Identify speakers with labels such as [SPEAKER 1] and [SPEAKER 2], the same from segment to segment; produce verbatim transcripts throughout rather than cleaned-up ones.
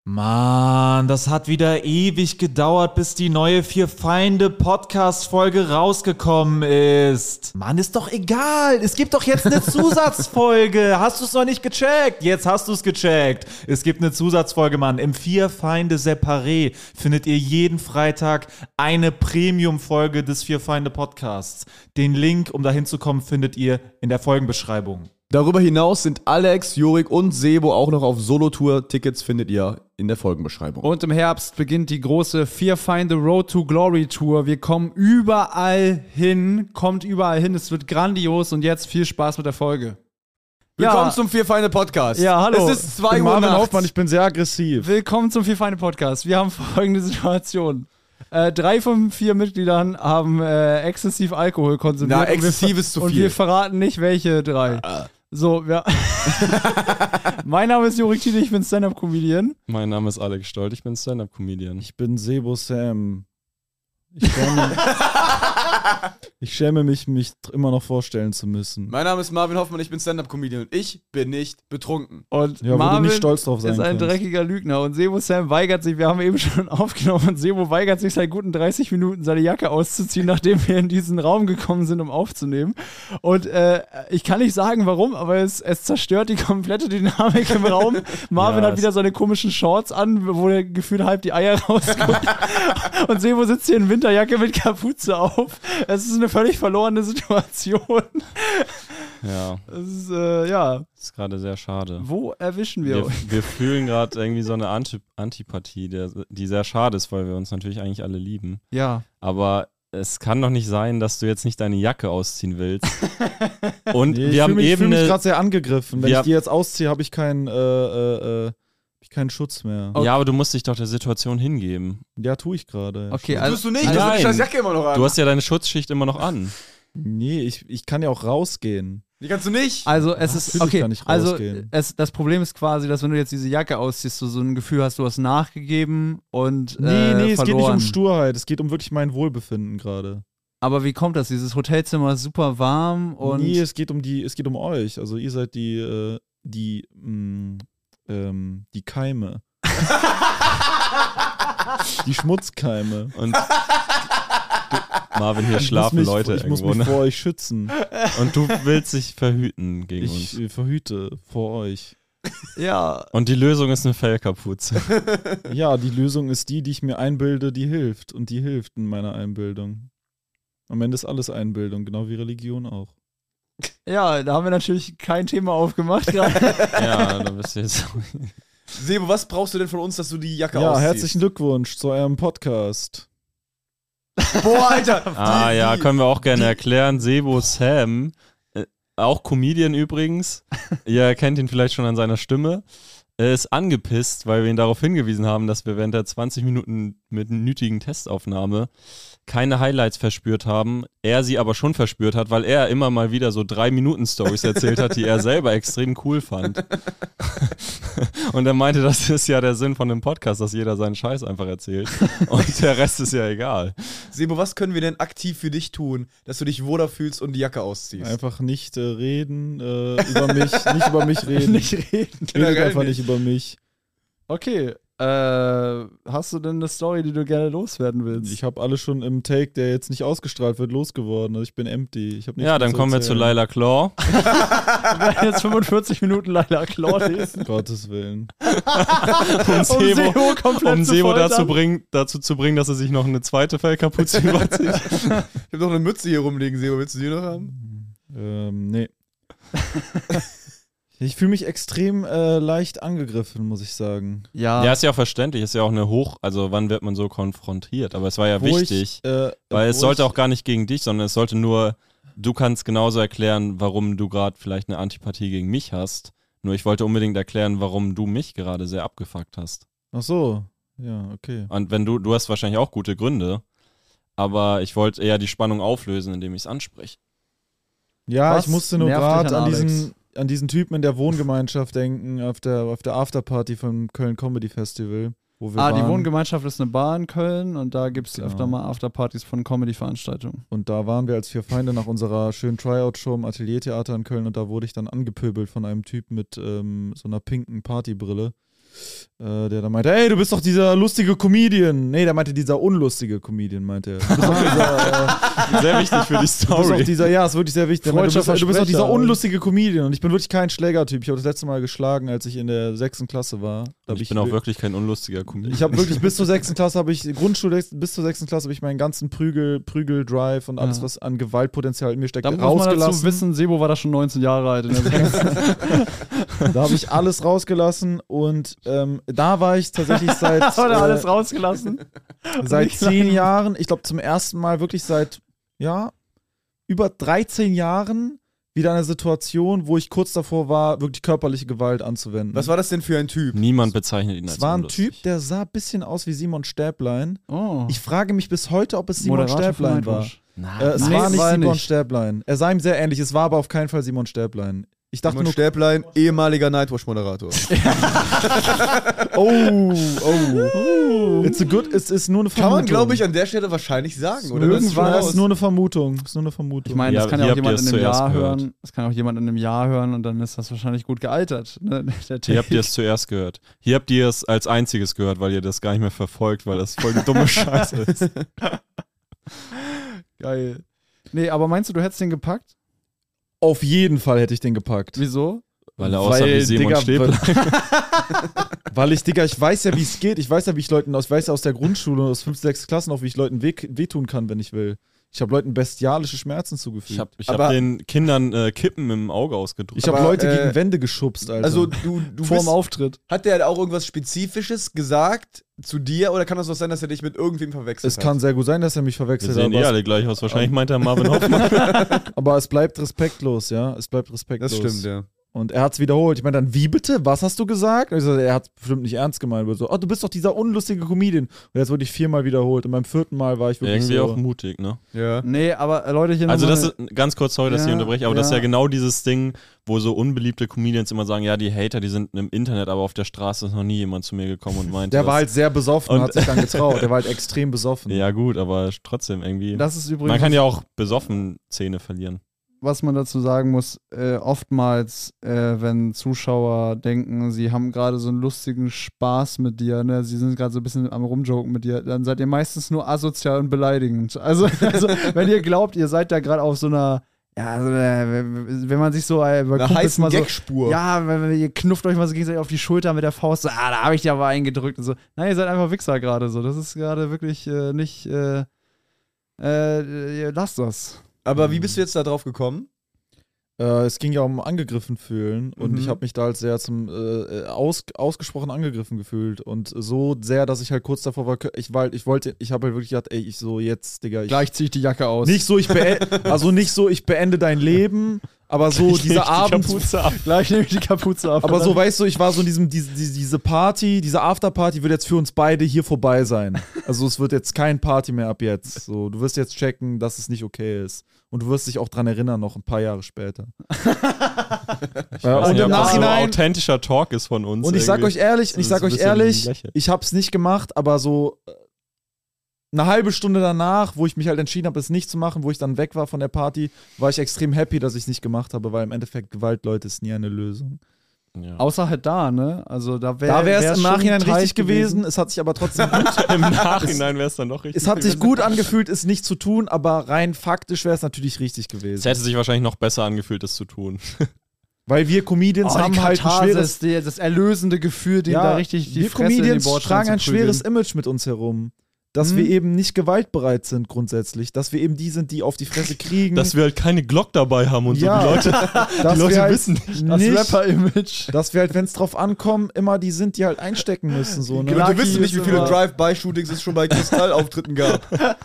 [SPEAKER 1] Mann, das hat wieder ewig gedauert, bis die neue Vier-Feinde-Podcast-Folge rausgekommen ist. Mann, ist doch egal. Es gibt doch jetzt eine Zusatzfolge. Hast du es noch nicht gecheckt? Jetzt hast du es gecheckt. Es gibt eine Zusatzfolge, Mann. Im Vier-Feinde-Separé findet ihr jeden Freitag eine Premium-Folge des Vier-Feinde-Podcasts. Den Link, um dahin zu kommen, findet ihr in der Folgenbeschreibung.
[SPEAKER 2] Darüber hinaus sind Alex, Jurik und Sebo auch noch auf Solo-Tour. Tickets findet ihr in der Folgenbeschreibung.
[SPEAKER 3] Und im Herbst beginnt die große Vier-Feinde Road to Glory Tour. Wir kommen überall hin, kommt überall hin. Es wird grandios und jetzt viel Spaß mit der Folge.
[SPEAKER 2] Willkommen
[SPEAKER 3] Ja.
[SPEAKER 2] zum Vier-Feinde-Podcast.
[SPEAKER 3] Ja, hallo.
[SPEAKER 2] Es ist zwei
[SPEAKER 1] Ich bin
[SPEAKER 2] Uhr
[SPEAKER 1] Marvin
[SPEAKER 2] nachts.
[SPEAKER 1] Hoffmann, ich bin sehr aggressiv.
[SPEAKER 3] Willkommen zum Vier-Feinde-Podcast. Wir haben folgende Situation. Äh, drei von vier Mitgliedern haben äh, exzessiv Alkohol konsumiert.
[SPEAKER 2] Na,
[SPEAKER 3] Und wir
[SPEAKER 2] exzessiv
[SPEAKER 3] ver-
[SPEAKER 2] ist zu
[SPEAKER 3] Und
[SPEAKER 2] viel.
[SPEAKER 3] wir verraten nicht, welche drei. So, ja. Mein Name ist Jurik Thiele, ich bin Stand-Up-Comedian.
[SPEAKER 4] Mein Name ist Alex Stolt, ich bin Stand-Up-Comedian.
[SPEAKER 1] Ich bin Sebo Sam. Ich schäme, ich schäme mich, mich immer noch vorstellen zu müssen.
[SPEAKER 2] Mein Name ist Marvin Hoffmann, ich bin Stand-Up-Comedian und ich bin nicht betrunken.
[SPEAKER 3] Und
[SPEAKER 1] Ja, wo du
[SPEAKER 3] Marvin
[SPEAKER 1] nicht stolz drauf sein
[SPEAKER 3] ist ein
[SPEAKER 1] kannst.
[SPEAKER 3] dreckiger Lügner. Und Sebo Sam weigert sich, wir haben eben schon aufgenommen, und Sebo weigert sich seit guten dreißig Minuten, seine Jacke auszuziehen, nachdem wir in diesen Raum gekommen sind, um aufzunehmen. Und äh, ich kann nicht sagen, warum, aber es, es zerstört die komplette Dynamik im Raum. Marvin
[SPEAKER 4] Ja,
[SPEAKER 3] hat wieder seine komischen Shorts an, wo der gefühlt halb die Eier rausguckt. Und Sebo sitzt hier in Winterjacke mit Kapuze auf. Es ist eine völlig verlorene Situation.
[SPEAKER 4] Ja,
[SPEAKER 3] Es ist, äh, ja,
[SPEAKER 4] das ist gerade sehr schade.
[SPEAKER 3] wo erwischen wir
[SPEAKER 4] Wir,
[SPEAKER 3] euch?
[SPEAKER 4] wir fühlen gerade irgendwie so eine Anti Antipathie, der, die sehr schade ist, weil wir uns natürlich eigentlich alle lieben.
[SPEAKER 3] Ja.
[SPEAKER 4] Aber es kann doch nicht sein, dass du jetzt nicht deine Jacke ausziehen willst. Und
[SPEAKER 1] Nee, ich
[SPEAKER 4] wir haben
[SPEAKER 1] fühle mich, ich fühl
[SPEAKER 4] eben
[SPEAKER 1] mich
[SPEAKER 4] eine,
[SPEAKER 1] gerade sehr angegriffen. Wenn
[SPEAKER 4] wir-
[SPEAKER 1] ich die jetzt ausziehe, habe ich keinen äh, äh, äh, hab ich keinen Schutz mehr.
[SPEAKER 4] Ja, aber du musst dich doch der Situation hingeben.
[SPEAKER 1] Ja, tue ich gerade.
[SPEAKER 3] Okay,
[SPEAKER 2] Das
[SPEAKER 3] also,
[SPEAKER 2] tust du nicht,
[SPEAKER 4] Nein.
[SPEAKER 2] du hast die scheiß Jacke immer noch an.
[SPEAKER 4] Du hast ja deine Schutzschicht immer noch an.
[SPEAKER 1] Nee, ich, ich kann ja auch rausgehen.
[SPEAKER 2] Die kannst du nicht.
[SPEAKER 3] Also es
[SPEAKER 1] Ach,
[SPEAKER 3] ist
[SPEAKER 1] natürlich
[SPEAKER 3] okay.
[SPEAKER 1] kann ich
[SPEAKER 3] Also
[SPEAKER 1] rausgehen.
[SPEAKER 3] es, das Problem ist quasi, dass wenn du jetzt diese Jacke ausziehst, du so ein Gefühl hast, du hast nachgegeben und
[SPEAKER 1] Nee,
[SPEAKER 3] äh,
[SPEAKER 1] nee, es
[SPEAKER 3] verloren.
[SPEAKER 1] geht nicht um Sturheit. Es geht um wirklich mein Wohlbefinden gerade.
[SPEAKER 3] Aber wie kommt das? Dieses Hotelzimmer ist super warm und
[SPEAKER 1] Nee, es geht um die, es geht um euch. Also ihr seid die, äh, die, mh, ähm, die Keime. Die Schmutzkeime.
[SPEAKER 4] Und du, Marvin, hier
[SPEAKER 1] Ich
[SPEAKER 4] schlafen
[SPEAKER 1] muss mich,
[SPEAKER 4] Leute
[SPEAKER 1] Ich muss
[SPEAKER 4] irgendwo.
[SPEAKER 1] mich
[SPEAKER 4] Ne?
[SPEAKER 1] vor euch schützen.
[SPEAKER 4] Und du willst dich verhüten gegen
[SPEAKER 1] Ich
[SPEAKER 4] uns.
[SPEAKER 1] äh, verhüte vor euch.
[SPEAKER 3] ja,
[SPEAKER 4] Und die Lösung ist eine Fellkapuze.
[SPEAKER 1] Ja, die Lösung ist die, die ich mir einbilde, die hilft. Und die hilft in meiner Einbildung. Am Ende ist alles Einbildung, genau wie Religion auch.
[SPEAKER 3] ja, da haben wir natürlich kein Thema aufgemacht gerade.
[SPEAKER 4] Ja, da bist du jetzt.
[SPEAKER 2] Sebo, was brauchst du denn von uns, dass du die Jacke
[SPEAKER 1] Ja,
[SPEAKER 2] ausziehst?
[SPEAKER 1] herzlichen Glückwunsch zu eurem Podcast.
[SPEAKER 2] Boah, Alter.
[SPEAKER 4] Ah
[SPEAKER 2] Die-
[SPEAKER 4] ja,
[SPEAKER 2] die-
[SPEAKER 4] können wir auch gerne erklären. Sebo Sam, äh, auch Comedian übrigens, ihr kennt ihn vielleicht schon an seiner Stimme, er ist angepisst, weil wir ihn darauf hingewiesen haben, dass wir während der zwanzig Minuten minütigen Testaufnahme keine Highlights verspürt haben, er sie aber schon verspürt hat, weil er immer mal wieder so drei Minuten Storys erzählt hat, die er selber extrem cool fand. Und er meinte, das ist ja der Sinn von dem Podcast, dass jeder seinen Scheiß einfach erzählt und der Rest ist ja egal.
[SPEAKER 2] Sebo, was können wir denn aktiv für dich tun, dass du dich wohler fühlst und die Jacke ausziehst?
[SPEAKER 1] Einfach nicht äh, reden, äh, über mich, nicht über mich reden.
[SPEAKER 3] Nicht reden.
[SPEAKER 1] Redet
[SPEAKER 2] Generell
[SPEAKER 1] einfach
[SPEAKER 2] nicht.
[SPEAKER 1] nicht über mich.
[SPEAKER 3] Okay, äh, hast du denn eine Story, die du gerne loswerden willst?
[SPEAKER 1] Ich habe alles schon im Take, der jetzt nicht ausgestrahlt wird, losgeworden. Also ich bin empty. Ich hab nichts
[SPEAKER 4] Ja,
[SPEAKER 1] mehr
[SPEAKER 4] dann
[SPEAKER 1] zu
[SPEAKER 4] kommen wir zu
[SPEAKER 1] erzählen.
[SPEAKER 4] Laila Claw.
[SPEAKER 3] Wir werden jetzt fünfundvierzig Minuten Laila Claw lesen.
[SPEAKER 1] Um Gottes Willen.
[SPEAKER 4] Um
[SPEAKER 3] Um
[SPEAKER 4] Sebo,
[SPEAKER 3] Sebo komplett
[SPEAKER 4] um
[SPEAKER 3] zu
[SPEAKER 4] Sebo
[SPEAKER 3] foltern.
[SPEAKER 4] dazu, bring, dazu zu bringen, dass er sich noch eine zweite Fellkapuze überzieht.
[SPEAKER 2] Ich habe noch eine Mütze hier rumliegen, Sebo. Willst du die noch haben?
[SPEAKER 1] Ähm, nee. Ich fühle mich extrem äh, leicht angegriffen, muss ich sagen.
[SPEAKER 3] Ja,
[SPEAKER 4] Ja, ist ja auch verständlich, ist ja auch eine Hoch, also wann wird man so konfrontiert? Aber es war ja
[SPEAKER 1] Wo
[SPEAKER 4] wichtig,
[SPEAKER 1] Ich, äh,
[SPEAKER 4] weil es
[SPEAKER 1] wo
[SPEAKER 4] sollte
[SPEAKER 1] ich,
[SPEAKER 4] auch gar nicht gegen dich, sondern es sollte nur, du kannst genauso erklären, warum du gerade vielleicht eine Antipathie gegen mich hast. Nur ich wollte unbedingt erklären, warum du mich gerade sehr abgefuckt hast.
[SPEAKER 1] Ach so. Ja, okay.
[SPEAKER 4] Und wenn du, du hast wahrscheinlich auch gute Gründe, aber ich wollte eher die Spannung auflösen, indem ich es anspreche.
[SPEAKER 1] Ja,
[SPEAKER 3] Was
[SPEAKER 1] ich musste nur
[SPEAKER 3] nervt dich
[SPEAKER 1] gerade
[SPEAKER 3] an
[SPEAKER 1] an
[SPEAKER 3] Alex?
[SPEAKER 1] diesen, an diesen Typen in der Wohngemeinschaft denken, auf der, auf der Afterparty vom Köln Comedy Festival, wo wir
[SPEAKER 3] ah, die
[SPEAKER 1] waren.
[SPEAKER 3] Wohngemeinschaft ist eine Bar in Köln und da gibt es
[SPEAKER 1] Genau.
[SPEAKER 3] öfter mal Afterpartys von Comedy-Veranstaltungen.
[SPEAKER 1] Und da waren wir als vier Feinde nach unserer schönen Tryout-Show im Ateliertheater in Köln und da wurde ich dann angepöbelt von einem Typ mit ähm, so einer pinken Partybrille.
[SPEAKER 2] äh, der dann meinte, ey, du bist doch dieser lustige Comedian. Nee, der meinte dieser unlustige Comedian, meinte er. Du bist doch dieser, äh,
[SPEAKER 4] Sehr wichtig für die
[SPEAKER 2] du bist doch
[SPEAKER 4] Story.
[SPEAKER 2] dieser, ja, ist wirklich sehr wichtig. Der meinte, du,
[SPEAKER 3] Freudscher
[SPEAKER 2] bist, du bist doch dieser
[SPEAKER 3] Versprecher.
[SPEAKER 2] unlustige Comedian. Und ich bin wirklich kein Schlägertyp. Ich habe das letzte Mal geschlagen, als ich in der sechsten Klasse war. Da hab
[SPEAKER 4] ich bin auch wirklich kein unlustiger Comedian.
[SPEAKER 2] Ich habe wirklich bis zur sechsten Klasse habe ich Grundschule bis zur sechsten Klasse habe ich meinen ganzen Prügel Prügel Drive und alles
[SPEAKER 3] Ja.
[SPEAKER 2] was an Gewaltpotenzial in mir steckt
[SPEAKER 3] Da muss man dazu
[SPEAKER 2] rausgelassen.
[SPEAKER 3] wissen, Sebo war da schon neunzehn Jahre alt. In der sechsten.
[SPEAKER 2] Da habe ich alles rausgelassen und ähm, da war ich tatsächlich seit
[SPEAKER 3] Hat er
[SPEAKER 2] äh,
[SPEAKER 3] alles rausgelassen?
[SPEAKER 2] seit zehn Jahren, ich glaube zum ersten Mal wirklich seit ja über dreizehn Jahren wieder eine Situation, wo ich kurz davor war, wirklich körperliche Gewalt anzuwenden.
[SPEAKER 5] Was war das denn für ein Typ?
[SPEAKER 4] Niemand bezeichnet ihn als
[SPEAKER 2] Es war ein
[SPEAKER 4] unlustig.
[SPEAKER 2] Typ, der sah ein bisschen aus wie Simon Stäblein.
[SPEAKER 3] Oh.
[SPEAKER 2] Ich frage mich bis heute, ob es Simon
[SPEAKER 3] Moderator von
[SPEAKER 2] Stäblein war.
[SPEAKER 3] Nightwatch.
[SPEAKER 2] Äh, es
[SPEAKER 3] Nee,
[SPEAKER 2] war nicht
[SPEAKER 3] war
[SPEAKER 2] Simon
[SPEAKER 3] nicht.
[SPEAKER 2] Stäblein. Er sah ihm sehr ähnlich. Es war aber auf keinen Fall Simon Stäblein. Ich dachte
[SPEAKER 5] Simon
[SPEAKER 2] nur,
[SPEAKER 5] Stäblein, ehemaliger Nightwatch-Moderator.
[SPEAKER 2] oh, oh. It's a good, es ist nur eine Vermutung.
[SPEAKER 5] Kann man, glaube ich, an der Stelle wahrscheinlich sagen, oder? Das ist
[SPEAKER 2] Irgendwann
[SPEAKER 5] schon
[SPEAKER 2] ist
[SPEAKER 5] raus.
[SPEAKER 2] nur eine Vermutung. Ist nur eine Vermutung.
[SPEAKER 3] Ich meine, das
[SPEAKER 4] Ja,
[SPEAKER 3] kann ja
[SPEAKER 4] hier
[SPEAKER 3] auch
[SPEAKER 4] habt ihr
[SPEAKER 3] jemand
[SPEAKER 4] es
[SPEAKER 3] in einem
[SPEAKER 4] zuerst
[SPEAKER 3] Jahr
[SPEAKER 4] gehört.
[SPEAKER 3] hören. Das kann auch jemand in einem Jahr hören und dann ist das wahrscheinlich gut gealtert. Ne? Der
[SPEAKER 4] Hier habt
[SPEAKER 3] Take.
[SPEAKER 4] ihr es zuerst gehört. Hier habt ihr es als einziges gehört, weil ihr das gar nicht mehr verfolgt, weil das voll die dumme Scheiße ist.
[SPEAKER 3] Geil. Nee, aber meinst du, du hättest den gepackt?
[SPEAKER 2] Auf jeden Fall hätte ich den gepackt.
[SPEAKER 3] Wieso?
[SPEAKER 4] Weil er aussah wie Simon
[SPEAKER 2] Digga,
[SPEAKER 4] Stäblein.
[SPEAKER 2] Weil ich, Digga, ich weiß ja, wie es geht. Ich weiß ja, wie ich Leuten aus, ich weiß ja aus der Grundschule, aus fünften, sechsten Klassen auch, wie ich Leuten weh, wehtun kann, wenn ich will. Ich habe Leuten bestialische Schmerzen zugefügt.
[SPEAKER 4] Ich habe ich
[SPEAKER 5] Aber-
[SPEAKER 4] hab den Kindern äh, Kippen im Auge ausgedrückt.
[SPEAKER 2] Ich habe
[SPEAKER 5] Aber,
[SPEAKER 2] Leute
[SPEAKER 5] äh,
[SPEAKER 2] gegen Wände geschubst, Alter.
[SPEAKER 5] Also, du, du
[SPEAKER 3] Vor dem
[SPEAKER 5] bist,
[SPEAKER 3] Auftritt.
[SPEAKER 5] hat der auch irgendwas Spezifisches gesagt zu dir oder kann das auch sein, dass er dich mit irgendwem verwechselt
[SPEAKER 2] es
[SPEAKER 5] hat?
[SPEAKER 2] kann sehr gut sein, dass er mich
[SPEAKER 4] Wir
[SPEAKER 2] verwechselt
[SPEAKER 4] sehen
[SPEAKER 2] hat.
[SPEAKER 4] eh
[SPEAKER 2] aber,
[SPEAKER 4] alle gleich aus. Wahrscheinlich meint er Marvin Hoffmann.
[SPEAKER 2] es, aber es bleibt respektlos, ja. Es bleibt respektlos.
[SPEAKER 5] Das stimmt, ja.
[SPEAKER 2] Und er hat es wiederholt. Ich meine dann, wie bitte? Was hast du gesagt? Und ich so, er hat es bestimmt nicht ernst gemeint. Aber so, oh, du bist doch dieser unlustige Comedian. Und jetzt wurde ich viermal wiederholt. Und beim vierten Mal war ich wirklich
[SPEAKER 4] Irgendwie
[SPEAKER 2] so.
[SPEAKER 4] auch mutig, ne?
[SPEAKER 5] Ja.
[SPEAKER 3] Nee, aber äh, Leute, hier
[SPEAKER 4] Also
[SPEAKER 3] noch
[SPEAKER 4] das
[SPEAKER 3] mal-
[SPEAKER 4] ist, ganz kurz, sorry, dass
[SPEAKER 3] Ja,
[SPEAKER 4] ich unterbreche, aber das ist
[SPEAKER 3] ja.
[SPEAKER 4] ja genau dieses Ding, wo so unbeliebte Comedians immer sagen, ja, die Hater, die sind im Internet, aber auf der Straße ist noch nie jemand zu mir gekommen und meinte
[SPEAKER 2] Der war
[SPEAKER 4] das.
[SPEAKER 2] halt sehr besoffen und
[SPEAKER 4] Und-
[SPEAKER 2] hat sich dann getraut. Der war halt extrem besoffen.
[SPEAKER 4] Ja gut, aber trotzdem irgendwie.
[SPEAKER 3] das ist übrigens,
[SPEAKER 4] Man kann ja auch besoffen Zähne verlieren.
[SPEAKER 3] was man dazu sagen muss, äh, oftmals, äh, wenn Zuschauer denken, sie haben gerade so einen lustigen Spaß mit dir, ne, sie sind gerade so ein bisschen am Rumjoken mit dir, dann seid ihr meistens nur asozial und beleidigend. Also, also wenn ihr glaubt, ihr seid da gerade auf so einer, ja, so eine, wenn man sich so äh, bei
[SPEAKER 5] Eine
[SPEAKER 3] Kumpels
[SPEAKER 5] heißen
[SPEAKER 3] mal so,
[SPEAKER 5] Gagspur.
[SPEAKER 3] ja, wenn, wenn ihr knufft euch mal so gegenseitig auf die Schulter mit der Faust, so, ah, da habe ich dir aber eingedrückt und so. Nein, ihr seid einfach Wichser gerade so. Das ist gerade wirklich äh, nicht, äh, äh, ihr lasst das.
[SPEAKER 5] Aber wie bist du jetzt da drauf gekommen?
[SPEAKER 2] Äh, es ging ja um angegriffen fühlen. Und
[SPEAKER 5] Mhm.
[SPEAKER 2] ich habe mich da halt sehr zum äh, aus, ausgesprochen angegriffen gefühlt. Und so sehr, dass ich halt kurz davor war, ich, war halt, ich wollte, ich habe halt wirklich gedacht, ey, ich so jetzt, Digga, ich.
[SPEAKER 3] Gleich ziehe ich die Jacke aus.
[SPEAKER 2] Nicht so, ich beende, also nicht so, ich beende dein Leben, aber so
[SPEAKER 4] Ich leg
[SPEAKER 2] dieser
[SPEAKER 4] die
[SPEAKER 2] Abend.
[SPEAKER 4] Kapuze ab.
[SPEAKER 3] Gleich nehme ich die Kapuze ab.
[SPEAKER 2] Aber
[SPEAKER 3] und
[SPEAKER 2] so,
[SPEAKER 3] dann-
[SPEAKER 2] weißt du, ich war so in diesem, diese, diese diese Party, diese Afterparty wird jetzt für uns beide hier vorbei sein. Also es wird jetzt kein Party mehr ab jetzt. So, du wirst jetzt checken, dass es nicht okay ist. Und du wirst dich auch dran erinnern, noch ein paar Jahre später.
[SPEAKER 4] Ich
[SPEAKER 2] Ja,
[SPEAKER 4] weiß
[SPEAKER 2] und
[SPEAKER 4] nicht,
[SPEAKER 2] im
[SPEAKER 4] ob das so
[SPEAKER 2] Nachhinein-
[SPEAKER 4] authentischer Talk ist von uns.
[SPEAKER 2] Und ich sag
[SPEAKER 4] irgendwie.
[SPEAKER 2] euch ehrlich, ich
[SPEAKER 4] So
[SPEAKER 2] sag
[SPEAKER 4] ein
[SPEAKER 2] euch
[SPEAKER 4] bisschen
[SPEAKER 2] ehrlich,
[SPEAKER 4] lächeln.
[SPEAKER 2] ich hab's nicht gemacht, aber so äh, eine halbe Stunde danach, wo ich mich halt entschieden habe, es nicht zu machen, wo ich dann weg war von der Party, war ich extrem happy, dass ich es nicht gemacht habe, weil im Endeffekt Gewalt, Leute, ist nie eine Lösung.
[SPEAKER 4] Ja.
[SPEAKER 3] Außer halt da, ne? Also da wäre
[SPEAKER 2] Da wäre es im
[SPEAKER 3] schon
[SPEAKER 2] Nachhinein
[SPEAKER 3] tight
[SPEAKER 2] richtig gewesen. Es hat sich aber trotzdem gut,
[SPEAKER 4] Im Nachhinein wäre es dann doch richtig.
[SPEAKER 2] es hat sich
[SPEAKER 4] gewesen.
[SPEAKER 2] gut angefühlt, es nicht zu tun, aber rein faktisch wäre es natürlich richtig
[SPEAKER 4] Es
[SPEAKER 2] gewesen.
[SPEAKER 4] hätte sich wahrscheinlich noch besser angefühlt, das zu tun.
[SPEAKER 2] Weil wir Comedians
[SPEAKER 3] Oh, die
[SPEAKER 2] haben halt ein
[SPEAKER 3] Katharsis,
[SPEAKER 2] schweres,
[SPEAKER 3] die, das erlösende Gefühl, dem da richtig die
[SPEAKER 2] wir
[SPEAKER 3] Fresse in den
[SPEAKER 2] Comedians
[SPEAKER 3] Bordstein
[SPEAKER 2] tragen
[SPEAKER 3] zu
[SPEAKER 2] ein
[SPEAKER 3] prügeln.
[SPEAKER 2] schweres Image mit uns herum. Dass
[SPEAKER 3] Mhm.
[SPEAKER 2] wir eben nicht gewaltbereit sind grundsätzlich. Dass wir eben die sind, die auf die Fresse kriegen.
[SPEAKER 4] Dass wir halt keine Glock dabei haben und
[SPEAKER 2] Ja.
[SPEAKER 4] so. Die Leute,
[SPEAKER 2] dass
[SPEAKER 4] die Leute
[SPEAKER 2] wir halt
[SPEAKER 4] wissen nicht.
[SPEAKER 3] Das
[SPEAKER 2] nicht,
[SPEAKER 3] Rapper-Image.
[SPEAKER 2] dass wir halt, wenn es drauf ankommt, immer die sind, die halt einstecken müssen. So,
[SPEAKER 5] Die
[SPEAKER 2] ne?
[SPEAKER 5] Leute
[SPEAKER 3] Lucky
[SPEAKER 5] wissen nicht, wie
[SPEAKER 3] ist
[SPEAKER 5] viele
[SPEAKER 3] immer-
[SPEAKER 5] Drive-By-Shootings es schon bei Kristall-Auftritten gab.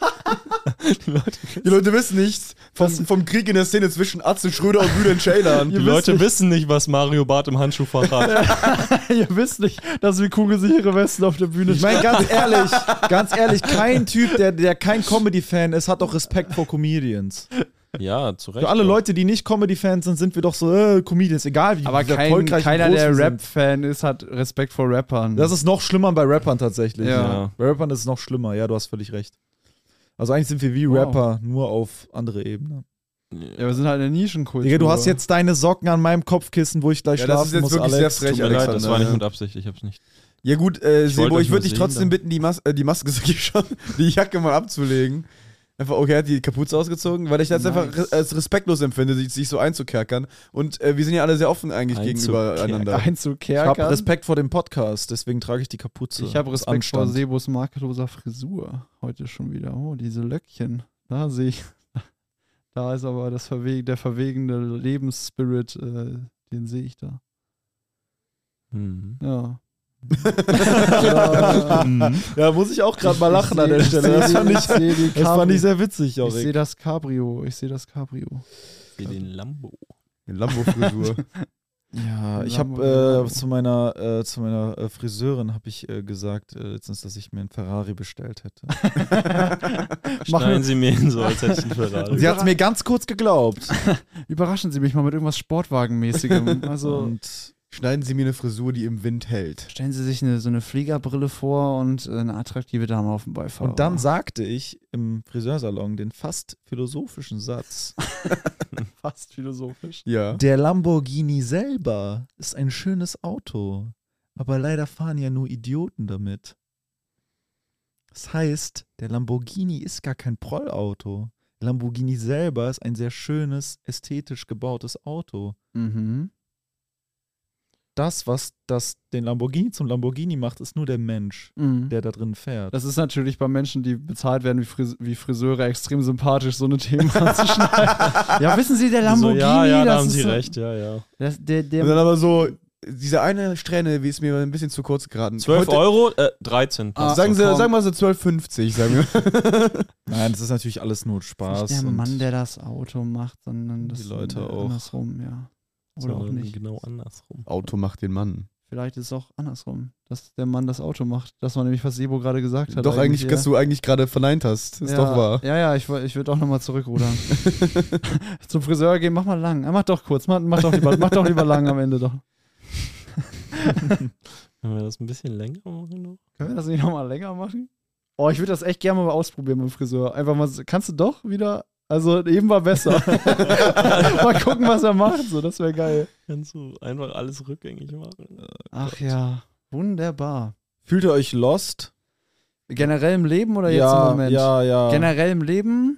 [SPEAKER 5] Die Leute wissen nichts vom, vom Krieg in der Szene zwischen Atze Schröder und Bülent Ceylan.
[SPEAKER 4] Die Leute wissen nicht, was Mario Barth im Handschuhfach hat.
[SPEAKER 3] Ihr wisst nicht, dass wir kugelsichere Westen auf der Bühne
[SPEAKER 2] Ich meine, ganz ehrlich, ganz ehrlich, kein Typ, der, der kein Comedy-Fan ist, hat doch Respekt vor Comedians.
[SPEAKER 4] Ja, zu Recht.
[SPEAKER 2] Für alle Leute, die nicht Comedy-Fans sind, sind wir doch so, äh, Comedians, egal wie
[SPEAKER 3] Aber kein,
[SPEAKER 2] erfolgreich und
[SPEAKER 3] keiner,
[SPEAKER 2] groß
[SPEAKER 3] der
[SPEAKER 2] wir sind.
[SPEAKER 3] Rap-Fan ist, hat Respekt vor Rappern.
[SPEAKER 2] Das ist noch schlimmer bei Rappern tatsächlich.
[SPEAKER 3] Ja.
[SPEAKER 4] Ja.
[SPEAKER 2] Bei Rappern ist es noch schlimmer, ja, du hast völlig recht. Also eigentlich sind wir wie
[SPEAKER 3] Wow.
[SPEAKER 2] Rapper, nur auf andere Ebene.
[SPEAKER 3] ja, wir sind halt eine Nischenkultur.
[SPEAKER 2] Digga, du hast jetzt deine Socken an meinem Kopfkissen, wo ich gleich
[SPEAKER 5] Ja, das ist
[SPEAKER 2] schlafen
[SPEAKER 5] jetzt
[SPEAKER 2] muss,
[SPEAKER 5] wirklich
[SPEAKER 2] Alex.
[SPEAKER 5] sehr frech,
[SPEAKER 4] Tut mir leid, das
[SPEAKER 5] Alexander,
[SPEAKER 4] war nicht
[SPEAKER 5] ja.
[SPEAKER 4] mit Absicht, ich hab's nicht.
[SPEAKER 5] Ja gut, äh,
[SPEAKER 4] Ich wollte
[SPEAKER 5] Sebo,
[SPEAKER 4] euch
[SPEAKER 5] ich würde
[SPEAKER 4] nur
[SPEAKER 5] dich
[SPEAKER 4] sehen,
[SPEAKER 5] trotzdem
[SPEAKER 4] dann.
[SPEAKER 5] bitten, die, Mas äh, die Maske, sag ich schon, die Jacke mal abzulegen. Einfach, okay, er hat die Kapuze ausgezogen, weil ich das
[SPEAKER 3] Nice.
[SPEAKER 5] einfach re als respektlos empfinde, sich, sich so einzukerkern. Und äh, wir sind ja alle sehr offen eigentlich gegenüber
[SPEAKER 4] Einzukerkern.
[SPEAKER 5] einander.
[SPEAKER 2] Ich
[SPEAKER 3] Einzukerkern.
[SPEAKER 2] habe Respekt vor dem Podcast, deswegen trage ich die Kapuze.
[SPEAKER 3] Ich habe
[SPEAKER 2] Aus
[SPEAKER 3] Respekt vor
[SPEAKER 2] Anstand.
[SPEAKER 3] Sebos makelloser Frisur. Heute schon wieder. Oh, diese Löckchen. Da sehe ich. Da ist aber das Verwe der verwegende Lebensspirit, äh, den sehe ich da.
[SPEAKER 4] Mhm.
[SPEAKER 3] Ja. ja.
[SPEAKER 4] Mhm.
[SPEAKER 2] Ja, muss ich auch gerade mal lachen
[SPEAKER 3] Ich
[SPEAKER 2] an der
[SPEAKER 3] seh-
[SPEAKER 2] Stelle. Das
[SPEAKER 3] ich
[SPEAKER 2] fand
[SPEAKER 3] seh-
[SPEAKER 2] ich,
[SPEAKER 3] ich seh die
[SPEAKER 2] das fand
[SPEAKER 3] Cabrio-
[SPEAKER 2] ich sehr witzig,
[SPEAKER 3] Ich
[SPEAKER 2] Jorik.
[SPEAKER 3] sehe das Cabrio. Ich sehe das Cabrio.
[SPEAKER 4] Wie den Lambo.
[SPEAKER 5] Eine Lambo-Frisur.
[SPEAKER 2] Ja, ich
[SPEAKER 3] Lambo,
[SPEAKER 2] habe äh,
[SPEAKER 3] Lambo.
[SPEAKER 2] zu meiner, äh, zu meiner äh, Friseurin habe ich äh, gesagt äh, letztens, dass ich mir einen Ferrari bestellt hätte.
[SPEAKER 4] Schneiden Sie mir hin, so als hätte ich einen Ferrari.
[SPEAKER 2] Und sie hat es mir ganz kurz geglaubt.
[SPEAKER 3] Überraschen Sie mich mal mit irgendwas Sportwagenmäßigem. Also
[SPEAKER 2] Und
[SPEAKER 5] Schneiden Sie mir eine Frisur, die im Wind hält.
[SPEAKER 3] stellen Sie sich eine, so eine Fliegerbrille vor und äh, eine attraktive Dame auf dem Beifahrer.
[SPEAKER 2] Und dann sagte ich im Friseursalon den fast philosophischen Satz:
[SPEAKER 3] fast philosophisch.
[SPEAKER 5] Ja.
[SPEAKER 2] Der Lamborghini selber ist ein schönes Auto, aber leider fahren ja nur Idioten damit. Das heißt, der Lamborghini ist gar kein Prollauto. Der Lamborghini selber ist ein sehr schönes, ästhetisch gebautes Auto.
[SPEAKER 3] Mhm.
[SPEAKER 2] Das, was das, den Lamborghini zum Lamborghini macht, ist nur der Mensch,
[SPEAKER 3] Mhm.
[SPEAKER 2] der da drin fährt.
[SPEAKER 3] Das ist natürlich bei Menschen, die bezahlt werden wie, Fris wie Friseure, extrem sympathisch, so eine Themen anzuschneiden. Ja, wissen Sie, der
[SPEAKER 4] So,
[SPEAKER 3] Lamborghini,
[SPEAKER 4] ja, ja, da
[SPEAKER 3] das
[SPEAKER 4] haben
[SPEAKER 3] ist
[SPEAKER 4] Sie
[SPEAKER 3] so,
[SPEAKER 4] recht, ja, ja.
[SPEAKER 3] Das, der,
[SPEAKER 5] Und dann
[SPEAKER 3] der,
[SPEAKER 5] aber so, diese eine Strähne, wie ist mir ein bisschen zu kurz geraten.
[SPEAKER 4] zwölf
[SPEAKER 5] Heute-
[SPEAKER 4] Euro? Äh, dreizehn.
[SPEAKER 3] Ah,
[SPEAKER 4] passt
[SPEAKER 5] Sagen
[SPEAKER 4] doch.
[SPEAKER 5] Sie,
[SPEAKER 3] komm.
[SPEAKER 5] sagen wir so zwölf fünfzig, sagen wir.
[SPEAKER 2] Nein, das ist natürlich alles nur
[SPEAKER 3] nicht
[SPEAKER 2] Spaß.
[SPEAKER 3] der
[SPEAKER 2] und
[SPEAKER 3] Mann, der das Auto macht, sondern das
[SPEAKER 2] Die Leute
[SPEAKER 3] äh,
[SPEAKER 2] auch.
[SPEAKER 3] andersrum, ja. Oder auch
[SPEAKER 4] Sondern
[SPEAKER 3] nicht.
[SPEAKER 4] Genau andersrum.
[SPEAKER 5] Auto macht den Mann.
[SPEAKER 3] Vielleicht ist es auch andersrum, dass der Mann das Auto macht. Das war nämlich, was Sebo gerade gesagt hat.
[SPEAKER 5] Doch eigentlich,
[SPEAKER 3] ja.
[SPEAKER 5] was du eigentlich gerade verneint hast. Ist
[SPEAKER 3] ja,
[SPEAKER 5] doch wahr.
[SPEAKER 3] Ja, ja, ich, woll- ich würde auch nochmal zurückrudern. Zum Friseur gehen, mach mal lang. Ah, mach doch kurz, mach, mach, doch lieber, mach doch lieber lang am Ende doch.
[SPEAKER 4] Können wir das ein bisschen länger machen noch?
[SPEAKER 3] Können wir das nicht nochmal länger machen? Oh, ich würde das echt gerne mal ausprobieren beim Friseur. Einfach mal, so- kannst du doch wieder? Also eben war besser. Mal gucken, was er macht. So, das wäre geil.
[SPEAKER 4] Kannst du einfach alles rückgängig machen?
[SPEAKER 3] Ach ja, wunderbar.
[SPEAKER 2] Fühlt ihr euch lost?
[SPEAKER 3] Generell im Leben oder jetzt
[SPEAKER 2] ja,
[SPEAKER 3] im Moment?
[SPEAKER 2] ja, ja.
[SPEAKER 3] Generell im Leben?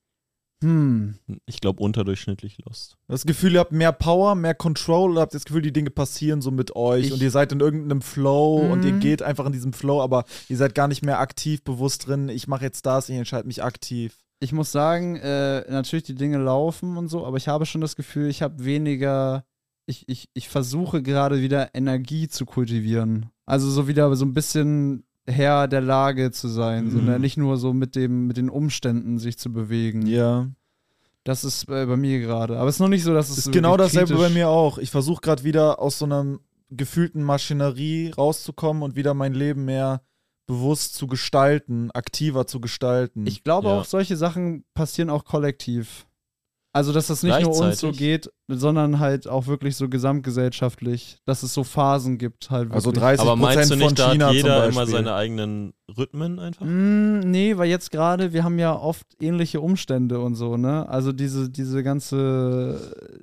[SPEAKER 3] Hm.
[SPEAKER 4] Ich glaube, unterdurchschnittlich lost.
[SPEAKER 2] Das Gefühl, ihr habt mehr Power, mehr Control, oder habt das Gefühl, die Dinge passieren so mit euch
[SPEAKER 3] Ich-
[SPEAKER 2] und ihr seid in irgendeinem Flow
[SPEAKER 3] Mhm.
[SPEAKER 2] und ihr geht einfach in diesem Flow, aber ihr seid gar nicht mehr aktiv bewusst drin, ich mache jetzt das, ich entscheide mich aktiv.
[SPEAKER 3] Ich muss sagen, äh, natürlich die Dinge laufen und so, aber ich habe schon das Gefühl, ich habe weniger, ich, ich, ich versuche gerade wieder Energie zu kultivieren. Also so wieder so ein bisschen Herr der Lage zu sein,
[SPEAKER 2] Mhm.
[SPEAKER 3] sondern nicht nur so mit dem, mit den Umständen sich zu bewegen.
[SPEAKER 2] Ja.
[SPEAKER 3] Das ist äh, bei mir gerade. Aber es ist noch nicht so, dass es
[SPEAKER 2] Ist
[SPEAKER 3] so
[SPEAKER 2] genau
[SPEAKER 3] wirklich
[SPEAKER 2] dasselbe
[SPEAKER 3] kritisch-
[SPEAKER 2] bei mir auch. Ich versuche gerade wieder aus so einer gefühlten Maschinerie rauszukommen und wieder mein Leben mehr bewusst zu gestalten, aktiver zu gestalten.
[SPEAKER 3] Ich glaube
[SPEAKER 4] Ja.
[SPEAKER 3] auch, solche Sachen passieren auch kollektiv. Also, dass das nicht nur uns so
[SPEAKER 4] Gleichzeitig?
[SPEAKER 3] geht, sondern halt auch wirklich so gesamtgesellschaftlich, dass es so Phasen gibt halt wirklich.
[SPEAKER 2] also dreißig
[SPEAKER 4] Aber meinst du
[SPEAKER 2] Prozent
[SPEAKER 4] nicht,
[SPEAKER 2] von
[SPEAKER 4] da
[SPEAKER 2] China
[SPEAKER 4] hat jeder
[SPEAKER 2] zum
[SPEAKER 4] immer
[SPEAKER 2] Beispiel.
[SPEAKER 4] seine eigenen Rhythmen einfach?
[SPEAKER 3] Mm, nee, weil jetzt gerade, wir haben ja oft ähnliche Umstände und so, ne? Also diese, diese ganze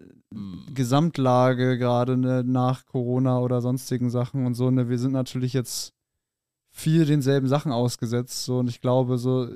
[SPEAKER 3] Gesamtlage gerade ne, nach Corona oder sonstigen Sachen und so, ne? Wir sind natürlich jetzt viel denselben Sachen ausgesetzt, so, und ich glaube, so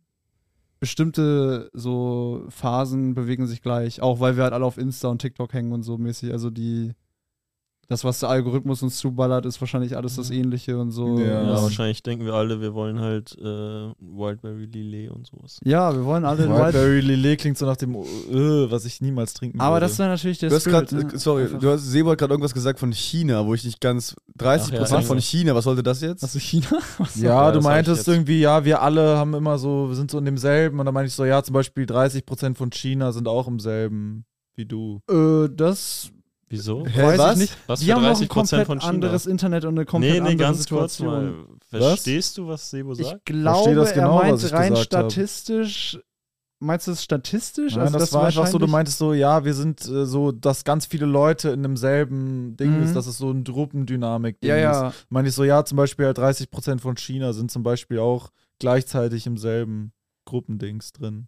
[SPEAKER 3] bestimmte so Phasen bewegen sich gleich, auch weil wir halt alle auf Insta und TikTok hängen und so mäßig, also die das, was der Algorithmus uns zuballert, ist wahrscheinlich alles das Ähnliche und so.
[SPEAKER 2] Ja.
[SPEAKER 4] Ja,
[SPEAKER 3] Das-
[SPEAKER 4] wahrscheinlich denken wir alle, wir wollen halt äh, Wildberry Lillet und sowas.
[SPEAKER 3] ja, wir wollen alle Wild-
[SPEAKER 2] Wildberry Lillet klingt so nach dem, äh, was ich niemals trinken
[SPEAKER 3] aber
[SPEAKER 2] würde.
[SPEAKER 3] das wäre natürlich der
[SPEAKER 5] Du hast
[SPEAKER 3] Spirit,
[SPEAKER 5] gerade,
[SPEAKER 3] ne?
[SPEAKER 5] sorry,
[SPEAKER 3] Einfach-
[SPEAKER 5] du hast, Sebo hat gerade irgendwas gesagt von China, wo ich nicht ganz, dreißig Prozent
[SPEAKER 4] Ach ja,
[SPEAKER 5] von
[SPEAKER 4] irgendwas.
[SPEAKER 5] China, was sollte das jetzt?
[SPEAKER 3] Hast du China? Was
[SPEAKER 2] Ja,
[SPEAKER 4] Ja,
[SPEAKER 2] du
[SPEAKER 4] das hab ich
[SPEAKER 2] meintest
[SPEAKER 4] jetzt.
[SPEAKER 2] irgendwie, ja, wir alle haben immer so, wir sind so in demselben und dann meinte ich so, ja, zum Beispiel dreißig Prozent von China sind auch im selben wie du.
[SPEAKER 3] Äh, das
[SPEAKER 4] Wieso?
[SPEAKER 5] Hä,
[SPEAKER 3] weiß
[SPEAKER 5] was?
[SPEAKER 3] ich nicht.
[SPEAKER 4] Was
[SPEAKER 3] Die
[SPEAKER 4] für
[SPEAKER 3] haben auch ein
[SPEAKER 4] dreißig Prozent
[SPEAKER 3] komplett
[SPEAKER 4] von China?
[SPEAKER 3] anderes Internet und eine komplett
[SPEAKER 4] Nee, nee,
[SPEAKER 3] andere
[SPEAKER 4] ganz kurz
[SPEAKER 3] Situation.
[SPEAKER 4] mal. Verstehst du, was Sebo sagt?
[SPEAKER 3] Ich glaube,
[SPEAKER 2] Verstehe das genau,
[SPEAKER 3] er
[SPEAKER 2] was
[SPEAKER 3] meint
[SPEAKER 2] ich
[SPEAKER 3] rein
[SPEAKER 2] gesagt habe.
[SPEAKER 3] statististisch. Meinst du es statistisch?
[SPEAKER 2] Nein,
[SPEAKER 3] also
[SPEAKER 2] das, war einfach so, du
[SPEAKER 3] wahrscheinlich-
[SPEAKER 2] meintest so, ja, wir sind äh, so, dass ganz viele Leute in demselben Ding
[SPEAKER 3] Mhm.
[SPEAKER 2] ist, dass es so ein Gruppendynamik-Ding
[SPEAKER 3] Ja,
[SPEAKER 2] ist.
[SPEAKER 3] ja.
[SPEAKER 2] Meinte ich so, ja, zum Beispiel halt dreißig Prozent von China sind zum Beispiel auch gleichzeitig im selben Gruppendings drin.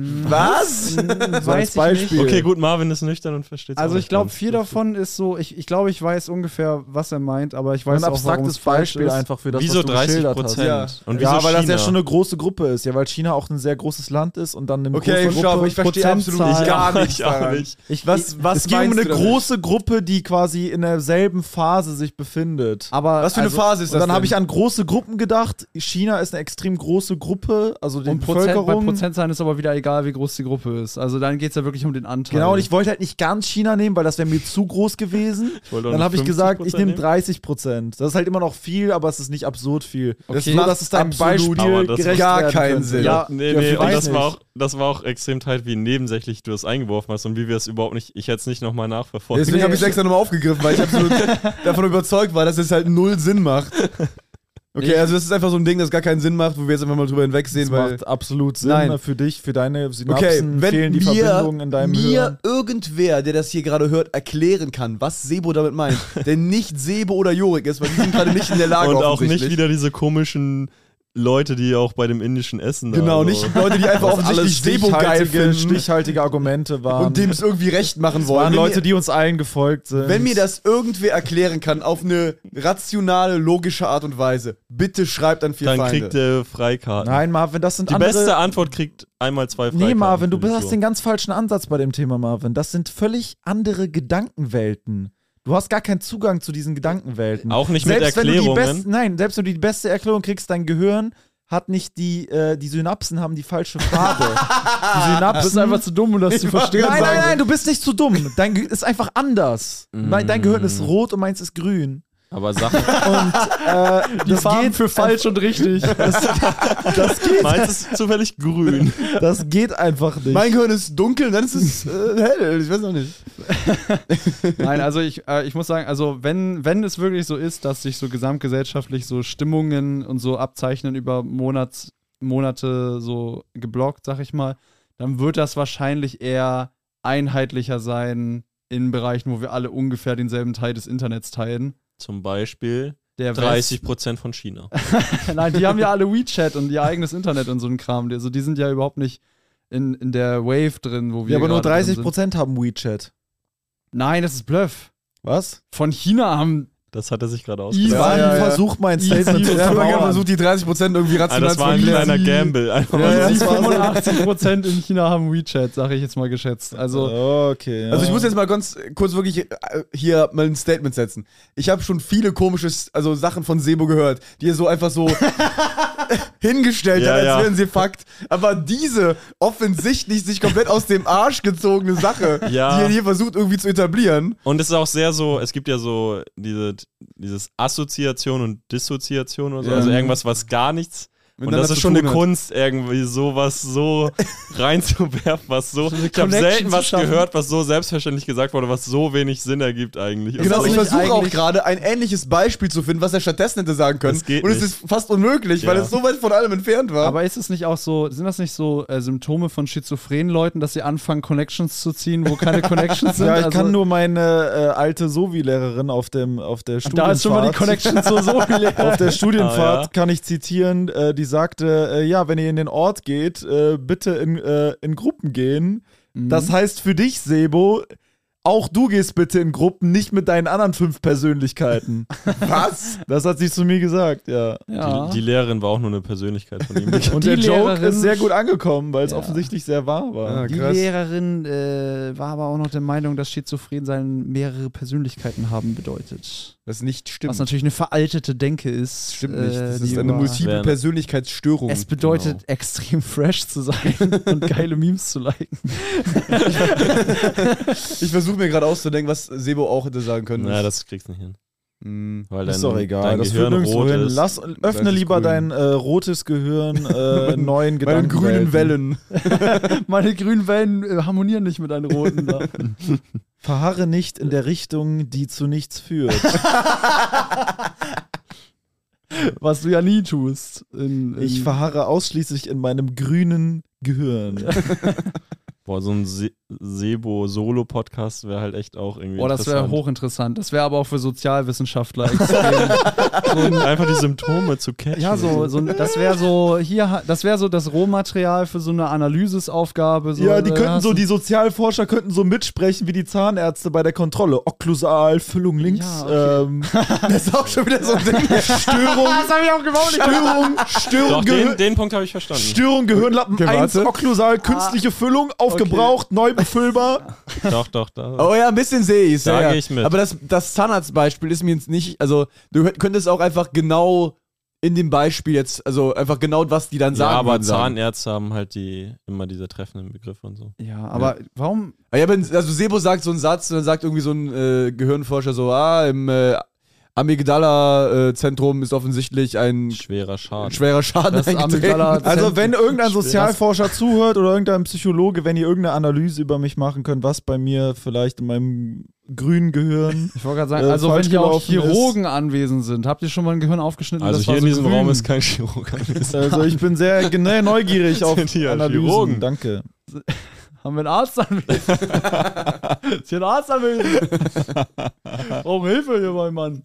[SPEAKER 5] Was?
[SPEAKER 3] Hm,
[SPEAKER 2] So als
[SPEAKER 3] Weiß ich
[SPEAKER 2] Beispiel.
[SPEAKER 3] nicht.
[SPEAKER 4] Okay, gut, Marvin ist nüchtern und versteht
[SPEAKER 3] Also ich glaube, vier davon ist so, ich, ich glaube, ich weiß ungefähr, was er meint, aber ich weiß
[SPEAKER 2] Ein
[SPEAKER 3] auch, warum es
[SPEAKER 2] abstraktes
[SPEAKER 3] falsch
[SPEAKER 2] Beispiel
[SPEAKER 3] ist.
[SPEAKER 2] einfach für das,
[SPEAKER 4] Wieso
[SPEAKER 2] was du
[SPEAKER 4] dreißig
[SPEAKER 2] geschildert
[SPEAKER 4] Prozent?
[SPEAKER 2] hast.
[SPEAKER 5] Ja.
[SPEAKER 4] Und
[SPEAKER 2] Ja,
[SPEAKER 4] wieso
[SPEAKER 2] weil das ja
[SPEAKER 4] China?
[SPEAKER 2] schon eine große Gruppe ist. Ja, weil China auch ein sehr großes Land ist und dann eine
[SPEAKER 5] Okay,
[SPEAKER 2] große
[SPEAKER 5] schau,
[SPEAKER 2] Gruppe.
[SPEAKER 5] ich verstehe absolut
[SPEAKER 3] Prozentzahl.
[SPEAKER 5] gar
[SPEAKER 4] Ja,
[SPEAKER 5] nichts
[SPEAKER 4] ich auch
[SPEAKER 5] daran.
[SPEAKER 4] nicht.
[SPEAKER 3] Ich,
[SPEAKER 5] Was, was
[SPEAKER 2] es ging um
[SPEAKER 5] meinst
[SPEAKER 2] eine
[SPEAKER 5] du damit?
[SPEAKER 2] große Gruppe, die quasi in derselben Phase sich befindet.
[SPEAKER 3] aber
[SPEAKER 5] Was für eine
[SPEAKER 3] also,
[SPEAKER 5] Phase ist
[SPEAKER 2] Und
[SPEAKER 5] das
[SPEAKER 2] dann habe
[SPEAKER 5] denn?
[SPEAKER 2] ich an große Gruppen gedacht. China ist eine extrem große Gruppe, also die
[SPEAKER 3] und Prozent, bei
[SPEAKER 2] Bevölkerung.
[SPEAKER 3] Prozentzahlen ist aber wieder egal, wie groß die Gruppe ist. Also dann geht es ja wirklich um den Anteil.
[SPEAKER 2] Genau, und ich wollte halt nicht ganz China nehmen, weil das wäre mir zu groß gewesen.
[SPEAKER 4] wollte auch
[SPEAKER 2] Dann
[SPEAKER 4] nur
[SPEAKER 2] habe ich
[SPEAKER 4] fünfzig
[SPEAKER 2] gesagt, ich
[SPEAKER 4] Prozent
[SPEAKER 2] nehme
[SPEAKER 4] nehmen.
[SPEAKER 2] dreißig Prozent. Das ist halt immer noch viel, aber es ist nicht absurd viel.
[SPEAKER 3] Okay.
[SPEAKER 2] Das ist nur, dass es deinem
[SPEAKER 5] Absolut.
[SPEAKER 2] Beispiel
[SPEAKER 4] Aber das
[SPEAKER 2] gerecht
[SPEAKER 5] gar
[SPEAKER 2] werden
[SPEAKER 5] keinen
[SPEAKER 2] könnte.
[SPEAKER 5] Sinn.
[SPEAKER 2] Ja,
[SPEAKER 4] Nee,
[SPEAKER 2] ja,
[SPEAKER 4] nee, und
[SPEAKER 2] vielleicht
[SPEAKER 4] das war,
[SPEAKER 2] nicht.
[SPEAKER 4] auch, das war auch extrem tight, wie nebensächlich du das eingeworfen hast und wie wir es überhaupt nicht, ich hätte es nicht nochmal nachverfolgt.
[SPEAKER 5] Deswegen habe ich es extra nochmal aufgegriffen, weil ich absolut davon überzeugt war, dass es halt null Sinn macht. Okay, also das ist einfach so ein Ding, das gar keinen Sinn macht, wo wir jetzt einfach mal drüber hinwegsehen,
[SPEAKER 2] Das
[SPEAKER 5] weil...
[SPEAKER 2] macht absolut Sinn
[SPEAKER 5] Nein.
[SPEAKER 2] für dich, für deine Synapsen
[SPEAKER 5] Okay, wenn
[SPEAKER 2] fehlen die
[SPEAKER 5] mir,
[SPEAKER 2] Verbindungen in deinem
[SPEAKER 5] mir
[SPEAKER 2] Hirn.
[SPEAKER 5] irgendwer, der das hier gerade hört, erklären kann, was Sebo damit meint, der nicht Sebo oder Jorik ist, weil die sind gerade nicht in der Lage
[SPEAKER 4] Und auch nicht
[SPEAKER 5] offensichtlich.
[SPEAKER 4] wieder diese komischen Leute, die auch bei dem indischen Essen da
[SPEAKER 5] Genau,
[SPEAKER 4] so-
[SPEAKER 5] nicht Leute, die einfach
[SPEAKER 2] Was alles
[SPEAKER 5] offensichtlich Sebo geil
[SPEAKER 2] stichhaltige,
[SPEAKER 5] finden
[SPEAKER 2] stichhaltige Argumente waren.
[SPEAKER 5] und dem es irgendwie recht machen
[SPEAKER 2] das
[SPEAKER 5] wollen.
[SPEAKER 2] waren
[SPEAKER 5] Wenn
[SPEAKER 2] Leute,
[SPEAKER 5] mir,
[SPEAKER 2] die uns allen gefolgt sind.
[SPEAKER 5] wenn mir das irgendwer erklären kann, auf eine rationale, logische Art und Weise, bitte schreibt an vier
[SPEAKER 4] Dann
[SPEAKER 5] Feinde.
[SPEAKER 4] kriegt er Freikarten.
[SPEAKER 2] Nein, Marvin, das sind
[SPEAKER 4] Die
[SPEAKER 2] andere...
[SPEAKER 4] beste Antwort kriegt einmal zwei Freikarten.
[SPEAKER 2] Nee, Marvin, du
[SPEAKER 4] für die
[SPEAKER 2] hast
[SPEAKER 4] Tour.
[SPEAKER 2] den ganz falschen Ansatz bei dem Thema, Marvin. Das sind völlig andere Gedankenwelten. Du hast gar keinen Zugang zu diesen Gedankenwelten.
[SPEAKER 4] Auch nicht mit
[SPEAKER 2] selbst wenn du die
[SPEAKER 4] Erklärungen.
[SPEAKER 2] best, Nein, selbst wenn du die beste Erklärung kriegst, dein Gehirn hat nicht die, äh, die Synapsen haben die falsche Farbe. die
[SPEAKER 3] du
[SPEAKER 2] Synapsen
[SPEAKER 3] bist einfach zu dumm, um das zu verstehen.
[SPEAKER 2] Nein, nein, nein, du bist nicht zu dumm. Dein Ge ist einfach anders. Dein, dein Gehirn ist rot und meins ist grün.
[SPEAKER 4] Aber Sachen,
[SPEAKER 2] Und äh,
[SPEAKER 3] Die
[SPEAKER 2] das
[SPEAKER 3] Farben
[SPEAKER 2] geht
[SPEAKER 3] für falsch und richtig.
[SPEAKER 2] Das, das, geht,
[SPEAKER 4] meins ist zufällig grün.
[SPEAKER 2] das geht einfach nicht.
[SPEAKER 5] Mein Gehirn ist dunkel, dann ist es äh, hell. Ich weiß noch nicht.
[SPEAKER 3] Nein, also ich, äh, ich muss sagen, also wenn, wenn es wirklich so ist, dass sich so gesamtgesellschaftlich so Stimmungen und so abzeichnen über Monats, Monate so geblockt, sag ich mal, dann wird das wahrscheinlich eher einheitlicher sein in Bereichen, wo wir alle ungefähr denselben Teil des Internets teilen.
[SPEAKER 4] Zum Beispiel
[SPEAKER 3] Der
[SPEAKER 4] dreißig Prozent von China.
[SPEAKER 3] West- Nein, die haben ja alle WeChat und ihr eigenes Internet und so ein Kram. Also die sind ja überhaupt nicht in, in der Wave drin, wo wir
[SPEAKER 2] ja, aber nur
[SPEAKER 3] gerade drin
[SPEAKER 2] dreißig
[SPEAKER 3] sind.
[SPEAKER 2] Prozent haben WeChat.
[SPEAKER 3] Nein, das ist Bluff.
[SPEAKER 2] Was?
[SPEAKER 3] Von China haben
[SPEAKER 4] Das hat er sich gerade
[SPEAKER 3] Easy.
[SPEAKER 4] ausgedacht.
[SPEAKER 2] Ja,
[SPEAKER 5] ja,
[SPEAKER 2] ja,
[SPEAKER 5] ja.
[SPEAKER 2] versucht mein
[SPEAKER 3] Easy.
[SPEAKER 2] Statement zu
[SPEAKER 5] Ich habe mal gerne
[SPEAKER 2] verbauen.
[SPEAKER 5] versucht, die dreißig Prozent irgendwie
[SPEAKER 4] Ah,
[SPEAKER 5] rational
[SPEAKER 4] das
[SPEAKER 5] zu
[SPEAKER 4] war ein
[SPEAKER 5] erklären.
[SPEAKER 4] kleiner Gamble. Einfach
[SPEAKER 2] Ja,
[SPEAKER 4] mal
[SPEAKER 2] ja,
[SPEAKER 4] so.
[SPEAKER 2] das war so.
[SPEAKER 3] fünfundachtzig Prozent in China haben WeChat, sage ich jetzt mal geschätzt. Also
[SPEAKER 2] Okay, ja.
[SPEAKER 5] Also ich muss jetzt mal ganz kurz wirklich äh, hier mal ein Statement setzen. Ich habe schon viele komische also Sachen von Sebo gehört, die er so einfach so hingestellt
[SPEAKER 4] Ja,
[SPEAKER 5] hat, als
[SPEAKER 4] ja.
[SPEAKER 5] wären sie Fakt. Aber diese offensichtlich sich komplett aus dem Arsch gezogene Sache,
[SPEAKER 4] Ja.
[SPEAKER 5] die er hier versucht irgendwie zu etablieren.
[SPEAKER 4] Und es ist auch sehr so, es gibt ja so diese, dieses Assoziation und Dissoziation oder so,
[SPEAKER 5] Ja.
[SPEAKER 4] also irgendwas, was gar nichts. Und
[SPEAKER 5] Miteinander
[SPEAKER 4] das ist
[SPEAKER 5] zu
[SPEAKER 4] schon
[SPEAKER 5] tun
[SPEAKER 4] eine
[SPEAKER 5] hat.
[SPEAKER 4] Kunst, irgendwie sowas so reinzuwerfen, was so. Ich habe
[SPEAKER 3] Connection
[SPEAKER 4] selten
[SPEAKER 3] zu
[SPEAKER 4] was
[SPEAKER 3] schaffen.
[SPEAKER 4] gehört, was so selbstverständlich gesagt wurde, was so wenig Sinn ergibt eigentlich.
[SPEAKER 5] Genau,
[SPEAKER 3] das
[SPEAKER 5] ich
[SPEAKER 3] nicht
[SPEAKER 5] versuche auch
[SPEAKER 3] eigentlich-
[SPEAKER 5] gerade ein ähnliches Beispiel zu finden, was er stattdessen hätte sagen können.
[SPEAKER 4] Das geht
[SPEAKER 5] Und es
[SPEAKER 4] nicht.
[SPEAKER 5] ist fast unmöglich, weil
[SPEAKER 4] Ja.
[SPEAKER 5] es so weit von allem entfernt war.
[SPEAKER 3] Aber ist es nicht auch so, sind das nicht so äh, Symptome von schizophrenen Leuten, dass sie anfangen, Connections zu ziehen, wo keine Connections sind?
[SPEAKER 2] ja, ich
[SPEAKER 3] Also,
[SPEAKER 2] kann nur meine äh, alte Sovi-Lehrerin auf, dem, auf der Studienfahrt.
[SPEAKER 3] da ist schon mal die Connection zur so
[SPEAKER 2] Auf der Studienfahrt
[SPEAKER 4] Ah, ja.
[SPEAKER 2] kann ich zitieren, äh, die sagte, äh, ja, wenn ihr in den Ort geht, äh, bitte in, äh, in Gruppen gehen.
[SPEAKER 3] Mhm.
[SPEAKER 2] Das heißt für dich, Sebo, auch du gehst bitte in Gruppen, nicht mit deinen anderen fünf Persönlichkeiten.
[SPEAKER 5] Was?
[SPEAKER 2] Das hat sie zu mir gesagt, ja.
[SPEAKER 3] ja.
[SPEAKER 4] Die, die Lehrerin war auch nur eine Persönlichkeit von ihm.
[SPEAKER 2] Und
[SPEAKER 3] Die
[SPEAKER 2] der Joke
[SPEAKER 3] Lehrerin-
[SPEAKER 2] ist sehr gut angekommen, weil es
[SPEAKER 3] Ja.
[SPEAKER 2] offensichtlich sehr wahr war.
[SPEAKER 5] Ja,
[SPEAKER 3] Die
[SPEAKER 5] krass.
[SPEAKER 3] Lehrerin äh, war aber auch noch der Meinung, dass Schizophren mehrere Persönlichkeiten haben bedeutet.
[SPEAKER 5] Das nicht stimmt.
[SPEAKER 3] Was natürlich eine veraltete Denke ist.
[SPEAKER 5] stimmt nicht. Das
[SPEAKER 3] äh,
[SPEAKER 5] ist
[SPEAKER 3] die
[SPEAKER 5] eine
[SPEAKER 3] über-
[SPEAKER 5] multiple
[SPEAKER 4] Wäre-
[SPEAKER 5] Persönlichkeitsstörung.
[SPEAKER 3] Es bedeutet, extrem fresh zu sein und geile Memes zu liken.
[SPEAKER 5] Ich versuche mir gerade auszudenken, was Sebo auch hätte sagen können.
[SPEAKER 4] Naja, das kriegst du nicht hin.
[SPEAKER 5] Hm.
[SPEAKER 4] Weil
[SPEAKER 2] Ist
[SPEAKER 4] dein,
[SPEAKER 2] doch egal,
[SPEAKER 4] dein
[SPEAKER 2] das
[SPEAKER 4] Gehirn
[SPEAKER 2] führt nirgendwo
[SPEAKER 4] rot
[SPEAKER 2] hin.
[SPEAKER 4] ist.
[SPEAKER 2] Lass,
[SPEAKER 5] Das
[SPEAKER 2] öffne
[SPEAKER 5] ist
[SPEAKER 2] lieber
[SPEAKER 5] grün.
[SPEAKER 2] dein äh, rotes Gehirn äh, neuen
[SPEAKER 5] Bei den
[SPEAKER 2] Gedanken.
[SPEAKER 5] grünen Wellen.
[SPEAKER 3] Meine grünen Wellen äh, harmonieren nicht mit deinen roten. Da.
[SPEAKER 2] Verharre nicht in der Richtung, die zu nichts führt.
[SPEAKER 3] Was du ja nie tust. In, in
[SPEAKER 2] Ich verharre ausschließlich in meinem grünen Gehirn.
[SPEAKER 4] Boah, so ein Se Sebo-Solo-Podcast wäre halt echt auch irgendwie
[SPEAKER 3] Boah, das wäre
[SPEAKER 4] interessant.
[SPEAKER 3] hochinteressant. Das wäre aber auch für Sozialwissenschaftler extrem. so ein,
[SPEAKER 4] Einfach die Symptome zu catchen.
[SPEAKER 3] ja, so, so ein, das wäre so, hier, ha- das wäre so das Rohmaterial für so eine Analysisaufgabe. So,
[SPEAKER 2] Ja, die
[SPEAKER 3] äh,
[SPEAKER 2] könnten
[SPEAKER 3] hast
[SPEAKER 2] so,
[SPEAKER 3] du-
[SPEAKER 2] die Sozialforscher könnten so mitsprechen wie die Zahnärzte bei der Kontrolle. Okklusal, Füllung links,
[SPEAKER 3] Ja, okay.
[SPEAKER 2] ähm,
[SPEAKER 5] Das ist auch schon wieder so ein Ding.
[SPEAKER 2] Störung,
[SPEAKER 3] Das habe ich auch gebaut.
[SPEAKER 2] Störung, Störung,
[SPEAKER 4] Doch,
[SPEAKER 2] Gehir
[SPEAKER 4] den, den Punkt habe ich verstanden.
[SPEAKER 2] Störung, Gehirnlappen
[SPEAKER 5] Okay,
[SPEAKER 2] eins,
[SPEAKER 5] warte.
[SPEAKER 2] Okklusal, künstliche Füllung, aufgebraucht, neu befüllbar.
[SPEAKER 4] Doch, doch, doch.
[SPEAKER 5] Oh ja, ein bisschen sehe ich es.
[SPEAKER 4] Da
[SPEAKER 5] ja, ja.
[SPEAKER 4] geh ich mit.
[SPEAKER 5] Aber das, das Zahnarztbeispiel ist mir jetzt nicht, also du könnt- könntest auch einfach genau in dem Beispiel jetzt, also einfach genau, was die dann
[SPEAKER 4] Ja,
[SPEAKER 5] sagen.
[SPEAKER 4] aber
[SPEAKER 5] würden, sagen.
[SPEAKER 4] Zahnärzte haben halt die immer diese treffenden Begriffe und so.
[SPEAKER 3] Ja, aber warum?
[SPEAKER 5] Ah, ja, wenn, also Sebo sagt so einen Satz und dann sagt irgendwie so ein äh, Gehirnforscher so, ah, im äh, Amygdala-Zentrum ist offensichtlich ein
[SPEAKER 4] Schwerer Schaden.
[SPEAKER 5] schwerer Schaden
[SPEAKER 3] Das
[SPEAKER 5] eingetreten.
[SPEAKER 3] Amygdala-
[SPEAKER 2] Also wenn irgendein
[SPEAKER 4] Schwer.
[SPEAKER 2] Sozialforscher zuhört oder irgendein Psychologe, wenn ihr irgendeine Analyse über mich machen könnt, was bei mir vielleicht in meinem grünen Gehirn.
[SPEAKER 3] Ich wollte gerade sagen,
[SPEAKER 2] Äh,
[SPEAKER 3] also wenn
[SPEAKER 2] falsch
[SPEAKER 3] hier auch
[SPEAKER 2] gelaufen ist.
[SPEAKER 3] Chirurgen anwesend sind, habt ihr schon mal ein Gehirn aufgeschnitten?
[SPEAKER 4] Also
[SPEAKER 3] das
[SPEAKER 4] hier
[SPEAKER 3] war
[SPEAKER 4] in
[SPEAKER 3] so
[SPEAKER 4] diesem
[SPEAKER 3] grün?
[SPEAKER 4] Raum ist kein Chirurg.
[SPEAKER 2] Also ich bin sehr genau neugierig auf
[SPEAKER 4] Sind hier
[SPEAKER 2] Analysen.
[SPEAKER 4] Chirurgen?
[SPEAKER 2] Danke.
[SPEAKER 3] Haben wir einen Arzt anwesend? Ist hier ein Arzt anwesend? Brauchen Hilfe hier, mein Mann.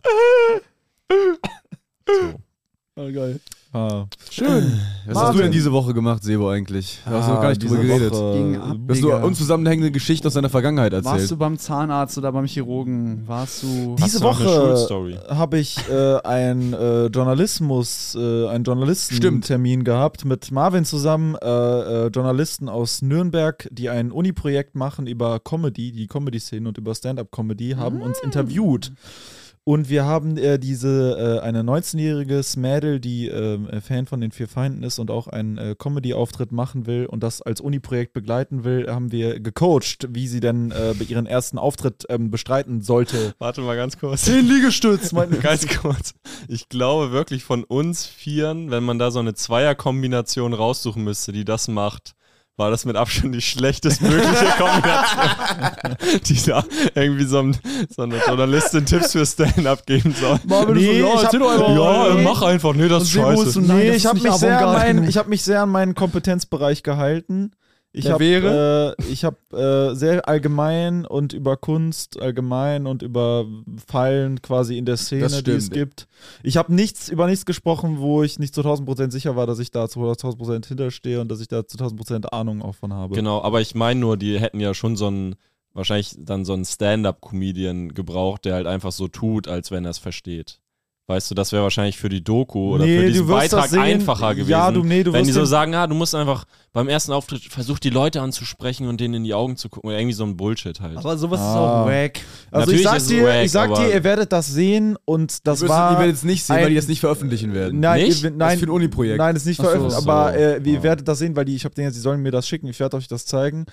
[SPEAKER 3] Ah, geil.
[SPEAKER 2] Ah.
[SPEAKER 3] Schön.
[SPEAKER 5] Was hast du denn diese Woche gemacht, Sebo, eigentlich? Da hast du noch gar nicht drüber
[SPEAKER 2] diese
[SPEAKER 5] geredet.
[SPEAKER 2] Woche,
[SPEAKER 3] Ging ab.
[SPEAKER 5] Du hast nur
[SPEAKER 3] Digga.
[SPEAKER 5] unzusammenhängende Geschichten aus deiner Vergangenheit
[SPEAKER 3] Warst
[SPEAKER 5] erzählt.
[SPEAKER 3] du beim Zahnarzt oder beim Chirurgen? Warst du...
[SPEAKER 2] Diese
[SPEAKER 4] Hast du noch eine
[SPEAKER 2] Woche
[SPEAKER 4] Schulstory?
[SPEAKER 2] habe ich äh, ein äh, Journalismus, äh, einen Journalistentermin gehabt mit Marvin zusammen, äh, äh, Journalisten aus Nürnberg, die ein Uni-Projekt machen über Comedy, die Comedy-Szene und über Stand-Up-Comedy, haben uns interviewt. Und wir haben äh, diese, äh, eine neunzehnjähriges Mädel, die äh, Fan von den Vier Feinden ist und auch einen äh, Comedy-Auftritt machen will und das als Uni-Projekt begleiten will, haben wir gecoacht, wie sie denn äh, bei ihren ersten Auftritt ähm, bestreiten sollte.
[SPEAKER 4] Warte mal ganz kurz.
[SPEAKER 2] Zehn Liegestütz, mein
[SPEAKER 4] Ganz kurz. Ich glaube wirklich von uns Vieren, wenn man da so eine Zweierkombination raussuchen müsste, die das macht, war das mit Abstand die schlechtestmögliche Kombination, die da irgendwie so, ein, so eine Journalistin Tipps für Stand-Up geben soll.
[SPEAKER 3] Marvin,
[SPEAKER 2] Nee,
[SPEAKER 3] so, ja,
[SPEAKER 2] ich
[SPEAKER 3] erzähl
[SPEAKER 2] hab-
[SPEAKER 3] doch einfach
[SPEAKER 4] Ja,
[SPEAKER 3] mal.
[SPEAKER 4] äh, mach einfach. Nee, das ist
[SPEAKER 3] Und Sebo ist
[SPEAKER 4] scheiße.
[SPEAKER 3] so, nein,
[SPEAKER 2] Nee,
[SPEAKER 3] das
[SPEAKER 2] ich
[SPEAKER 3] ist
[SPEAKER 2] habe
[SPEAKER 3] nicht
[SPEAKER 2] mich, sehr an
[SPEAKER 3] Avantgarde.
[SPEAKER 2] meinen- ich hab mich sehr an meinen Kompetenzbereich gehalten. Ich
[SPEAKER 3] Der
[SPEAKER 2] habe
[SPEAKER 3] wäre?
[SPEAKER 2] äh, ich hab, äh, sehr allgemein und über Kunst allgemein und über Fallen quasi in der Szene,
[SPEAKER 5] Das
[SPEAKER 2] die es
[SPEAKER 5] stimmt.
[SPEAKER 2] gibt. Ich habe nichts über nichts gesprochen, wo ich nicht zu tausend Prozent sicher war, dass ich da zu tausend Prozent hinterstehe und dass ich da zu tausend Prozent Ahnung auch von habe.
[SPEAKER 4] Genau, aber ich meine nur, die hätten ja schon so einen, wahrscheinlich dann so einen Stand-Up-Comedian gebraucht, der halt einfach so tut, als wenn er es versteht. Weißt du, das wäre wahrscheinlich für die Doku oder
[SPEAKER 2] Nee,
[SPEAKER 4] für
[SPEAKER 2] du
[SPEAKER 4] diesen
[SPEAKER 2] wirst
[SPEAKER 4] Beitrag
[SPEAKER 2] das sehen.
[SPEAKER 4] einfacher gewesen.
[SPEAKER 2] Ja, du- nee, du
[SPEAKER 4] wenn
[SPEAKER 2] wirst
[SPEAKER 4] die so
[SPEAKER 2] den-
[SPEAKER 4] sagen, ah, du musst einfach beim ersten Auftritt versuch die Leute anzusprechen und denen in die Augen zu gucken. Oder irgendwie so ein Bullshit halt.
[SPEAKER 3] Aber sowas ist
[SPEAKER 2] Ah.
[SPEAKER 3] auch wack.
[SPEAKER 2] Also
[SPEAKER 4] Natürlich
[SPEAKER 2] ich sag
[SPEAKER 4] ist es
[SPEAKER 2] dir,
[SPEAKER 4] wack,
[SPEAKER 2] ich sag
[SPEAKER 4] aber-
[SPEAKER 2] dir, ihr werdet das sehen und das
[SPEAKER 5] Das
[SPEAKER 2] war.
[SPEAKER 5] ihr werdet es nicht sehen, weil
[SPEAKER 2] ein-
[SPEAKER 5] die das nicht veröffentlichen werden.
[SPEAKER 2] Nein,
[SPEAKER 4] Nicht?
[SPEAKER 2] ihr,
[SPEAKER 5] Das
[SPEAKER 2] nein,
[SPEAKER 5] ist für ein Uni-Projekt.
[SPEAKER 2] Nein, das ist nicht
[SPEAKER 3] Ach so.
[SPEAKER 2] veröffentlicht,
[SPEAKER 4] So.
[SPEAKER 2] aber äh, ihr
[SPEAKER 4] Ah.
[SPEAKER 2] werdet das sehen, weil die, ich habe denen jetzt, sie sollen mir das schicken, ich werde euch das zeigen.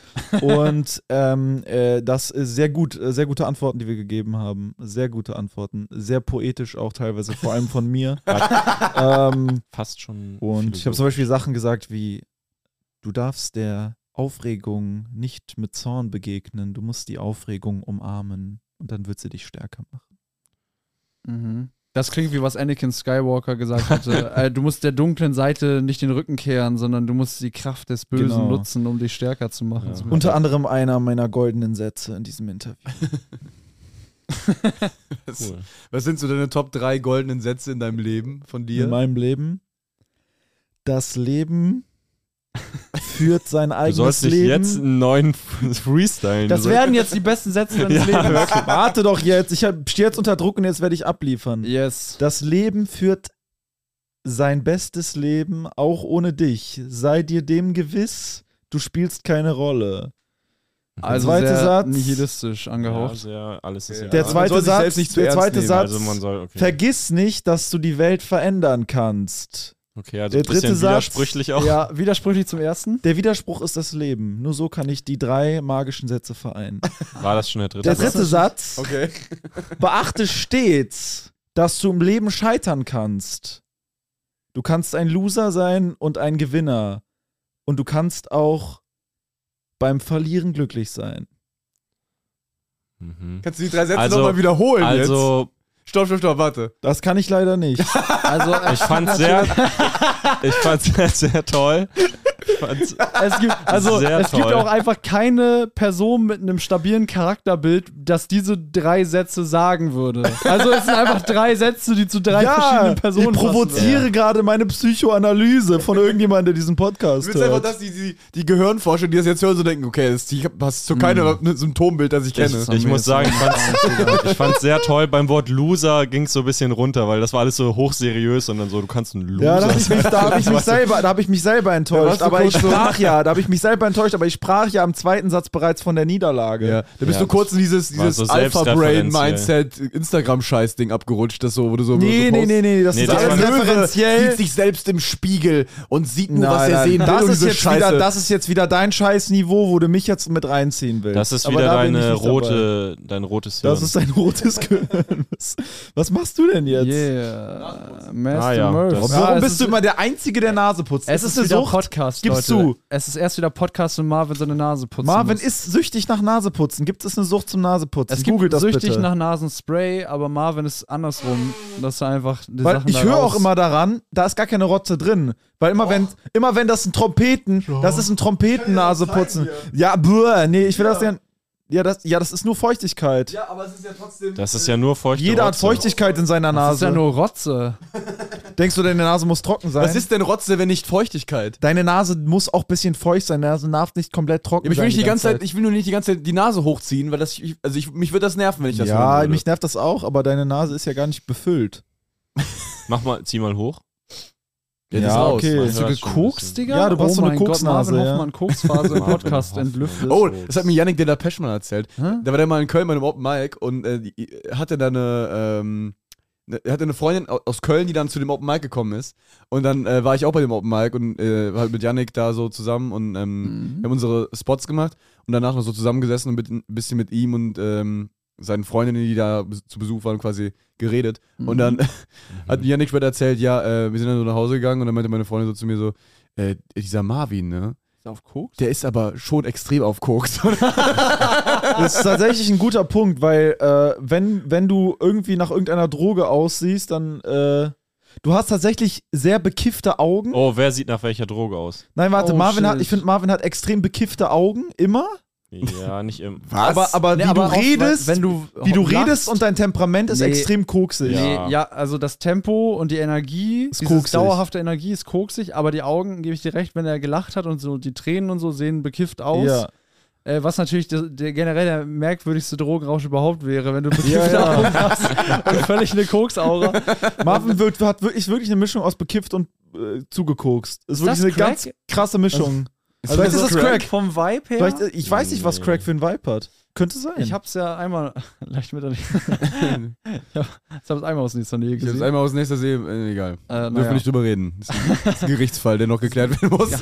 [SPEAKER 2] Und ähm, äh, das ist sehr gut, äh, sehr gute Antworten, die wir gegeben haben. Sehr gute Antworten. Sehr poetisch auch teilweise, vor allem von mir. ähm,
[SPEAKER 4] Fast schon.
[SPEAKER 2] und ich habe zum Beispiel Sachen gesagt wie, du darfst der Aufregung nicht mit Zorn begegnen, du musst die Aufregung umarmen und dann wird sie dich stärker machen.
[SPEAKER 3] Mhm. Das klingt wie was Anakin Skywalker gesagt hatte. äh, du musst der dunklen Seite nicht den Rücken kehren, sondern du musst die Kraft des Bösen
[SPEAKER 2] Genau.
[SPEAKER 3] nutzen, um dich stärker zu machen.
[SPEAKER 4] Ja.
[SPEAKER 3] So.
[SPEAKER 2] Unter anderem einer meiner goldenen Sätze in diesem Interview.
[SPEAKER 5] Was,
[SPEAKER 4] Cool.
[SPEAKER 5] was sind so deine Top drei goldenen Sätze in deinem Leben von dir?
[SPEAKER 2] In meinem Leben. Das Leben führt sein
[SPEAKER 4] Du
[SPEAKER 2] eigenes
[SPEAKER 4] sollst nicht
[SPEAKER 2] Leben.
[SPEAKER 4] jetzt einen neuen Freestyle.
[SPEAKER 3] Das werden jetzt die besten Sätze deines
[SPEAKER 4] Ja,
[SPEAKER 3] Lebens.
[SPEAKER 2] Warte doch jetzt, ich stehe jetzt unter Druck und jetzt werde ich abliefern.
[SPEAKER 3] Yes.
[SPEAKER 2] Das Leben führt sein bestes Leben auch ohne dich. Sei dir dem gewiss, du spielst keine Rolle.
[SPEAKER 3] Also
[SPEAKER 2] zweite
[SPEAKER 3] sehr
[SPEAKER 2] Satz.
[SPEAKER 3] nihilistisch
[SPEAKER 4] Ja,
[SPEAKER 3] angehaucht.
[SPEAKER 4] sehr, alles ist
[SPEAKER 5] Ja.
[SPEAKER 4] ja.
[SPEAKER 2] Der
[SPEAKER 5] man
[SPEAKER 2] zweite
[SPEAKER 5] soll sich
[SPEAKER 2] Satz,
[SPEAKER 5] selbst nicht zu
[SPEAKER 2] der
[SPEAKER 5] ernst
[SPEAKER 2] zweite
[SPEAKER 5] nehmen.
[SPEAKER 2] Satz,
[SPEAKER 4] Also man soll, okay.
[SPEAKER 2] vergiss nicht, dass du die Welt verändern kannst.
[SPEAKER 4] Okay, also
[SPEAKER 2] Der
[SPEAKER 4] ein bisschen
[SPEAKER 2] dritte Satz-
[SPEAKER 4] widersprüchlich auch.
[SPEAKER 3] Ja, widersprüchlich zum ersten.
[SPEAKER 2] Der Widerspruch ist das Leben. Nur so kann ich die drei magischen Sätze vereinen.
[SPEAKER 4] War das schon der dritte
[SPEAKER 2] Der
[SPEAKER 4] Satz?
[SPEAKER 2] dritte Satz.
[SPEAKER 5] Okay.
[SPEAKER 2] Beachte stets, dass du im Leben scheitern kannst. Du kannst ein Loser sein und ein Gewinner. Und du kannst auch beim Verlieren glücklich sein.
[SPEAKER 4] Mhm.
[SPEAKER 5] Kannst du die drei Sätze
[SPEAKER 4] Also-
[SPEAKER 5] nochmal wiederholen
[SPEAKER 4] Also,
[SPEAKER 5] jetzt? Stopp, stopp, stopp, warte.
[SPEAKER 2] Das kann ich leider nicht.
[SPEAKER 3] Also,
[SPEAKER 4] ich fand's sehr, ich fand's sehr, sehr toll. fand's
[SPEAKER 3] Es gibt, also
[SPEAKER 4] Sehr
[SPEAKER 3] es gibt
[SPEAKER 4] toll.
[SPEAKER 3] auch einfach keine Person mit einem stabilen Charakterbild, das diese drei Sätze sagen würde. Also es sind einfach drei Sätze, die zu drei verschiedenen Personen
[SPEAKER 2] ich
[SPEAKER 3] passen.
[SPEAKER 2] provoziere gerade meine Psychoanalyse von irgendjemandem, der diesen Podcast
[SPEAKER 5] Ich will einfach,
[SPEAKER 2] hört.
[SPEAKER 5] dass die, die, die Gehirnforscher, die das jetzt hören, so denken, okay, das passt zu keinem Symptombild, das ich kenne.
[SPEAKER 4] Ich, ich muss sagen, ich fand's, ich fand's sehr toll. Beim Wort Loser ging es so ein bisschen runter, weil das war alles so hochseriös und dann so, du kannst ein Loser
[SPEAKER 2] Ja, da habe ich mich, da hab ich mich selber, da habe ich mich selber
[SPEAKER 5] Da
[SPEAKER 2] enttäuscht.
[SPEAKER 5] warst du
[SPEAKER 2] Aber ich
[SPEAKER 5] kurz so-
[SPEAKER 2] sprach ja, da habe ich mich selber enttäuscht, aber ich sprach ja am zweiten Satz bereits von der Niederlage.
[SPEAKER 5] Ja, da bist
[SPEAKER 4] Ja,
[SPEAKER 5] du kurz in dieses,
[SPEAKER 4] war
[SPEAKER 5] dieses
[SPEAKER 4] so
[SPEAKER 5] Alpha-Brain-Mindset, Instagram-Scheiß-Ding abgerutscht, das so, wo du so.
[SPEAKER 2] Nee,
[SPEAKER 5] so
[SPEAKER 2] nee, nee, nee, das
[SPEAKER 4] Nee,
[SPEAKER 2] ist
[SPEAKER 4] das
[SPEAKER 2] alles
[SPEAKER 4] war-
[SPEAKER 2] referenziell.
[SPEAKER 5] Sieht sich selbst im Spiegel und sieht nur, was
[SPEAKER 2] Nein,
[SPEAKER 5] er
[SPEAKER 2] nein,
[SPEAKER 5] sehen will.
[SPEAKER 2] das
[SPEAKER 5] und
[SPEAKER 2] ist,
[SPEAKER 5] diese
[SPEAKER 2] jetzt
[SPEAKER 5] Scheiße.
[SPEAKER 2] wieder, das ist jetzt wieder dein Scheißniveau, wo du mich jetzt mit reinziehen willst.
[SPEAKER 4] Das ist
[SPEAKER 2] Aber
[SPEAKER 4] wieder
[SPEAKER 2] da bin ich
[SPEAKER 4] deine
[SPEAKER 2] nicht dabei.
[SPEAKER 4] rote, dein rotes Hirn.
[SPEAKER 2] Das ist ein rotes Gehirn. Was, was machst du denn jetzt?
[SPEAKER 3] Yeah. Master
[SPEAKER 4] Ah, ja,
[SPEAKER 3] Murph.
[SPEAKER 4] das-
[SPEAKER 2] Warum
[SPEAKER 3] Ja, es
[SPEAKER 2] bist
[SPEAKER 3] ist-
[SPEAKER 2] du immer der Einzige, der Nase putzt?
[SPEAKER 3] Es ist,
[SPEAKER 2] eine
[SPEAKER 3] wieder
[SPEAKER 2] Sucht.
[SPEAKER 3] Podcast,
[SPEAKER 2] Gib's
[SPEAKER 3] Leute.
[SPEAKER 2] zu.
[SPEAKER 3] Es ist erst wieder Podcast und Marvin seine Nase putzen
[SPEAKER 2] Marvin
[SPEAKER 3] muss.
[SPEAKER 2] ist süchtig nach Naseputzen. Gibt es eine Sucht zum Naseputzen?
[SPEAKER 3] Es gibt
[SPEAKER 2] Google das
[SPEAKER 3] süchtig
[SPEAKER 2] bitte.
[SPEAKER 3] nach Nasenspray, aber Marvin ist andersrum, dass er einfach die
[SPEAKER 2] Weil
[SPEAKER 3] Sachen
[SPEAKER 2] ich
[SPEAKER 3] da
[SPEAKER 2] höre
[SPEAKER 3] raus-
[SPEAKER 2] auch immer daran, da ist gar keine Rotze drin. Weil immer wenn, immer wenn das ein Trompeten, das ist ein Trompetennaseputzen. Ja, buh, nee, ich will das ja. Ja, das, ja, das ist nur Feuchtigkeit.
[SPEAKER 5] Ja, aber es ist ja trotzdem.
[SPEAKER 4] Das ist ja nur feuchte
[SPEAKER 2] Jeder hat
[SPEAKER 4] Rotze.
[SPEAKER 2] Feuchtigkeit in seiner
[SPEAKER 3] Das ist ja
[SPEAKER 2] Nase.
[SPEAKER 3] nur Rotze.
[SPEAKER 2] Denkst du, deine Nase muss trocken sein?
[SPEAKER 5] Was ist denn Rotze, wenn nicht Feuchtigkeit?
[SPEAKER 2] Deine Nase muss auch ein bisschen feucht sein. Deine Nase darf nicht komplett trocken
[SPEAKER 5] Ja, aber ich will
[SPEAKER 2] sein.
[SPEAKER 5] nicht die ganze Zeit, ich will nur nicht die ganze Zeit die Nase hochziehen, weil das, ich, also ich, mich würde das nerven, wenn ich das hören
[SPEAKER 2] Ja,
[SPEAKER 5] würde.
[SPEAKER 2] mich nervt das auch, aber deine Nase ist ja gar nicht befüllt.
[SPEAKER 4] Mach mal, zieh mal hoch.
[SPEAKER 5] Ja, die
[SPEAKER 2] Ja,
[SPEAKER 5] ist raus.
[SPEAKER 2] okay.
[SPEAKER 4] Man
[SPEAKER 3] Hast du
[SPEAKER 4] hört schon ein
[SPEAKER 3] gekokst,
[SPEAKER 4] bisschen.
[SPEAKER 3] Digga?
[SPEAKER 2] Ja, du hast
[SPEAKER 3] oh
[SPEAKER 2] so eine
[SPEAKER 3] mein Gott,
[SPEAKER 2] Koksnase,
[SPEAKER 3] Marvin
[SPEAKER 2] ja.
[SPEAKER 3] Hoffmann, Koksphase im
[SPEAKER 4] Marvin
[SPEAKER 3] Podcast
[SPEAKER 4] Hoffmann.
[SPEAKER 3] entlüftet.
[SPEAKER 5] Oh, das hat mir Yannick de la Pesch mal erzählt.
[SPEAKER 3] Hä?
[SPEAKER 5] Da war der mal in Köln bei einem Open Mic und äh, die, hatte da eine, ähm, ne- er hatte eine Freundin au- aus Köln, die dann zu dem Open Mic gekommen ist. Und dann äh, war ich auch bei dem Open Mic und äh, war halt mit Yannick da so zusammen und ähm,
[SPEAKER 3] Mhm.
[SPEAKER 5] wir haben unsere Spots gemacht und danach noch so zusammengesessen und mit, ein bisschen mit ihm und ähm, seinen Freundinnen, die da bes- zu Besuch waren, quasi geredet.
[SPEAKER 3] Mhm.
[SPEAKER 5] Und dann hat mir Yannick später erzählt, ja, äh, wir sind dann so nach Hause gegangen und dann meinte meine Freundin so zu mir so, äh, dieser Marvin, ne?
[SPEAKER 3] Ist er auf Koks?
[SPEAKER 5] Der ist aber schon extrem auf Koks.
[SPEAKER 2] Das ist tatsächlich ein guter Punkt, weil äh, wenn, wenn du irgendwie nach irgendeiner Droge aussiehst, dann äh, du hast tatsächlich sehr bekiffte Augen.
[SPEAKER 4] Oh, wer sieht nach welcher Droge aus?
[SPEAKER 2] Nein, warte,
[SPEAKER 3] Oh,
[SPEAKER 2] Marvin hat,
[SPEAKER 3] shit.
[SPEAKER 2] ich finde, Marvin hat extrem bekiffte Augen, immer.
[SPEAKER 4] Ja, nicht im.
[SPEAKER 2] Aber, aber
[SPEAKER 3] Nee,
[SPEAKER 2] wie
[SPEAKER 3] aber
[SPEAKER 2] du
[SPEAKER 3] auch,
[SPEAKER 2] redest,
[SPEAKER 3] wenn du
[SPEAKER 2] wie du
[SPEAKER 3] lachst,
[SPEAKER 2] redest und dein Temperament ist
[SPEAKER 3] Nee.
[SPEAKER 2] extrem koksig.
[SPEAKER 4] Ja.
[SPEAKER 3] Nee, ja, also das Tempo und die Energie,
[SPEAKER 2] Ist
[SPEAKER 3] diese
[SPEAKER 2] koksig.
[SPEAKER 3] dauerhafte Energie ist koksig, aber die Augen, gebe ich dir recht, wenn er gelacht hat und so die Tränen und so sehen bekifft aus.
[SPEAKER 2] Ja.
[SPEAKER 3] Äh, was natürlich der, der generell der merkwürdigste Drogenrausch überhaupt wäre, wenn du bekiffte
[SPEAKER 2] Ja, ja.
[SPEAKER 3] Augen hast und völlig eine Koksaura.
[SPEAKER 2] Marvin wird, hat wirklich, wirklich eine Mischung aus bekifft und äh, zugekokst. Ist,
[SPEAKER 3] Ist
[SPEAKER 2] wirklich
[SPEAKER 3] das
[SPEAKER 2] eine
[SPEAKER 3] Crack?
[SPEAKER 2] ganz krasse Mischung.
[SPEAKER 5] Ist
[SPEAKER 2] Vielleicht
[SPEAKER 5] das
[SPEAKER 2] ist das Crack.
[SPEAKER 3] Vom Vibe her?
[SPEAKER 2] Vielleicht, äh, ich weiß nicht, was
[SPEAKER 4] Nee.
[SPEAKER 2] Crack für ein Vibe hat. Könnte sein.
[SPEAKER 3] Ich hab's ja einmal, leicht mit der Ich hab's einmal aus nächster Nähe
[SPEAKER 5] Ich hab's
[SPEAKER 3] gesehen.
[SPEAKER 5] einmal aus nächster See, äh, egal.
[SPEAKER 3] Äh,
[SPEAKER 5] Dürfen
[SPEAKER 3] naja.
[SPEAKER 5] wir nicht drüber reden. Das ist, ein, das ist ein Gerichtsfall, der noch geklärt werden muss.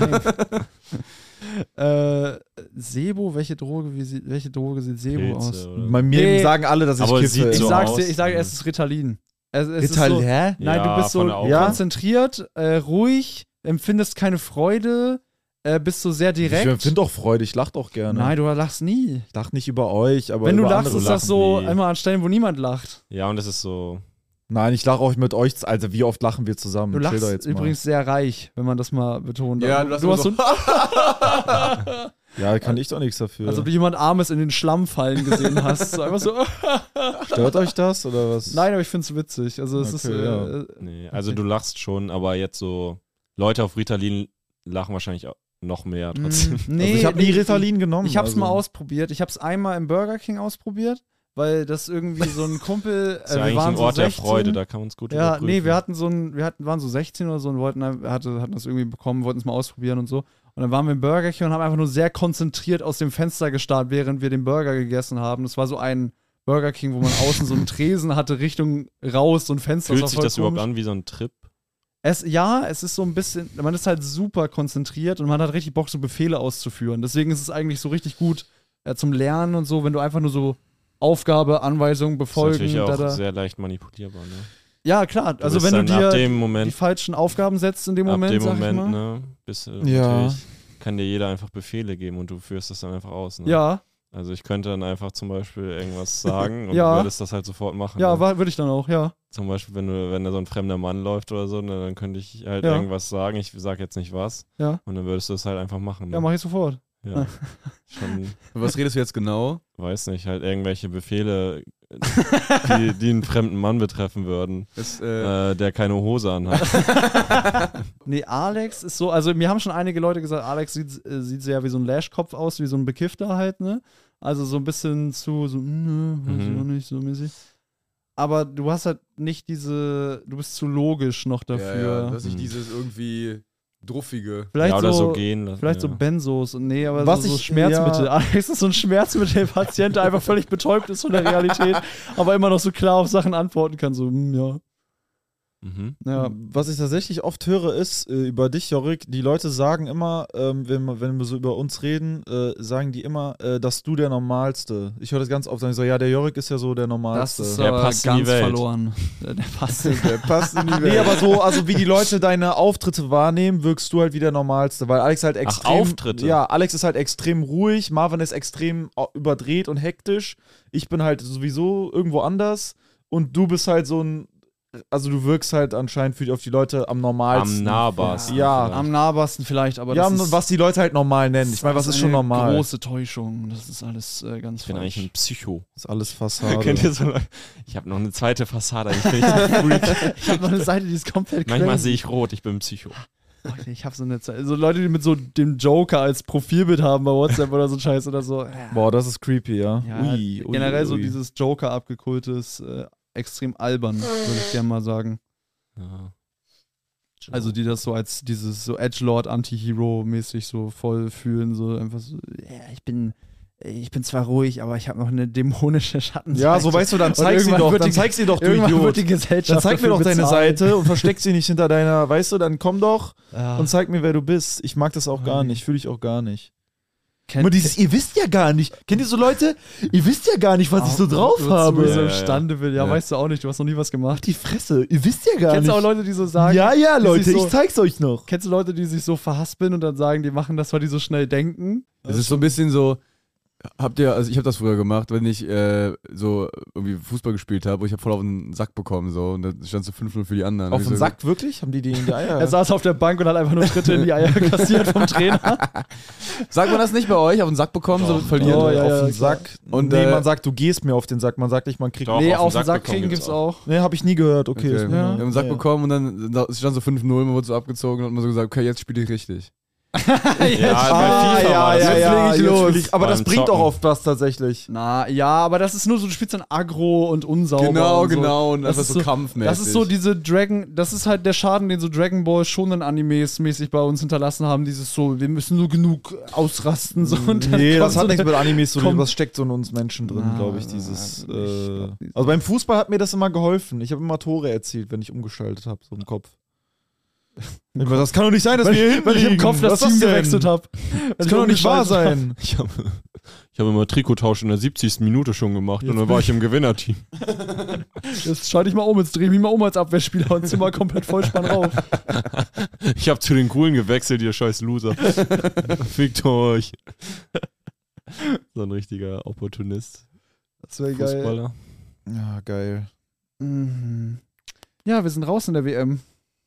[SPEAKER 3] Äh, Sebo, welche Droge, wie sieht, welche Droge sieht Sebo
[SPEAKER 4] Pilze,
[SPEAKER 3] aus?
[SPEAKER 4] oder?
[SPEAKER 2] Bei mir
[SPEAKER 3] Nee.
[SPEAKER 2] sagen alle, dass ich
[SPEAKER 4] Aber
[SPEAKER 2] kiffe.
[SPEAKER 4] sieht
[SPEAKER 3] Ich
[SPEAKER 4] so
[SPEAKER 3] sag's
[SPEAKER 4] aus.
[SPEAKER 3] dir, ich sage, es ist Ritalin. Es, es
[SPEAKER 2] Ritalin,
[SPEAKER 3] ist so,
[SPEAKER 2] hä?
[SPEAKER 3] Nein,
[SPEAKER 4] Ja,
[SPEAKER 3] du bist so
[SPEAKER 4] von der Augen.
[SPEAKER 2] Ja?
[SPEAKER 3] konzentriert, äh, ruhig, empfindest keine Freude, äh, bist so sehr direkt.
[SPEAKER 2] Ich bin doch freudig, ich lach doch gerne.
[SPEAKER 3] Nein, du lachst nie.
[SPEAKER 2] Ich lach nicht über euch, aber
[SPEAKER 3] Wenn du
[SPEAKER 2] über
[SPEAKER 3] lachst,
[SPEAKER 2] andere
[SPEAKER 3] ist das
[SPEAKER 4] lachen
[SPEAKER 3] so
[SPEAKER 4] nie.
[SPEAKER 3] immer an Stellen, wo niemand lacht.
[SPEAKER 4] Ja, und das ist so.
[SPEAKER 2] Nein, ich lache auch mit euch. Also, wie oft lachen wir zusammen?
[SPEAKER 3] Du
[SPEAKER 2] Chill
[SPEAKER 3] lachst
[SPEAKER 2] doch jetzt mal.
[SPEAKER 3] übrigens sehr reich, wenn man das mal betont.
[SPEAKER 5] Ja,
[SPEAKER 3] du,
[SPEAKER 5] du lachst
[SPEAKER 3] du
[SPEAKER 5] immer
[SPEAKER 3] hast so,
[SPEAKER 5] so.
[SPEAKER 2] Ja, kann ich doch nichts dafür.
[SPEAKER 3] als ob du jemand Armes in den Schlamm fallen gesehen hast. So einfach so.
[SPEAKER 2] Stört euch das oder was?
[SPEAKER 3] Nein, aber ich find's witzig. Also es
[SPEAKER 2] Okay,
[SPEAKER 3] ist.
[SPEAKER 2] ja.
[SPEAKER 3] Äh,
[SPEAKER 4] Nee, also du lachst schon, aber jetzt so. Leute auf Ritalin lachen wahrscheinlich auch noch mehr trotzdem.
[SPEAKER 3] mm, nee,
[SPEAKER 2] also ich habe nie
[SPEAKER 3] nee,
[SPEAKER 2] Ritalin genommen.
[SPEAKER 3] Ich hab's
[SPEAKER 2] also.
[SPEAKER 3] mal ausprobiert. Ich hab's einmal im Burger King ausprobiert, weil das irgendwie so ein Kumpel.
[SPEAKER 4] Das ist
[SPEAKER 3] äh,
[SPEAKER 4] ja
[SPEAKER 3] wir
[SPEAKER 4] eigentlich
[SPEAKER 3] waren
[SPEAKER 4] ein
[SPEAKER 3] so
[SPEAKER 4] Ort der
[SPEAKER 3] sechzehn.
[SPEAKER 4] Freude, da kann man es gut
[SPEAKER 3] Ja,
[SPEAKER 4] überprüfen.
[SPEAKER 3] nee, wir hatten so ein, wir hatten, waren so sechzehn oder so und wollten, hatte, hatten das irgendwie bekommen, wollten es mal ausprobieren und so. Und dann waren wir im Burger King und haben einfach nur sehr konzentriert aus dem Fenster gestarrt, während wir den Burger gegessen haben. Das war so ein Burger King, wo man außen so einen Tresen hatte, Richtung raus, so ein Fenster.
[SPEAKER 4] Fühlt
[SPEAKER 3] war
[SPEAKER 4] sich
[SPEAKER 3] voll
[SPEAKER 4] das überhaupt
[SPEAKER 3] komisch.
[SPEAKER 4] an wie so ein Trip?
[SPEAKER 3] Es, ja, es ist so ein bisschen, man ist halt super konzentriert und man hat richtig Bock, so Befehle auszuführen. Deswegen ist es eigentlich so richtig gut äh, zum Lernen und so, wenn du einfach nur so Aufgabe, Anweisungen
[SPEAKER 4] Das ist
[SPEAKER 3] befolgen.
[SPEAKER 4] natürlich auch
[SPEAKER 3] da, da.
[SPEAKER 4] sehr leicht manipulierbar, ne?
[SPEAKER 3] Ja, klar.
[SPEAKER 4] Du
[SPEAKER 3] Also
[SPEAKER 4] bist
[SPEAKER 3] wenn du
[SPEAKER 4] dann ab
[SPEAKER 3] dir
[SPEAKER 4] dem
[SPEAKER 3] die
[SPEAKER 4] Moment,
[SPEAKER 3] falschen Aufgaben setzt in dem
[SPEAKER 4] ab
[SPEAKER 3] Moment,
[SPEAKER 4] dem
[SPEAKER 3] sag
[SPEAKER 4] Moment,
[SPEAKER 3] ich mal.
[SPEAKER 4] ne, bist du
[SPEAKER 2] Ja.
[SPEAKER 4] natürlich, kann dir jeder einfach Befehle geben und du führst das dann einfach aus, ne?
[SPEAKER 3] Ja,
[SPEAKER 4] Also ich könnte dann einfach zum Beispiel irgendwas sagen und
[SPEAKER 3] Ja.
[SPEAKER 4] du würdest das halt sofort machen.
[SPEAKER 3] Ja,
[SPEAKER 4] ne?
[SPEAKER 3] würde ich dann auch, ja.
[SPEAKER 4] Zum Beispiel, wenn du, wenn da so ein fremder Mann läuft oder so, ne, dann könnte ich halt
[SPEAKER 3] Ja.
[SPEAKER 4] irgendwas sagen. Ich sag jetzt nicht was.
[SPEAKER 3] Ja.
[SPEAKER 4] Und dann würdest du es halt einfach machen. Ne?
[SPEAKER 3] Ja, mach ich sofort.
[SPEAKER 4] Ja. Schon,
[SPEAKER 5] Was redest du jetzt genau?
[SPEAKER 4] weiß nicht, halt irgendwelche Befehle, die, die einen fremden Mann betreffen würden,
[SPEAKER 5] Das, äh,
[SPEAKER 4] äh, der keine Hose anhat.
[SPEAKER 3] Nee, Alex ist so, also mir haben schon einige Leute gesagt, Alex sieht, äh, sieht sehr wie so ein Lashkopf aus, wie so ein Bekiffter halt, ne? Also so ein bisschen zu, so, ne, weiß ich
[SPEAKER 4] Mhm.
[SPEAKER 3] auch nicht, so mäßig. Aber du hast halt nicht diese, du bist zu logisch noch
[SPEAKER 5] ja,
[SPEAKER 3] dafür.
[SPEAKER 5] ja, dass ich
[SPEAKER 4] Hm.
[SPEAKER 5] dieses irgendwie druffige.
[SPEAKER 3] Vielleicht
[SPEAKER 4] ja, oder so,
[SPEAKER 3] so,
[SPEAKER 4] gehen lassen.
[SPEAKER 3] vielleicht
[SPEAKER 4] ja.
[SPEAKER 3] so Benzos, nee, aber
[SPEAKER 2] Was
[SPEAKER 3] so, so
[SPEAKER 2] ich-
[SPEAKER 3] Schmerzmittel.
[SPEAKER 2] ja.
[SPEAKER 3] Alex ist so ein Schmerzmittelpatient, der einfach völlig betäubt ist von der Realität, aber immer noch so klar auf Sachen antworten kann, so, hm, ja.
[SPEAKER 4] Mhm.
[SPEAKER 3] Ja,
[SPEAKER 2] Was ich tatsächlich oft höre, ist äh, über dich, Jorik, die Leute sagen immer, ähm, wenn, wir- wenn wir so über uns reden, äh, sagen die immer, äh, dass du der Normalste. Ich höre das ganz oft, sagen die so, ja, der Jorik ist ja so der
[SPEAKER 3] das
[SPEAKER 2] Normalste.
[SPEAKER 3] ist
[SPEAKER 4] Der
[SPEAKER 3] aber
[SPEAKER 4] passt in die
[SPEAKER 3] ganz
[SPEAKER 4] Welt.
[SPEAKER 3] verloren. Der, der passt
[SPEAKER 5] Der passt in die Welt.
[SPEAKER 2] Nee, aber so, also wie die Leute deine Auftritte wahrnehmen, wirkst du halt wie der Normalste, weil Alex halt extrem.
[SPEAKER 4] Auftritte?
[SPEAKER 2] Ja, Alex ist halt extrem ruhig, Marvin ist extrem au- überdreht und hektisch. Ich bin halt sowieso irgendwo anders und du bist halt so ein. Also du wirkst halt anscheinend für die, auf die Leute am normalsten.
[SPEAKER 4] Am nahbarsten.
[SPEAKER 2] Ja.
[SPEAKER 4] vielleicht.
[SPEAKER 3] am nahbarsten vielleicht, aber
[SPEAKER 2] Ja,
[SPEAKER 3] das ist,
[SPEAKER 2] was die Leute halt normal nennen. Ich meine, was
[SPEAKER 3] das
[SPEAKER 2] ist schon
[SPEAKER 3] eine
[SPEAKER 2] normal?
[SPEAKER 3] große Täuschung. Das ist alles äh, ganz
[SPEAKER 4] Ich bin
[SPEAKER 3] falsch.
[SPEAKER 4] eigentlich ein Psycho.
[SPEAKER 2] Das ist alles Fassade.
[SPEAKER 4] Kennt ihr so Leute? Ich habe noch eine zweite Fassade. Ich bin ein Freak.
[SPEAKER 3] Ich habe noch eine Seite, die ist komplett
[SPEAKER 4] Manchmal
[SPEAKER 3] crazy.
[SPEAKER 4] sehe ich rot. Ich bin ein Psycho.
[SPEAKER 3] Oh, ich habe so eine Zeit. So Leute, die mit so dem Joker als Profilbild haben bei WhatsApp oder so ein Scheiß oder so. Ja.
[SPEAKER 2] Boah, das ist creepy, ja.
[SPEAKER 3] Ja,
[SPEAKER 2] ui, ui,
[SPEAKER 3] generell
[SPEAKER 2] ui.
[SPEAKER 3] so dieses Joker abgekultes, äh, extrem albern, würde ich gerne mal sagen.
[SPEAKER 4] Ja.
[SPEAKER 3] Also die das so als dieses so Edgelord Anti-Hero-mäßig so voll fühlen, so einfach so, ja, ich bin, ich bin zwar ruhig, aber ich habe noch eine dämonische Schattenseite.
[SPEAKER 2] Ja, so weißt du, dann
[SPEAKER 3] Und
[SPEAKER 2] zeig sie
[SPEAKER 3] irgendwann
[SPEAKER 2] doch,
[SPEAKER 3] wird
[SPEAKER 2] dann
[SPEAKER 3] die-
[SPEAKER 2] zeig sie doch, du
[SPEAKER 3] Irgendwann
[SPEAKER 2] Idiot.
[SPEAKER 3] wird die Gesellschaft
[SPEAKER 2] Dann zeig mir
[SPEAKER 3] dafür
[SPEAKER 2] doch deine
[SPEAKER 3] bezahlt.
[SPEAKER 2] Seite und versteck sie nicht hinter deiner, weißt du, dann komm doch
[SPEAKER 3] Ja.
[SPEAKER 2] und zeig mir, wer du bist. Ich mag das auch gar nicht, fühle ich auch gar nicht.
[SPEAKER 3] Kennt-
[SPEAKER 2] Immer dieses, ihr wisst ja gar nicht. Kennt ihr so Leute? Ihr wisst ja gar nicht, was ich so drauf
[SPEAKER 3] Wozu
[SPEAKER 2] habe.
[SPEAKER 3] ich so
[SPEAKER 4] Ja, ja,
[SPEAKER 3] imstande bin. Ja,
[SPEAKER 5] ja.
[SPEAKER 3] weißt du auch nicht, du hast noch nie was gemacht.
[SPEAKER 2] Die Fresse, ihr wisst ja gar
[SPEAKER 3] Kennst du
[SPEAKER 2] nicht.
[SPEAKER 3] auch Leute, die so sagen,
[SPEAKER 2] ja, ja,
[SPEAKER 3] die
[SPEAKER 2] Leute,
[SPEAKER 3] sich so-
[SPEAKER 2] ich zeig's euch noch.
[SPEAKER 3] kennst du Leute, die sich so verhaspeln und dann sagen, die machen das, weil die so schnell denken?
[SPEAKER 5] Es ist so ein bisschen so, habt ihr, also ich habe das früher gemacht, wenn ich äh, so irgendwie Fußball gespielt habe und ich habe voll auf den Sack bekommen so und da stand so fünf null für die anderen.
[SPEAKER 2] Auf
[SPEAKER 5] Hab ich
[SPEAKER 2] den
[SPEAKER 5] so,
[SPEAKER 2] Sack, wirklich? Haben die die in die Eier?
[SPEAKER 3] Er saß auf der Bank und hat einfach nur Tritte in die Eier kassiert vom Trainer.
[SPEAKER 5] Sagt man das nicht bei euch? Auf den Sack bekommen, so verlieren?
[SPEAKER 3] Oh, ja,
[SPEAKER 2] auf
[SPEAKER 3] ja,
[SPEAKER 2] den
[SPEAKER 3] klar.
[SPEAKER 2] Sack.
[SPEAKER 5] Und,
[SPEAKER 2] nee,
[SPEAKER 5] äh,
[SPEAKER 2] man sagt, du gehst mir auf den Sack. Man sagt nicht, man kriegt.
[SPEAKER 4] Doch.
[SPEAKER 3] Nee,
[SPEAKER 4] auf den
[SPEAKER 3] auf den
[SPEAKER 4] Sack
[SPEAKER 3] Sack
[SPEAKER 4] bekommen
[SPEAKER 3] kriegen
[SPEAKER 4] gibt's
[SPEAKER 3] gibt's auch.
[SPEAKER 2] Nee, hab ich nie gehört. Okay,
[SPEAKER 5] Okay.
[SPEAKER 2] ist mir
[SPEAKER 3] Ja.
[SPEAKER 5] Wir
[SPEAKER 2] neu.
[SPEAKER 5] haben einen Sack
[SPEAKER 3] Ja.
[SPEAKER 5] bekommen und dann da stand so fünf null, man wurde so abgezogen und hat man so gesagt, okay, jetzt spiele ich richtig.
[SPEAKER 4] Ja,
[SPEAKER 2] Ah,
[SPEAKER 4] bei FIFA
[SPEAKER 2] ja,
[SPEAKER 4] war das
[SPEAKER 2] ja,
[SPEAKER 4] jetzt.
[SPEAKER 2] ja,
[SPEAKER 5] leg ich
[SPEAKER 2] jetzt
[SPEAKER 5] los.
[SPEAKER 2] fühl ich- Aber das
[SPEAKER 4] Beim
[SPEAKER 2] bringt auch
[SPEAKER 4] Zocken.
[SPEAKER 2] oft was tatsächlich.
[SPEAKER 3] Na, ja, aber das ist nur so, du spielst dann aggro und unsauber.
[SPEAKER 5] Genau,
[SPEAKER 3] und so.
[SPEAKER 5] genau. Und
[SPEAKER 3] Das
[SPEAKER 5] einfach
[SPEAKER 3] ist
[SPEAKER 5] so
[SPEAKER 3] so-
[SPEAKER 5] kampfmäßig.
[SPEAKER 3] Das ist so diese Dragon, das ist halt der Schaden, den so Dragon Ball Shonen Animes mäßig bei uns hinterlassen haben. Dieses so, wir müssen nur genug ausrasten. So, und dann
[SPEAKER 2] Nee,
[SPEAKER 3] kommt
[SPEAKER 2] das hat
[SPEAKER 3] so
[SPEAKER 2] nichts
[SPEAKER 3] der-
[SPEAKER 2] mit Animes zu tun.
[SPEAKER 3] kommt-
[SPEAKER 2] Das steckt so in uns Menschen drin,
[SPEAKER 3] Na,
[SPEAKER 2] glaube ich. Dieses.
[SPEAKER 3] ich glaub,
[SPEAKER 2] Äh,
[SPEAKER 3] dieses-
[SPEAKER 2] also beim Fußball hat mir das immer geholfen. Ich habe immer Tore erzielt, wenn ich umgeschaltet habe, so im Kopf. Das kann doch nicht sein, dass wir hier hinten
[SPEAKER 3] Weil ich im
[SPEAKER 2] liegen.
[SPEAKER 3] Kopf das
[SPEAKER 2] Was ist
[SPEAKER 3] Team
[SPEAKER 2] denn?
[SPEAKER 3] gewechselt habe.
[SPEAKER 2] Das kann doch nicht wahr sein.
[SPEAKER 4] Ich habe ich hab immer Trikottausch in der siebzigsten Minute schon gemacht und dann war ich im Gewinnerteam.
[SPEAKER 3] Jetzt schalte ich mal um, jetzt drehe ich mich mal um als Abwehrspieler und zieh mal komplett Vollspann rauf.
[SPEAKER 4] Ich habe zu den Coolen gewechselt, ihr scheiß Loser. Fickt euch. So ein richtiger Opportunist.
[SPEAKER 3] Das wäre geil.
[SPEAKER 4] Fußballer.
[SPEAKER 2] Ja, geil.
[SPEAKER 3] Mhm. Ja, wir sind raus in der W M.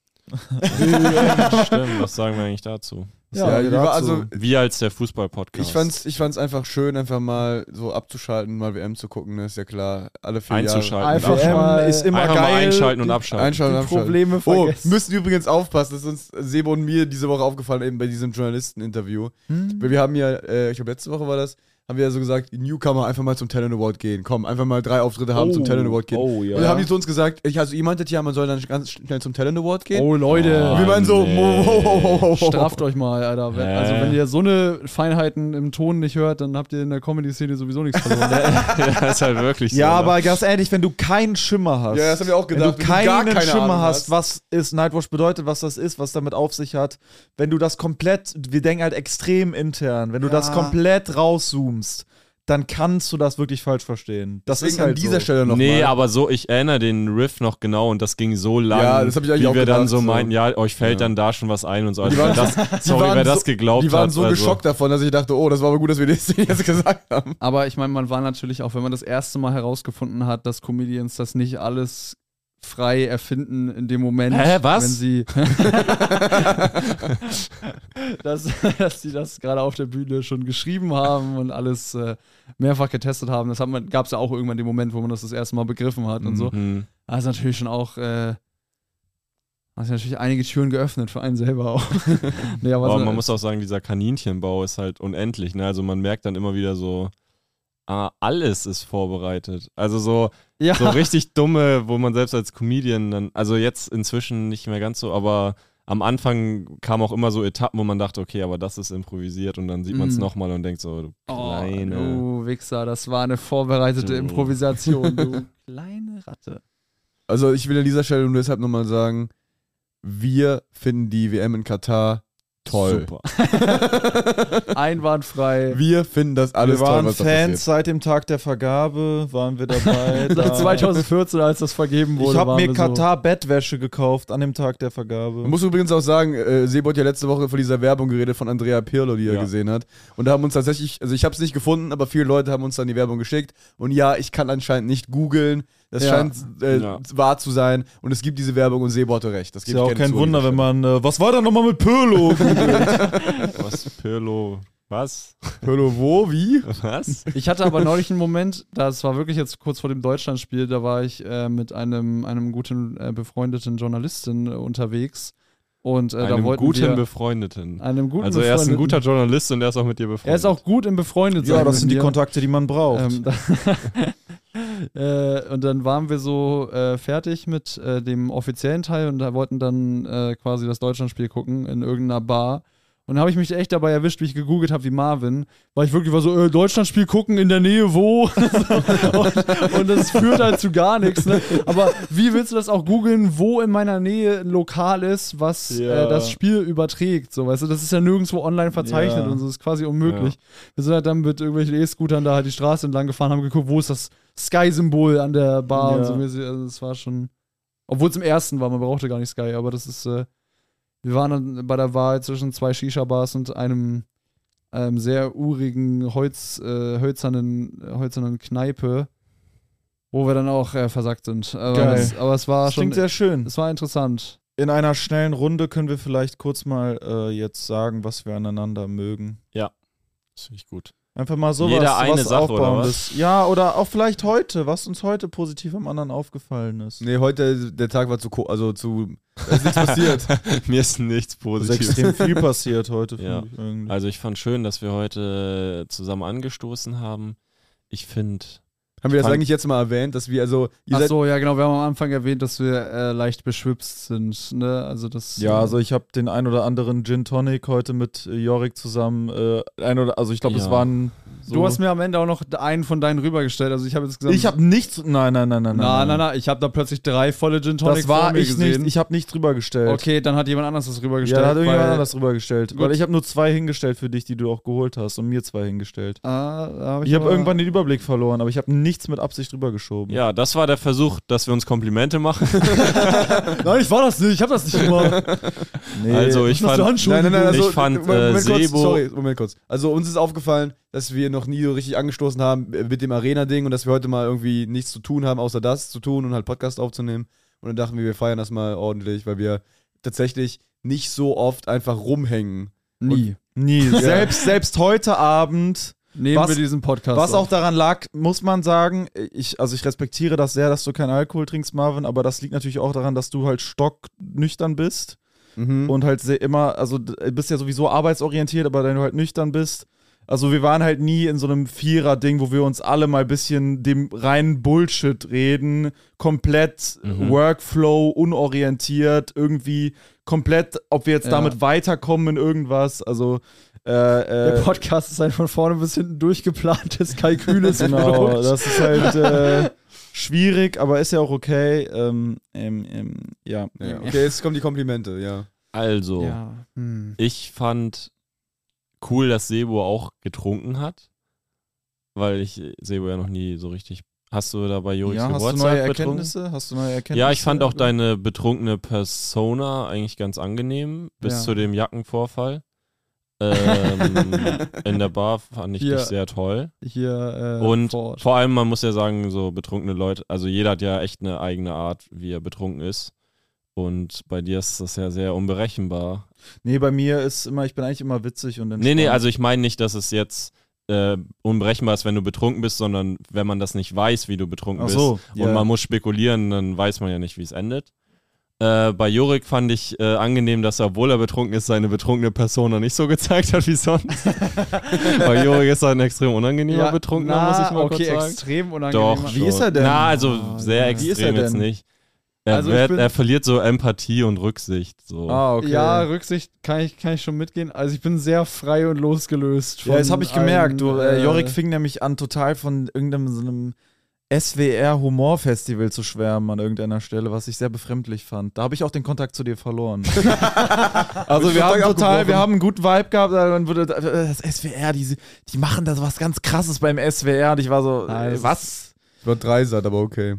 [SPEAKER 4] Stimmt, was sagen wir eigentlich dazu?
[SPEAKER 5] Ja,
[SPEAKER 2] Ja,
[SPEAKER 5] die war,
[SPEAKER 2] dazu.
[SPEAKER 5] also
[SPEAKER 4] Wir als der Fußball-Podcast.
[SPEAKER 5] ich fand's, ich fand's einfach schön, einfach mal so abzuschalten, mal W M zu gucken, ne? Ist ja klar. Alle vier
[SPEAKER 4] Einzuschalten.
[SPEAKER 5] Jahre.
[SPEAKER 3] Einfach
[SPEAKER 2] W M
[SPEAKER 3] mal-
[SPEAKER 2] ist immer
[SPEAKER 4] Einfach
[SPEAKER 2] geil.
[SPEAKER 4] mal einschalten und
[SPEAKER 2] Die-
[SPEAKER 4] abschalten.
[SPEAKER 5] Einschalten,
[SPEAKER 3] Die
[SPEAKER 5] abschalten.
[SPEAKER 3] Probleme
[SPEAKER 5] Oh,
[SPEAKER 3] vergessen.
[SPEAKER 5] müssen übrigens aufpassen, das ist uns Sebo und mir diese Woche aufgefallen, eben bei diesem Journalisten-Interview.
[SPEAKER 3] Hm?
[SPEAKER 5] Weil wir haben ja, äh, ich glaube letzte Woche war das, haben wir ja so gesagt, die Newcomer einfach mal zum Talent Award gehen. Komm, einfach mal drei Auftritte haben, zum Talent Award gehen.
[SPEAKER 2] Oh, ja.
[SPEAKER 5] Und dann haben die zu uns gesagt, ich, also ihr meintet ja, man soll dann ganz schnell zum Talent Award gehen.
[SPEAKER 3] Oh, Leute.
[SPEAKER 4] Oh.
[SPEAKER 5] Und wir meinen so,
[SPEAKER 4] nee.
[SPEAKER 5] wow, wow, wow, wow.
[SPEAKER 3] Straft euch mal, Alter. Wenn,
[SPEAKER 4] Hä?
[SPEAKER 3] also, wenn ihr so eine Feinheiten im Ton nicht hört, dann habt ihr in der Comedy-Szene sowieso nichts verloren.
[SPEAKER 4] Ja, ist halt wirklich so.
[SPEAKER 2] Ja,
[SPEAKER 4] ne?
[SPEAKER 2] aber ganz ehrlich, wenn du keinen Schimmer hast.
[SPEAKER 5] Ja, das haben wir auch gedacht.
[SPEAKER 2] Wenn du
[SPEAKER 5] Wenn du gar
[SPEAKER 2] keinen
[SPEAKER 5] keine
[SPEAKER 2] Schimmer
[SPEAKER 5] Ahnung
[SPEAKER 2] hast,
[SPEAKER 5] hast.
[SPEAKER 2] was ist Nightwatch bedeutet, was das ist, was damit auf sich hat, wenn du das komplett, wir denken halt extrem intern, wenn du
[SPEAKER 3] Ja.
[SPEAKER 2] das komplett rauszoomst, dann kannst du das wirklich falsch verstehen. Das
[SPEAKER 5] Deswegen
[SPEAKER 2] ist halt
[SPEAKER 5] an dieser
[SPEAKER 2] so.
[SPEAKER 5] Stelle noch
[SPEAKER 4] Nee,
[SPEAKER 5] mal.
[SPEAKER 4] aber so, ich erinnere den Riff noch genau und das ging so lang,
[SPEAKER 5] Ja, das hab ich eigentlich
[SPEAKER 4] wie
[SPEAKER 5] auch
[SPEAKER 4] wir dann
[SPEAKER 5] gedacht,
[SPEAKER 4] so
[SPEAKER 5] so.
[SPEAKER 4] meinten, ja, euch fällt
[SPEAKER 5] Ja.
[SPEAKER 4] dann da schon was ein und so.
[SPEAKER 5] Die
[SPEAKER 4] Also,
[SPEAKER 5] waren-
[SPEAKER 4] das, sorry,
[SPEAKER 5] waren
[SPEAKER 4] wer das
[SPEAKER 5] so-
[SPEAKER 4] geglaubt
[SPEAKER 5] Die waren
[SPEAKER 4] hat.
[SPEAKER 5] so
[SPEAKER 4] also,
[SPEAKER 5] geschockt davon, dass ich dachte, oh, das war aber gut, dass wir das jetzt gesagt haben.
[SPEAKER 3] Aber ich meine, man war natürlich auch, wenn man das erste Mal herausgefunden hat, dass Comedians das nicht alles frei erfinden in dem Moment,
[SPEAKER 4] Hä, was?
[SPEAKER 3] wenn sie dass, dass sie das gerade auf der Bühne schon geschrieben haben und alles äh, mehrfach getestet haben. Das gab es ja auch irgendwann den Moment, wo man das das erste Mal begriffen hat und so.
[SPEAKER 4] Mhm.
[SPEAKER 3] Also natürlich schon auch äh, hat sich natürlich einige Türen geöffnet für einen selber auch. nee, aber
[SPEAKER 4] Aber
[SPEAKER 3] so,
[SPEAKER 4] man muss auch sagen, dieser Kaninchenbau ist halt unendlich. Ne? Also man merkt dann immer wieder so, ah, alles ist vorbereitet. Also so,
[SPEAKER 3] ja.
[SPEAKER 4] so richtig dumme, wo man selbst als Comedian dann, also jetzt inzwischen nicht mehr ganz so, aber am Anfang kamen auch immer so Etappen, wo man dachte, okay, aber das ist improvisiert und dann sieht man es
[SPEAKER 3] Mhm.
[SPEAKER 4] nochmal und denkt so, du
[SPEAKER 3] Oh,
[SPEAKER 4] kleine.
[SPEAKER 3] du Wichser, das war eine vorbereitete
[SPEAKER 4] Du.
[SPEAKER 3] Improvisation, du kleine Ratte.
[SPEAKER 5] Also ich will an dieser Stelle nur deshalb nochmal sagen, wir finden die W M in Katar toll.
[SPEAKER 4] Super.
[SPEAKER 3] Einwandfrei.
[SPEAKER 5] Wir finden das alles
[SPEAKER 2] wir waren
[SPEAKER 5] toll, was da
[SPEAKER 2] Fans
[SPEAKER 5] passiert.
[SPEAKER 2] seit dem Tag der Vergabe, waren wir dabei.
[SPEAKER 3] Seit
[SPEAKER 2] da.
[SPEAKER 3] zwanzig vierzehn, als das vergeben wurde.
[SPEAKER 2] Ich habe
[SPEAKER 3] waren
[SPEAKER 2] mir
[SPEAKER 3] wir
[SPEAKER 2] Katar-Bettwäsche gekauft an dem Tag der Vergabe.
[SPEAKER 5] Man muss übrigens auch sagen, äh, Sebo hat ja letzte Woche von dieser Werbung geredet von Andrea Pirlo, die er
[SPEAKER 4] Ja.
[SPEAKER 5] gesehen hat. Und da haben uns tatsächlich, also ich habe es nicht gefunden, aber viele Leute haben uns dann die Werbung geschickt. Und ja, ich kann anscheinend nicht googeln. Das
[SPEAKER 3] Ja.
[SPEAKER 5] scheint äh,
[SPEAKER 4] Ja.
[SPEAKER 5] wahr zu sein. Und es gibt diese Werbung und Sebo hatte recht. Das
[SPEAKER 2] Ist
[SPEAKER 5] gebe
[SPEAKER 2] ja
[SPEAKER 5] ich
[SPEAKER 2] auch
[SPEAKER 5] gerne
[SPEAKER 2] kein
[SPEAKER 5] zu,
[SPEAKER 2] Wunder,
[SPEAKER 5] an dieser
[SPEAKER 2] wenn man. Äh, was war da nochmal mit Pirlo?
[SPEAKER 4] Was, Pirlo, was?
[SPEAKER 5] Stelle. Pirlo, wo, wie?
[SPEAKER 4] Was?
[SPEAKER 3] Ich hatte aber neulich einen Moment, das war wirklich jetzt kurz vor dem Deutschlandspiel, da war ich äh, mit einem, einem guten äh, befreundeten Journalisten äh, unterwegs. Und äh, da
[SPEAKER 4] Einem
[SPEAKER 3] wollten
[SPEAKER 4] guten
[SPEAKER 3] wir
[SPEAKER 4] Befreundeten.
[SPEAKER 3] einem guten
[SPEAKER 4] Also er ist ein
[SPEAKER 3] Befreundeten-
[SPEAKER 4] guter Journalist und er ist auch mit dir befreundet.
[SPEAKER 3] Er ist auch gut im befreundet
[SPEAKER 2] ja,
[SPEAKER 3] sein
[SPEAKER 2] das
[SPEAKER 3] mit
[SPEAKER 2] sind die
[SPEAKER 3] mir.
[SPEAKER 2] Kontakte, die man braucht.
[SPEAKER 3] Ähm, da äh, und dann waren wir so äh, fertig mit äh, dem offiziellen Teil und da wollten dann äh, quasi das Deutschlandspiel gucken in irgendeiner Bar. Und da habe ich mich echt dabei erwischt, wie ich gegoogelt habe wie Marvin, weil ich wirklich war so, äh, Deutschlandspiel gucken in der Nähe, wo? und, und das führt halt zu gar nichts. Ne? Aber wie willst du das auch googeln, wo in meiner Nähe ein Lokal ist, was
[SPEAKER 2] Ja.
[SPEAKER 3] äh, das Spiel überträgt? So, weißt du, das ist ja nirgendwo online verzeichnet
[SPEAKER 2] Ja.
[SPEAKER 3] und so, das ist quasi unmöglich. Wir sind halt dann mit irgendwelchen E-Scootern da halt die Straße entlang gefahren, haben geguckt, wo ist das Sky-Symbol an der Bar
[SPEAKER 2] Ja.
[SPEAKER 3] und so. Also das war schon, obwohl es im ersten war, man brauchte gar nicht Sky, aber das ist, äh, wir waren dann bei der Wahl zwischen zwei Shisha-Bars und einem, einem sehr urigen, Holz, äh, hölzernen, hölzernen Kneipe, wo wir dann auch äh, versackt sind. Aber,
[SPEAKER 2] Geil.
[SPEAKER 3] Es, aber es war
[SPEAKER 2] das
[SPEAKER 3] schon,
[SPEAKER 2] klingt sehr schön.
[SPEAKER 3] es war interessant.
[SPEAKER 2] In einer schnellen Runde können wir vielleicht kurz mal äh, jetzt sagen, was wir aneinander mögen.
[SPEAKER 4] Das finde ich gut.
[SPEAKER 2] Einfach mal so
[SPEAKER 4] Jeder
[SPEAKER 2] was,
[SPEAKER 4] eine
[SPEAKER 2] was
[SPEAKER 4] Sache, oder
[SPEAKER 2] Aufbauendes. Ja, oder auch vielleicht heute, was uns heute positiv am anderen aufgefallen ist.
[SPEAKER 5] Nee, heute, der Tag war zu, ko- also zu, da ist nichts passiert.
[SPEAKER 4] Mir ist nichts
[SPEAKER 2] Es ist
[SPEAKER 4] Positives.
[SPEAKER 2] extrem viel passiert heute,
[SPEAKER 4] Ja.
[SPEAKER 2] finde ich irgendwie.
[SPEAKER 4] Also ich fand schön, dass wir heute zusammen angestoßen haben. Ich finde,
[SPEAKER 5] Haben wir das
[SPEAKER 4] Fand-
[SPEAKER 5] eigentlich jetzt mal erwähnt, dass wir, also, ihr
[SPEAKER 3] Ach
[SPEAKER 5] seid,
[SPEAKER 3] so, ja genau, wir haben am Anfang erwähnt, dass wir äh, leicht beschwipst sind. Ne? Also das,
[SPEAKER 2] Ja,
[SPEAKER 3] äh,
[SPEAKER 2] also ich habe den ein oder anderen Gin Tonic heute mit äh, Jorik zusammen. Äh, ein oder, also ich glaube,
[SPEAKER 4] Ja.
[SPEAKER 2] es waren. So
[SPEAKER 3] du hast mir am Ende auch noch einen von deinen rübergestellt. Also ich habe jetzt gesagt,
[SPEAKER 2] ich habe nichts. Nein, nein, nein, nein,
[SPEAKER 3] Nein, nein, nein, ich habe da plötzlich drei volle Gin Tonic
[SPEAKER 2] Das war
[SPEAKER 3] vor mir
[SPEAKER 2] ich
[SPEAKER 3] gesehen.
[SPEAKER 2] nicht. Ich habe nichts rübergestellt.
[SPEAKER 3] Okay, dann hat jemand anderes das rübergestellt.
[SPEAKER 2] Ja, da hat irgendjemand
[SPEAKER 3] weil-
[SPEAKER 2] anders rübergestellt.
[SPEAKER 3] Gut.
[SPEAKER 2] Weil ich habe nur zwei hingestellt für dich, die du auch geholt hast, und mir zwei hingestellt.
[SPEAKER 3] Ah, da hab ich
[SPEAKER 2] Ich habe
[SPEAKER 3] aber-
[SPEAKER 2] irgendwann den Überblick verloren, aber ich habe nichts mit Absicht rübergeschoben.
[SPEAKER 4] ja, das war der Versuch, dass wir uns Komplimente machen.
[SPEAKER 3] Nein, ich war das nicht, ich habe das nicht gemacht.
[SPEAKER 2] Nee.
[SPEAKER 4] Also ich
[SPEAKER 3] Was hast du
[SPEAKER 4] fand,
[SPEAKER 3] Handschuhe?
[SPEAKER 5] nein, nein, nein, also,
[SPEAKER 4] Ich fand,
[SPEAKER 5] Moment, Moment
[SPEAKER 4] äh,
[SPEAKER 5] kurz,
[SPEAKER 4] Sebo-
[SPEAKER 5] sorry, Moment kurz. Also uns ist aufgefallen, dass wir noch nie so richtig angestoßen haben äh, mit dem Arena-Ding und dass wir heute mal irgendwie nichts zu tun haben, außer das zu tun und halt Podcast aufzunehmen. Und dann dachten wir, wir feiern das mal ordentlich, weil wir tatsächlich nicht so oft einfach rumhängen.
[SPEAKER 3] Nie.
[SPEAKER 2] Nie. Selbst, selbst heute Abend,
[SPEAKER 3] Nehmen
[SPEAKER 2] Was-
[SPEAKER 3] wir diesen Podcast
[SPEAKER 2] was auch
[SPEAKER 3] auf.
[SPEAKER 2] daran lag, muss man sagen, ich, also ich respektiere das sehr, dass du keinen Alkohol trinkst, Marvin, aber das liegt natürlich auch daran, dass du halt stocknüchtern bist
[SPEAKER 5] Mhm.
[SPEAKER 2] und halt sehr immer, also du bist ja sowieso arbeitsorientiert, aber wenn du halt nüchtern bist, also wir waren halt nie in so einem Vierer-Ding, wo wir uns alle mal ein bisschen dem reinen Bullshit reden, komplett
[SPEAKER 4] Mhm.
[SPEAKER 2] Workflow, unorientiert, irgendwie komplett, ob wir jetzt
[SPEAKER 3] Ja.
[SPEAKER 2] damit weiterkommen in irgendwas, also äh,
[SPEAKER 3] Der
[SPEAKER 2] äh,
[SPEAKER 3] Podcast ist ein von vorne bis hinten durchgeplantes, kalküles
[SPEAKER 2] genau,
[SPEAKER 3] Produkt.
[SPEAKER 2] das ist halt äh, schwierig, aber ist ja auch okay. Ähm, ähm, ähm, ja.
[SPEAKER 5] Ja, okay, jetzt kommen die Komplimente, ja.
[SPEAKER 4] also,
[SPEAKER 3] Ja. Hm.
[SPEAKER 4] ich fand cool, dass Sebo auch getrunken hat. weil ich Sebo ja noch nie so richtig. Hast du da bei Joriks
[SPEAKER 2] Ja, hast du
[SPEAKER 4] Geburtstag
[SPEAKER 2] neue
[SPEAKER 4] betrunken?
[SPEAKER 2] Erkenntnisse? Hast du neue Erkenntnisse?
[SPEAKER 4] Ja, ich fand auch deine betrunkene Persona eigentlich ganz angenehm, bis
[SPEAKER 3] Ja.
[SPEAKER 4] zu dem Jackenvorfall. ähm, in der Bar fand ich
[SPEAKER 3] Hier.
[SPEAKER 4] dich sehr toll.
[SPEAKER 3] Hier äh,
[SPEAKER 4] Und
[SPEAKER 3] vor Ort.
[SPEAKER 4] vor allem, man muss ja sagen, so betrunkene Leute, also jeder hat ja echt eine eigene Art, wie er betrunken ist. Und bei dir ist das ja sehr unberechenbar.
[SPEAKER 2] Nee, bei mir ist immer, ich bin eigentlich immer witzig und dann.
[SPEAKER 4] Nee, nee, also ich meine nicht, dass es jetzt äh, unberechenbar ist, wenn du betrunken bist, sondern wenn man das nicht weiß, wie du betrunken
[SPEAKER 2] Ach so,
[SPEAKER 4] bist
[SPEAKER 2] ja.
[SPEAKER 4] und man muss spekulieren, dann weiß man ja nicht, wie es endet. Äh, bei Jorik fand ich äh, angenehm, dass er, obwohl er betrunken ist, seine betrunkene Persona nicht so gezeigt hat wie sonst. Bei Jorik ist er ein extrem unangenehmer Betrunkener,
[SPEAKER 3] na,
[SPEAKER 4] muss ich mal
[SPEAKER 3] okay,
[SPEAKER 4] kurz sagen.
[SPEAKER 3] extrem unangenehm.
[SPEAKER 4] Doch,
[SPEAKER 2] Wie
[SPEAKER 4] schon.
[SPEAKER 2] ist er denn?
[SPEAKER 4] Na, also sehr
[SPEAKER 2] Wie ist er
[SPEAKER 4] extrem jetzt
[SPEAKER 2] denn?
[SPEAKER 4] nicht. Er,
[SPEAKER 3] Also ich
[SPEAKER 4] wird,
[SPEAKER 3] bin-
[SPEAKER 4] er verliert so Empathie und Rücksicht. So.
[SPEAKER 2] Ah, okay.
[SPEAKER 3] Ja, Rücksicht kann ich, kann ich schon mitgehen. Also ich bin sehr frei und losgelöst.
[SPEAKER 2] Ja, das habe ich gemerkt. Du,
[SPEAKER 3] allen,
[SPEAKER 2] äh, Jorik fing nämlich an, total von irgendeinem so einem S W R-Humorfestival zu schwärmen an irgendeiner Stelle, was ich sehr befremdlich fand. Da habe ich auch den Kontakt zu dir verloren. Also wir haben
[SPEAKER 5] Kontakt
[SPEAKER 2] total,
[SPEAKER 5] abgebrochen.
[SPEAKER 2] wir haben einen guten Vibe gehabt, dann wurde äh, das S W R, die, die machen da was ganz Krasses beim S W R und ich war so,
[SPEAKER 3] Ah,
[SPEAKER 2] äh,
[SPEAKER 3] das
[SPEAKER 2] was?
[SPEAKER 5] Ich war Dreisat, aber okay.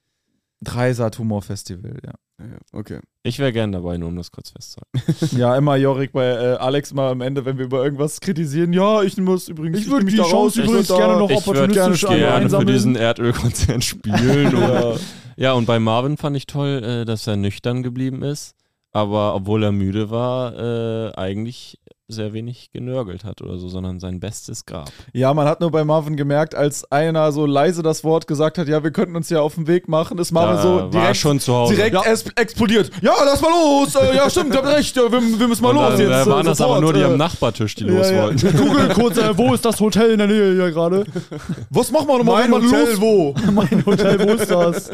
[SPEAKER 2] Dreisat Humorfestival, ja.
[SPEAKER 5] Ja, okay.
[SPEAKER 4] Ich wäre gern dabei, nur um das kurz festzuhalten.
[SPEAKER 2] Ja, immer Jorik bei äh, Alex mal am Ende, wenn wir über irgendwas kritisieren. Ja, ich muss übrigens.
[SPEAKER 3] Ich würde
[SPEAKER 2] nehm
[SPEAKER 3] die
[SPEAKER 2] da raus,
[SPEAKER 3] Chance
[SPEAKER 2] ich
[SPEAKER 3] übrigens
[SPEAKER 2] würd da-
[SPEAKER 3] gerne noch
[SPEAKER 4] Ich würde
[SPEAKER 3] opportunistisch
[SPEAKER 2] gerne
[SPEAKER 4] gerne für
[SPEAKER 3] einsammeln.
[SPEAKER 4] diesen Erdölkonzern spielen.
[SPEAKER 2] Ja.
[SPEAKER 4] Oder ja, und bei Marvin fand ich toll, äh, dass er nüchtern geblieben ist, aber obwohl er müde war, äh, eigentlich sehr wenig genörgelt hat oder so, sondern sein Bestes gab.
[SPEAKER 2] Ja, man hat nur bei Marvin gemerkt, als einer so leise das Wort gesagt hat, ja, wir könnten uns ja auf den Weg machen, ist Marvin
[SPEAKER 4] Da
[SPEAKER 2] so
[SPEAKER 4] war er
[SPEAKER 2] direkt,
[SPEAKER 4] schon zu Hause.
[SPEAKER 2] direkt es explodiert. Ja, lass mal los. Äh, ja, stimmt, ihr habt recht. Wir, wir müssen mal
[SPEAKER 4] Und
[SPEAKER 2] los
[SPEAKER 4] dann,
[SPEAKER 2] jetzt.
[SPEAKER 4] da
[SPEAKER 2] äh,
[SPEAKER 4] waren das aber
[SPEAKER 2] sofort,
[SPEAKER 4] nur die
[SPEAKER 2] äh.
[SPEAKER 4] am Nachbartisch, die
[SPEAKER 2] Ja,
[SPEAKER 4] los
[SPEAKER 2] ja.
[SPEAKER 4] wollten.
[SPEAKER 3] Google kurz, äh, wo ist das Hotel in der Nähe hier gerade?
[SPEAKER 2] Was machen wir nochmal?
[SPEAKER 5] Mein
[SPEAKER 2] Mal
[SPEAKER 5] Hotel,
[SPEAKER 2] los?
[SPEAKER 5] wo?
[SPEAKER 3] Mein Hotel, wo ist das?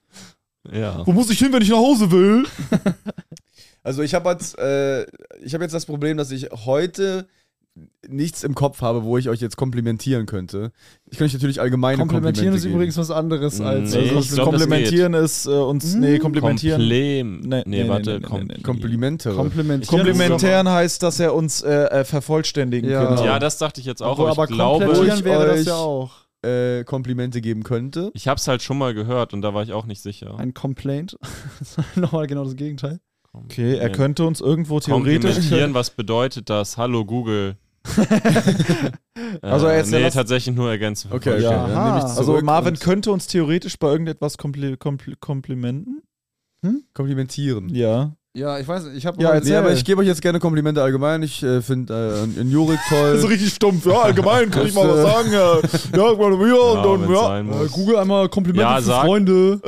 [SPEAKER 4] Ja.
[SPEAKER 2] Wo muss ich hin, wenn ich nach Hause will?
[SPEAKER 5] Also ich habe jetzt, äh, ich hab jetzt das Problem, dass ich heute nichts im Kopf habe, wo ich euch jetzt komplimentieren könnte. Ich könnte euch natürlich allgemeine
[SPEAKER 3] Komplimentieren
[SPEAKER 5] Komplimente
[SPEAKER 3] ist
[SPEAKER 5] geben.
[SPEAKER 3] übrigens was anderes als.
[SPEAKER 4] Nee,
[SPEAKER 3] also
[SPEAKER 4] ich glaub, das
[SPEAKER 2] Komplimentieren ist äh, uns,
[SPEAKER 3] Hm?
[SPEAKER 2] nee, komplimentieren.
[SPEAKER 4] Komplem.
[SPEAKER 2] Nee,
[SPEAKER 4] Nee,
[SPEAKER 2] nee,
[SPEAKER 4] warte.
[SPEAKER 2] nee, nee,
[SPEAKER 4] kom-
[SPEAKER 2] nee, nee.
[SPEAKER 5] Komplimente.
[SPEAKER 3] Komplimentieren.
[SPEAKER 2] Komplimentieren heißt, dass er uns äh, äh, vervollständigen
[SPEAKER 3] Ja.
[SPEAKER 2] könnte.
[SPEAKER 4] Ja, das dachte ich jetzt auch,
[SPEAKER 3] Obwohl,
[SPEAKER 4] aber
[SPEAKER 3] aber
[SPEAKER 4] ich glaube,
[SPEAKER 3] komplettieren
[SPEAKER 5] ich
[SPEAKER 3] wäre das
[SPEAKER 5] euch-
[SPEAKER 3] ja auch.
[SPEAKER 5] äh, Komplimente geben könnte.
[SPEAKER 4] ich habe es halt schon mal gehört und da war ich auch nicht sicher.
[SPEAKER 3] Ein Complaint. Nochmal genau das Gegenteil.
[SPEAKER 2] Okay, er könnte uns irgendwo theoretisch.
[SPEAKER 4] Komplimentieren, was bedeutet das? Hallo Google.
[SPEAKER 2] Also
[SPEAKER 4] äh,
[SPEAKER 2] jetzt
[SPEAKER 4] nee,
[SPEAKER 2] lass-
[SPEAKER 4] tatsächlich nur ergänzen.
[SPEAKER 5] Okay, okay.
[SPEAKER 2] Ja.
[SPEAKER 5] Dann nehme ich
[SPEAKER 3] Aha.
[SPEAKER 2] Also
[SPEAKER 5] zurück
[SPEAKER 2] Marvin
[SPEAKER 5] und
[SPEAKER 2] könnte uns theoretisch bei irgendetwas kompli kompli komplimenten.
[SPEAKER 5] komplimentieren.
[SPEAKER 2] Ja.
[SPEAKER 3] Ja, ich weiß nicht, ich habe
[SPEAKER 2] Ja,
[SPEAKER 5] Nee,
[SPEAKER 2] erzähl.
[SPEAKER 5] aber ich gebe euch jetzt gerne Komplimente allgemein. Ich äh, finde äh, in Jorik toll.
[SPEAKER 2] So richtig stumpf. Ja, allgemein kann
[SPEAKER 5] Das,
[SPEAKER 2] ich mal was
[SPEAKER 5] äh,
[SPEAKER 2] sagen. Ja, ja, ich meine, ja,
[SPEAKER 4] Ja,
[SPEAKER 2] und dann,
[SPEAKER 4] wenn's
[SPEAKER 2] ja.
[SPEAKER 4] sein muss.
[SPEAKER 3] Google einmal Komplimente
[SPEAKER 4] Ja,
[SPEAKER 3] für
[SPEAKER 4] sag.
[SPEAKER 3] Freunde.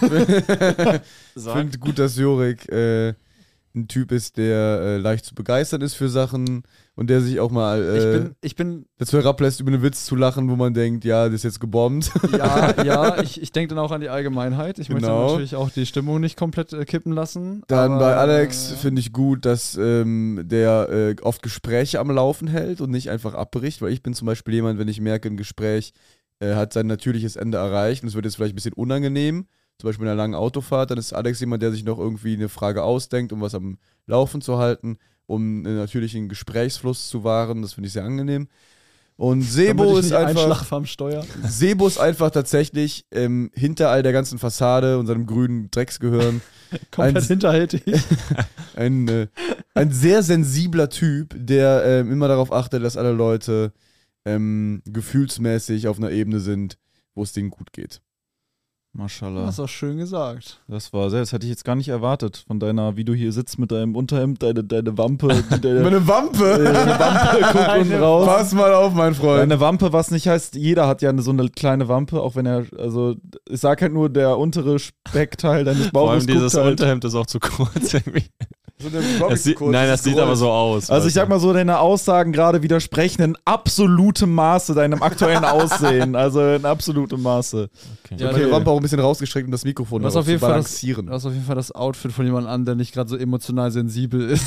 [SPEAKER 5] Ich finde gut, dass Jorik äh, ein Typ ist, der äh, leicht zu begeistern ist für Sachen und der sich auch mal äh,
[SPEAKER 3] Ich bin, ich bin,
[SPEAKER 5] dazu herablässt, über einen Witz zu lachen, wo man denkt, ja, das ist jetzt gebombt.
[SPEAKER 3] ja, ja, ich, ich denke dann auch an die Allgemeinheit. Ich möchte
[SPEAKER 5] Genau.
[SPEAKER 3] natürlich auch die Stimmung nicht komplett äh, kippen lassen.
[SPEAKER 5] Dann
[SPEAKER 3] aber,
[SPEAKER 5] bei Alex
[SPEAKER 3] äh,
[SPEAKER 5] finde ich gut, dass ähm, der äh, oft Gespräche am Laufen hält und nicht einfach abbricht, weil ich bin zum Beispiel jemand, wenn ich merke, ein Gespräch äh, hat sein natürliches Ende erreicht und es wird jetzt vielleicht ein bisschen unangenehm, zum Beispiel in einer langen Autofahrt, dann ist Alex jemand, der sich noch irgendwie eine Frage ausdenkt, um was am Laufen zu halten, um einen natürlichen Gesprächsfluss zu wahren. Das finde ich sehr angenehm. Und
[SPEAKER 3] damit
[SPEAKER 5] Sebo
[SPEAKER 3] ich
[SPEAKER 5] ist
[SPEAKER 3] nicht
[SPEAKER 5] einfach.
[SPEAKER 3] einschlafe am Steuer.
[SPEAKER 5] Sebo ist einfach tatsächlich ähm, hinter all der ganzen Fassade und seinem grünen Drecksgehirn
[SPEAKER 3] Komplett
[SPEAKER 5] Ein-
[SPEAKER 3] hinterhältig.
[SPEAKER 5] ein, äh, ein sehr sensibler Typ, der ähm, immer darauf achtet, dass alle Leute ähm, gefühlsmäßig auf einer Ebene sind, wo es denen gut geht.
[SPEAKER 2] Maschallah.
[SPEAKER 3] Das ist auch schön gesagt.
[SPEAKER 2] Das war sehr, das hätte ich jetzt gar nicht erwartet. Von deiner, wie du hier sitzt mit deinem Unterhemd, deine, deine Wampe, die deine,
[SPEAKER 5] Meine Wampe!
[SPEAKER 2] deine Wampe guckt unten raus.
[SPEAKER 5] Pass mal auf, mein Freund.
[SPEAKER 2] Eine Wampe, was nicht heißt, jeder hat ja eine, so eine kleine Wampe, auch wenn er, also ich sag halt nur, der untere Speckteil deines
[SPEAKER 4] Vor allem
[SPEAKER 2] Bauches
[SPEAKER 4] dieses
[SPEAKER 2] guckt halt.
[SPEAKER 4] Unterhemd ist auch zu kurz irgendwie.
[SPEAKER 5] So eine
[SPEAKER 4] Das sieht,
[SPEAKER 5] Comic-Kurz,
[SPEAKER 4] nein, das sieht
[SPEAKER 5] Scroll.
[SPEAKER 4] aber so aus.
[SPEAKER 2] Also ich
[SPEAKER 4] weißt
[SPEAKER 2] sag mal so, deine Aussagen gerade widersprechen in absolutem Maße deinem aktuellen Aussehen. Also in absolutem Maße.
[SPEAKER 4] du.
[SPEAKER 5] Ich habe
[SPEAKER 3] Okay.
[SPEAKER 5] meine Wampe auch ein bisschen rausgestreckt, um das Mikrofon
[SPEAKER 3] Du hast
[SPEAKER 5] darauf
[SPEAKER 3] auf jeden
[SPEAKER 5] zu
[SPEAKER 3] Fall das-
[SPEAKER 5] balancieren.
[SPEAKER 3] Du hast auf jeden Fall das Outfit von jemandem an, der nicht gerade so emotional sensibel ist.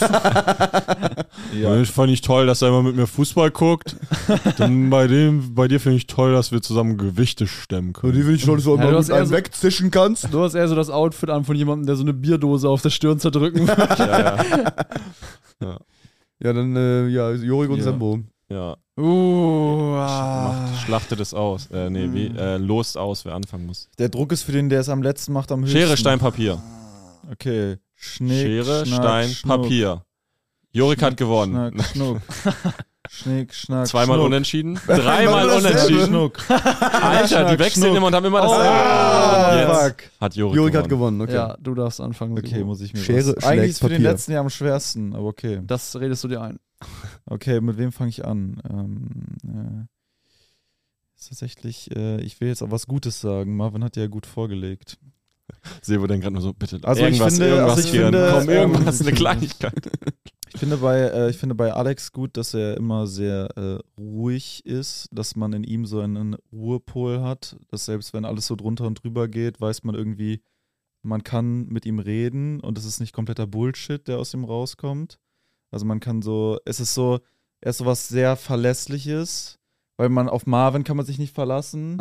[SPEAKER 4] Ja. Ich fand ich toll, dass er immer mit mir Fußball guckt. Dann bei dem, bei dir finde ich toll, dass wir zusammen Gewichte stemmen
[SPEAKER 5] So,
[SPEAKER 4] können.
[SPEAKER 5] die will ich schon so
[SPEAKER 3] Ja,
[SPEAKER 5] immer
[SPEAKER 3] du hast
[SPEAKER 5] mit
[SPEAKER 3] eher
[SPEAKER 5] einem
[SPEAKER 3] so-
[SPEAKER 5] wegzischen kannst.
[SPEAKER 3] Du hast eher so das Outfit an von jemandem, der so eine Bierdose auf der Stirn zerdrücken will.
[SPEAKER 4] Ja, ja.
[SPEAKER 5] Ja, dann, äh, ja, Jorik und
[SPEAKER 2] Ja.
[SPEAKER 5] Sembo.
[SPEAKER 4] ja.
[SPEAKER 3] Uh, ah.
[SPEAKER 4] Macht, schlachtet es aus. Äh, nee, wie, äh, lost aus, wer anfangen muss.
[SPEAKER 2] Der Druck ist für den, der es am letzten macht, am höchsten.
[SPEAKER 4] Schere, Stein, Papier.
[SPEAKER 2] Okay. Schnick,
[SPEAKER 4] Schere,
[SPEAKER 2] Schnack,
[SPEAKER 4] Stein,
[SPEAKER 2] Schnuck.
[SPEAKER 4] Papier. Jorik hat gewonnen.
[SPEAKER 2] Schnack, Schnuck. Schnick, Schnack,
[SPEAKER 4] Zweimal
[SPEAKER 2] Schnuck.
[SPEAKER 4] unentschieden. Dreimal
[SPEAKER 5] dasselbe.
[SPEAKER 4] unentschieden.
[SPEAKER 2] Schnuck.
[SPEAKER 4] Alter,
[SPEAKER 2] Schnack,
[SPEAKER 4] die wechseln
[SPEAKER 2] Schnuck.
[SPEAKER 4] immer und haben immer das.
[SPEAKER 2] Ah,
[SPEAKER 4] Jetzt
[SPEAKER 2] fuck.
[SPEAKER 4] hat Jorik,
[SPEAKER 5] Jorik
[SPEAKER 4] gewonnen.
[SPEAKER 5] hat gewonnen, okay.
[SPEAKER 3] Ja, du darfst anfangen.
[SPEAKER 2] Okay, muss ich mir
[SPEAKER 5] Schere,
[SPEAKER 2] was. Eigentlich ist
[SPEAKER 5] schlägt
[SPEAKER 2] für den
[SPEAKER 5] Papier.
[SPEAKER 2] letzten ja am schwersten, aber okay.
[SPEAKER 3] Das redest du dir ein.
[SPEAKER 2] Okay, mit wem fange ich an? Ähm, äh, ist tatsächlich, äh, ich will jetzt auch was Gutes sagen. Marvin hat ja gut vorgelegt.
[SPEAKER 4] Sebo dann gerade nur so, bitte.
[SPEAKER 2] Also ich
[SPEAKER 4] irgendwas,
[SPEAKER 2] finde-
[SPEAKER 4] irgendwas,
[SPEAKER 2] also ich
[SPEAKER 4] Kiran.
[SPEAKER 2] finde,
[SPEAKER 4] Komm, irgendwas,
[SPEAKER 2] ähm,
[SPEAKER 4] eine Kleinigkeit.
[SPEAKER 2] Ich finde bei, äh, ich finde bei Alex gut, dass er immer sehr äh, ruhig ist, dass man in ihm so einen Ruhepol hat, dass selbst wenn alles so drunter und drüber geht, weiß man irgendwie, man kann mit ihm reden und es ist nicht kompletter Bullshit, der aus ihm rauskommt. Also man kann so, es ist so, er ist so was sehr Verlässliches, weil man auf Marvin kann man sich nicht verlassen.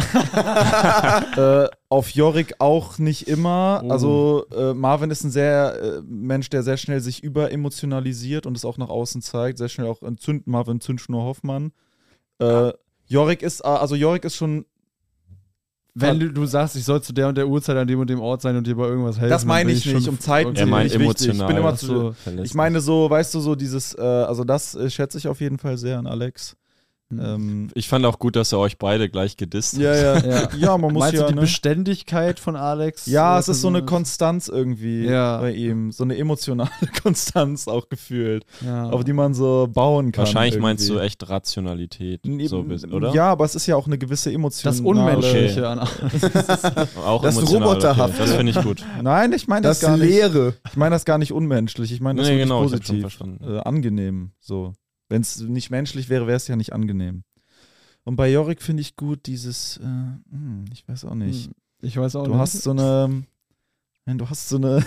[SPEAKER 2] äh, auf Jorik auch nicht immer.
[SPEAKER 3] Oh.
[SPEAKER 2] Also äh, Marvin ist ein sehr äh, Mensch, der sehr schnell sich überemotionalisiert und es auch nach außen zeigt. Sehr schnell auch ein Zünd, Marvin Zündschnur Hoffmann. Äh, Jorik ist, äh, also Jorik ist schon.
[SPEAKER 3] Wenn du, du sagst, ich soll zu der und der Uhrzeit an dem und dem Ort sein und dir bei irgendwas helfen.
[SPEAKER 2] Das meine
[SPEAKER 3] dann bin
[SPEAKER 2] ich nicht,
[SPEAKER 3] schon-
[SPEAKER 2] um Zeiten
[SPEAKER 3] okay.
[SPEAKER 2] zu
[SPEAKER 4] Er meint
[SPEAKER 2] nicht wichtig.
[SPEAKER 4] emotional.
[SPEAKER 2] Ich bin immer
[SPEAKER 3] Ach
[SPEAKER 2] zu,
[SPEAKER 3] so.
[SPEAKER 2] ich meine so, weißt du, so dieses, äh, also das äh, schätze ich auf jeden Fall sehr an Alex.
[SPEAKER 3] Hm.
[SPEAKER 2] Ähm,
[SPEAKER 4] Ich fand auch gut, dass er euch beide gleich gedisst hat.
[SPEAKER 2] ja, ja,
[SPEAKER 3] Ja.
[SPEAKER 2] ja, man muss
[SPEAKER 3] Meinst
[SPEAKER 2] ja.
[SPEAKER 3] du die
[SPEAKER 2] ne?
[SPEAKER 3] Beständigkeit von Alex?
[SPEAKER 2] Ja,
[SPEAKER 3] äh,
[SPEAKER 2] es ist so eine
[SPEAKER 3] Person?
[SPEAKER 2] Konstanz irgendwie
[SPEAKER 3] Ja.
[SPEAKER 2] bei ihm. So eine emotionale Konstanz auch gefühlt,
[SPEAKER 3] Ja.
[SPEAKER 2] auf die man so bauen kann.
[SPEAKER 4] Wahrscheinlich
[SPEAKER 2] irgendwie.
[SPEAKER 4] meinst du echt Rationalität,
[SPEAKER 2] Nee,
[SPEAKER 4] so ein bisschen, oder?
[SPEAKER 2] Ja, aber es ist ja auch eine gewisse Emotion.
[SPEAKER 3] das Unmenschliche an Alex.
[SPEAKER 4] auch
[SPEAKER 5] Das
[SPEAKER 4] emotional,
[SPEAKER 5] Roboterhafte.
[SPEAKER 4] Okay. Das finde ich gut.
[SPEAKER 2] Nein, ich meine das,
[SPEAKER 5] Das
[SPEAKER 2] gar nicht.
[SPEAKER 5] Leere.
[SPEAKER 2] Ich meine das gar nicht unmenschlich. Ich meine das
[SPEAKER 4] Nee,
[SPEAKER 2] wirklich
[SPEAKER 4] genau, ich hab schon
[SPEAKER 2] positiv.
[SPEAKER 4] verstanden.
[SPEAKER 2] Äh, angenehm. So. Wenn es nicht menschlich wäre, wäre es ja nicht angenehm. Und bei Jorik finde ich gut dieses, äh, hm, ich weiß auch nicht.
[SPEAKER 3] Ich weiß auch
[SPEAKER 2] Du
[SPEAKER 3] nicht.
[SPEAKER 2] hast so eine, nein, du hast so eine,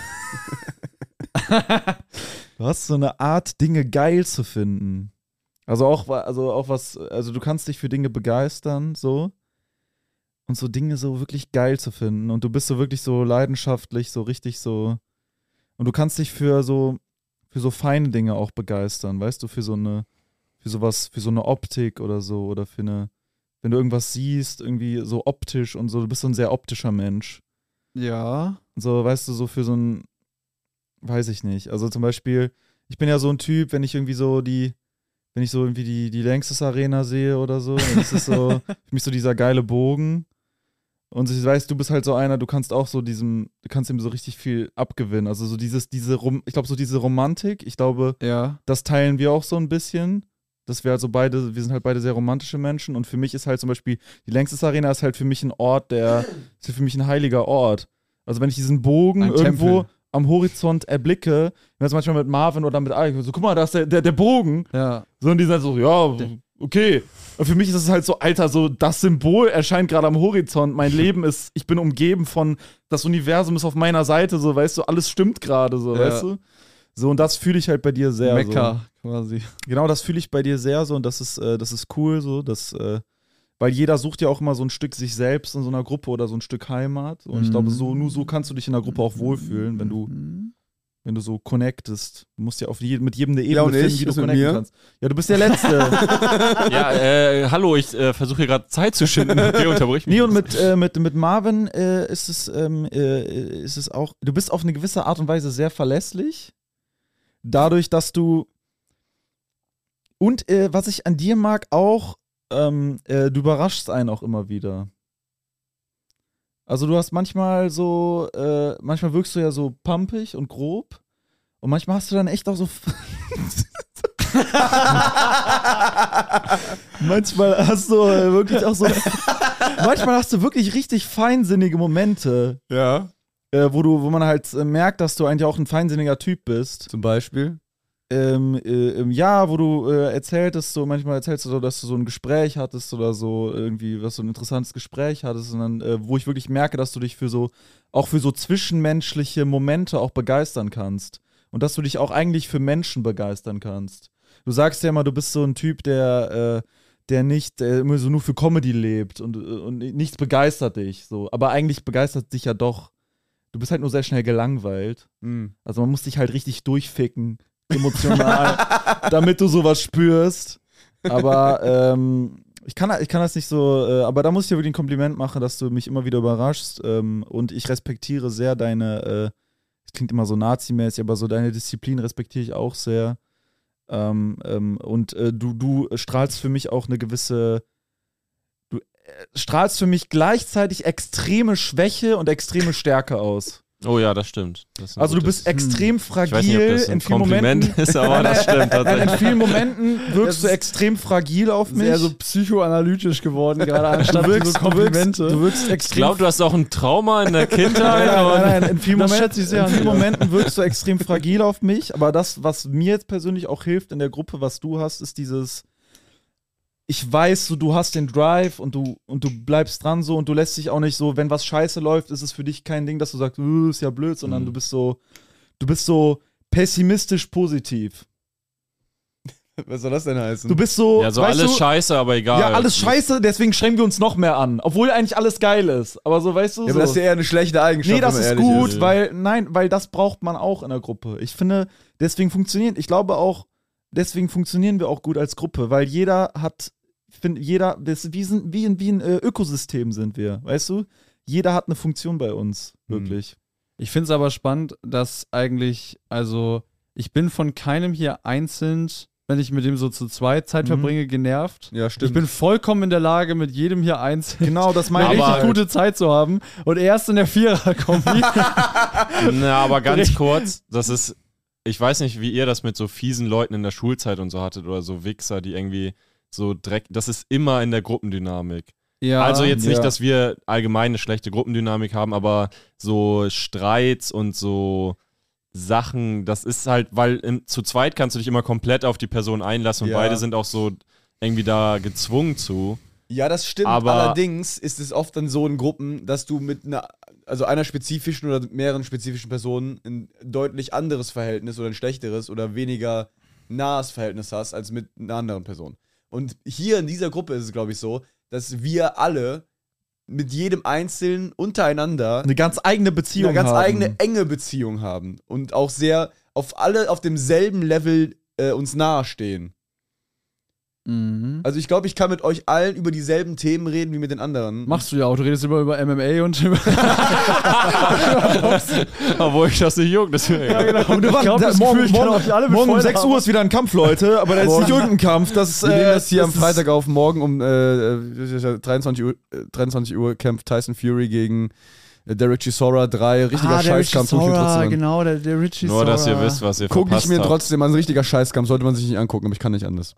[SPEAKER 2] du hast so eine Art, Dinge geil zu finden. Also auch, wa- also auch was, also du kannst dich für Dinge begeistern, so. Und so Dinge so wirklich geil zu finden. Und du bist so wirklich so leidenschaftlich, so richtig so. Und du kannst dich für so, für so feine Dinge auch begeistern, weißt du, für so eine, für sowas, für so eine Optik oder so, oder für eine, wenn du irgendwas siehst, irgendwie so optisch und so, du bist so ein sehr optischer Mensch.
[SPEAKER 3] Ja.
[SPEAKER 2] So, weißt du, so für so ein, weiß ich nicht. Also zum Beispiel, ich bin ja so ein Typ, wenn ich irgendwie so die, wenn ich so irgendwie die, die Längstes Arena sehe oder so, dann ist es so, für mich so dieser geile Bogen. Und ich weiß, du bist halt so einer, du kannst auch so diesem, du kannst ihm so richtig viel abgewinnen. Also so dieses, diese, Rom, ich glaube so diese Romantik, ich glaube,
[SPEAKER 3] Ja.
[SPEAKER 2] das teilen wir auch so ein bisschen. Dass wir also beide, wir sind halt beide sehr romantische Menschen und für mich ist halt zum Beispiel, die Längstes Arena ist halt für mich ein Ort, der ist für mich ein heiliger Ort. Also wenn ich diesen Bogen
[SPEAKER 3] Ein
[SPEAKER 2] irgendwo
[SPEAKER 3] Tempel.
[SPEAKER 2] am Horizont erblicke, wenn jetzt manchmal mit Marvin oder mit Alex, so guck mal, da ist der, der, der Bogen.
[SPEAKER 3] Ja.
[SPEAKER 2] So und die sind so, ja, okay. Und für mich ist es halt so, Alter, so das Symbol erscheint gerade am Horizont. Mein Leben ist, ich bin umgeben von, das Universum ist auf meiner Seite, so, weißt du, alles stimmt gerade, so,
[SPEAKER 3] Ja.
[SPEAKER 2] weißt du? So, und das fühle ich halt bei dir sehr.
[SPEAKER 3] Mekka quasi.
[SPEAKER 2] Genau, das fühle ich bei dir sehr so und das ist, äh, das ist cool so, das, äh, weil jeder sucht ja auch immer so ein Stück sich selbst in so einer Gruppe oder so ein Stück Heimat. Und ich
[SPEAKER 3] Mhm.
[SPEAKER 2] glaube, so, nur so kannst du dich in der Gruppe auch wohlfühlen, wenn du,
[SPEAKER 3] Mhm.
[SPEAKER 2] wenn du so connectest. Du musst ja auf je, mit jedem eine Ebene
[SPEAKER 5] Ja, und
[SPEAKER 2] finden,
[SPEAKER 5] ich?
[SPEAKER 2] wie du
[SPEAKER 5] Was mit
[SPEAKER 2] connecten
[SPEAKER 5] mir?
[SPEAKER 2] kannst. Ja, du bist der Letzte.
[SPEAKER 4] Ja, äh, hallo, ich äh, versuche hier gerade Zeit zu schinden. Okay, unterbrich mich.
[SPEAKER 2] Nee, und mit, äh, mit, mit Marvin äh, ist, es, ähm, äh, ist es auch, du bist auf eine gewisse Art und Weise sehr verlässlich. Dadurch, dass du und äh, was ich an dir mag auch, ähm, äh, du überraschst einen auch immer wieder. Also du hast manchmal so, äh, manchmal wirkst du ja so pumpig und grob und manchmal hast du dann echt auch so manchmal hast du äh, wirklich auch so manchmal hast du wirklich richtig feinsinnige Momente,
[SPEAKER 5] Ja.
[SPEAKER 2] äh, wo du, wo man halt äh, merkt, dass du eigentlich auch ein feinsinniger Typ bist.
[SPEAKER 5] Zum Beispiel.
[SPEAKER 2] Ähm, äh, im Jahr, wo du äh, erzähltest, so manchmal erzählst du so, dass du so ein Gespräch hattest oder so irgendwie, was so ein interessantes Gespräch hattest, und dann, äh, wo ich wirklich merke, dass du dich für so, auch für so zwischenmenschliche Momente auch begeistern kannst. Und dass du dich auch eigentlich für Menschen begeistern kannst. Du sagst ja immer, du bist so ein Typ, der, äh, der nicht, der immer so nur für Comedy lebt und, und nichts begeistert dich. So. Aber eigentlich begeistert dich ja doch. Du bist halt nur sehr schnell gelangweilt.
[SPEAKER 5] Mhm.
[SPEAKER 2] Also man muss dich halt richtig durchficken, emotional, damit du sowas spürst. Aber ähm, ich, kann, ich kann das nicht so, äh, aber da muss ich dir wirklich ein Kompliment machen, dass du mich immer wieder überraschst. Ähm, und ich respektiere sehr deine, äh, das klingt immer so nazimäßig, aber so deine Disziplin respektiere ich auch sehr. Ähm, ähm, und äh, du, du strahlst für mich auch eine gewisse, du äh, strahlst für mich gleichzeitig extreme Schwäche und extreme Stärke aus.
[SPEAKER 4] Oh ja, das stimmt. Das ist ein
[SPEAKER 2] Also du
[SPEAKER 4] gutes-
[SPEAKER 2] bist extrem
[SPEAKER 4] Ich weiß nicht, ob
[SPEAKER 2] fragil,
[SPEAKER 4] das ein
[SPEAKER 2] in vielen
[SPEAKER 4] Kompliment
[SPEAKER 2] Momenten.
[SPEAKER 4] ist, aber das stimmt
[SPEAKER 2] Nein, in
[SPEAKER 4] tatsächlich.
[SPEAKER 2] vielen Momenten wirkst du
[SPEAKER 3] ist
[SPEAKER 2] extrem fragil auf mich.
[SPEAKER 3] Sehr so psychoanalytisch geworden, gerade anstatt
[SPEAKER 2] du wirkst,
[SPEAKER 3] so
[SPEAKER 2] du wirkst,
[SPEAKER 3] Komplimente.
[SPEAKER 2] du wirkst
[SPEAKER 4] Ich
[SPEAKER 2] extrem
[SPEAKER 4] glaube, du hast auch ein Trauma in der
[SPEAKER 2] Nein,
[SPEAKER 4] Kindheit.
[SPEAKER 2] nein,
[SPEAKER 4] und-
[SPEAKER 2] nein, nein, in vielen,
[SPEAKER 3] Das
[SPEAKER 2] Momenten,
[SPEAKER 3] schätze ich sehr
[SPEAKER 2] in
[SPEAKER 3] an
[SPEAKER 2] vielen
[SPEAKER 3] dir.
[SPEAKER 2] Momenten wirkst du extrem fragil auf mich, aber das, was mir jetzt persönlich auch hilft in der Gruppe, was du hast, ist dieses, ich weiß, so, du hast den Drive und du, und du bleibst dran so und du lässt dich auch nicht so, wenn was scheiße läuft, ist es für dich kein Ding, dass du sagst, uh, ist ja blöd, sondern
[SPEAKER 4] Mhm.
[SPEAKER 2] du bist so, du bist so pessimistisch positiv.
[SPEAKER 5] Was soll das denn heißen?
[SPEAKER 2] Du bist so,
[SPEAKER 4] Ja, so
[SPEAKER 2] weißt
[SPEAKER 4] alles
[SPEAKER 2] du,
[SPEAKER 4] scheiße, aber egal.
[SPEAKER 2] ja, alles scheiße, deswegen strengen wir uns noch mehr an, obwohl eigentlich alles geil ist. Aber so, weißt du,
[SPEAKER 5] ja,
[SPEAKER 2] so.
[SPEAKER 5] aber das ist ja eher eine schlechte Eigenschaft.
[SPEAKER 2] Nee, das
[SPEAKER 5] wenn man
[SPEAKER 2] ist
[SPEAKER 5] ehrlich
[SPEAKER 2] gut,
[SPEAKER 4] ist.
[SPEAKER 2] weil, nein, weil das braucht man auch in der Gruppe. Ich finde, deswegen funktioniert, ich glaube auch, deswegen funktionieren wir auch gut als Gruppe, weil jeder hat, ich finde, jeder, das, wie, sind, wie, ein, wie ein äh, Ökosystem sind wir, weißt du? Jeder hat eine Funktion bei uns,
[SPEAKER 5] Mhm.
[SPEAKER 2] wirklich.
[SPEAKER 3] Ich finde es aber spannend, dass eigentlich, also ich bin von keinem hier einzeln, wenn ich mit dem so zu zweit Zeit
[SPEAKER 2] Mhm.
[SPEAKER 3] verbringe, genervt.
[SPEAKER 5] Ja, stimmt.
[SPEAKER 3] Ich bin vollkommen in der Lage, mit jedem hier einzeln
[SPEAKER 2] Genau, das
[SPEAKER 3] eine
[SPEAKER 2] meine ich.
[SPEAKER 4] Aber-
[SPEAKER 3] richtig gute Zeit zu haben und erst in der Vierer-Kombi.
[SPEAKER 4] Na, aber ganz
[SPEAKER 3] Richtig.
[SPEAKER 4] kurz, das ist, ich weiß nicht, wie ihr das mit so fiesen Leuten in der Schulzeit und so hattet oder so Wichser, die irgendwie so Dreck, das ist immer in der Gruppendynamik.
[SPEAKER 3] Ja,
[SPEAKER 4] Also jetzt
[SPEAKER 2] ja.
[SPEAKER 4] nicht, dass wir allgemein eine schlechte Gruppendynamik haben, aber so Streits und so Sachen, das ist halt, weil im, zu zweit kannst du dich immer komplett auf die Person einlassen und
[SPEAKER 5] Ja.
[SPEAKER 4] beide sind auch so irgendwie da gezwungen zu.
[SPEAKER 5] Ja, das stimmt.
[SPEAKER 4] Aber-
[SPEAKER 5] Allerdings ist es oft dann so in Gruppen, dass du mit einer, also einer spezifischen oder mehreren spezifischen Personen ein deutlich anderes Verhältnis oder ein schlechteres oder weniger nahes Verhältnis hast als mit einer anderen Person. Und hier in dieser Gruppe ist es, glaube ich, so, dass wir alle mit jedem Einzelnen untereinander
[SPEAKER 2] Eine ganz eigene Beziehung
[SPEAKER 5] eine ganz
[SPEAKER 2] haben.
[SPEAKER 5] eigene enge Beziehung haben und auch sehr auf alle auf demselben Level äh, uns nahestehen.
[SPEAKER 3] Mhm.
[SPEAKER 5] Also ich glaube, ich kann mit euch allen über dieselben Themen reden wie mit den anderen.
[SPEAKER 3] Machst du ja auch. Du redest immer über M M A und über.
[SPEAKER 4] Obwohl ich das nicht juckt, das ja,
[SPEAKER 3] genau.
[SPEAKER 2] Und
[SPEAKER 3] Ich glaub, das
[SPEAKER 2] morgen,
[SPEAKER 3] Gefühl, ich kann
[SPEAKER 2] morgen,
[SPEAKER 3] euch alle
[SPEAKER 2] morgen um
[SPEAKER 3] befreundet
[SPEAKER 2] sechs
[SPEAKER 3] haben.
[SPEAKER 2] Uhr ist wieder ein Kampf, Leute, aber das ist
[SPEAKER 5] Morgen-
[SPEAKER 2] nicht irgendein Kampf. Das ist,
[SPEAKER 5] Wir nehmen
[SPEAKER 2] äh,
[SPEAKER 5] das hier am
[SPEAKER 2] ist-
[SPEAKER 5] Freitag auf. Morgen um äh, dreiundzwanzig Uhr, äh, dreiundzwanzig Uhr kämpft Tyson Fury gegen äh, Derek Chisora. Drei richtiger
[SPEAKER 3] Ah, der Richie
[SPEAKER 5] Scheißkampf. guck ich mir
[SPEAKER 3] Sora,
[SPEAKER 5] trotzdem an.
[SPEAKER 3] genau, der, der Richie
[SPEAKER 4] Nur, dass ihr
[SPEAKER 3] Sora.
[SPEAKER 4] wisst, was ihr
[SPEAKER 5] Guck ich
[SPEAKER 4] verpasst
[SPEAKER 5] mir
[SPEAKER 4] habt.
[SPEAKER 5] trotzdem an. Ein richtiger Scheißkampf. Sollte man sich nicht angucken, aber ich kann nicht anders.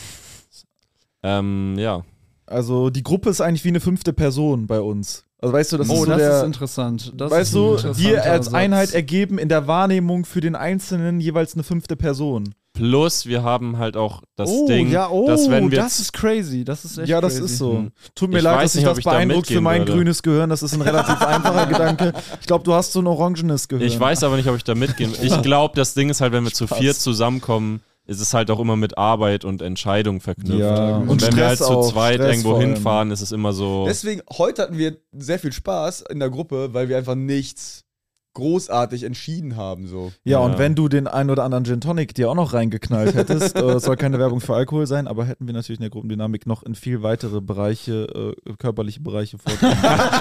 [SPEAKER 4] Ähm, ja.
[SPEAKER 2] Also die Gruppe ist eigentlich wie eine fünfte Person bei uns. Also weißt du, das
[SPEAKER 3] Oh,
[SPEAKER 2] ist so
[SPEAKER 3] das
[SPEAKER 2] der,
[SPEAKER 3] ist interessant. Das
[SPEAKER 2] weißt
[SPEAKER 3] ist ein
[SPEAKER 2] du,
[SPEAKER 3] interessanter
[SPEAKER 2] wir als
[SPEAKER 3] Satz.
[SPEAKER 2] Einheit ergeben in der Wahrnehmung für den Einzelnen jeweils eine fünfte Person.
[SPEAKER 4] Plus, wir haben halt auch das
[SPEAKER 3] oh,
[SPEAKER 4] Ding,
[SPEAKER 3] ja, oh,
[SPEAKER 4] dass wenn wir
[SPEAKER 3] das ist crazy. Das ist echt
[SPEAKER 2] Ja, das
[SPEAKER 3] crazy.
[SPEAKER 2] ist so.
[SPEAKER 4] Hm.
[SPEAKER 2] Tut mir
[SPEAKER 4] Ich
[SPEAKER 2] leid,
[SPEAKER 4] weiß
[SPEAKER 2] dass
[SPEAKER 4] nicht,
[SPEAKER 2] sich
[SPEAKER 4] ob
[SPEAKER 2] das
[SPEAKER 4] ich da
[SPEAKER 2] beeindruckt für
[SPEAKER 4] mitgehen
[SPEAKER 2] mein
[SPEAKER 4] würde.
[SPEAKER 2] grünes Gehirn. Das ist ein relativ einfacher Gedanke. Ich glaube, du hast so ein orangenes Gehirn.
[SPEAKER 4] Ich weiß aber nicht, ob ich da mitgehen. Ich glaube, das Ding ist halt, wenn wir zu
[SPEAKER 2] Spaß.
[SPEAKER 4] viert zusammenkommen, ist es halt auch immer mit Arbeit und Entscheidung verknüpft.
[SPEAKER 2] Ja,
[SPEAKER 4] und,
[SPEAKER 2] und
[SPEAKER 4] wenn wir halt
[SPEAKER 2] Stress
[SPEAKER 4] zu
[SPEAKER 2] auch,
[SPEAKER 4] zweit
[SPEAKER 2] Stress
[SPEAKER 4] irgendwo
[SPEAKER 2] vor allem.
[SPEAKER 4] hinfahren, ist es immer so.
[SPEAKER 5] Deswegen, heute hatten wir sehr viel Spaß in der Gruppe, weil wir einfach nichts großartig entschieden haben. So.
[SPEAKER 2] Ja,
[SPEAKER 4] Ja.
[SPEAKER 2] und wenn du den einen oder anderen Gin Tonic dir auch noch reingeknallt hättest, äh, das soll keine Werbung für Alkohol sein, aber hätten wir natürlich in der Gruppendynamik noch in viel weitere Bereiche, äh, körperliche Bereiche vordringen.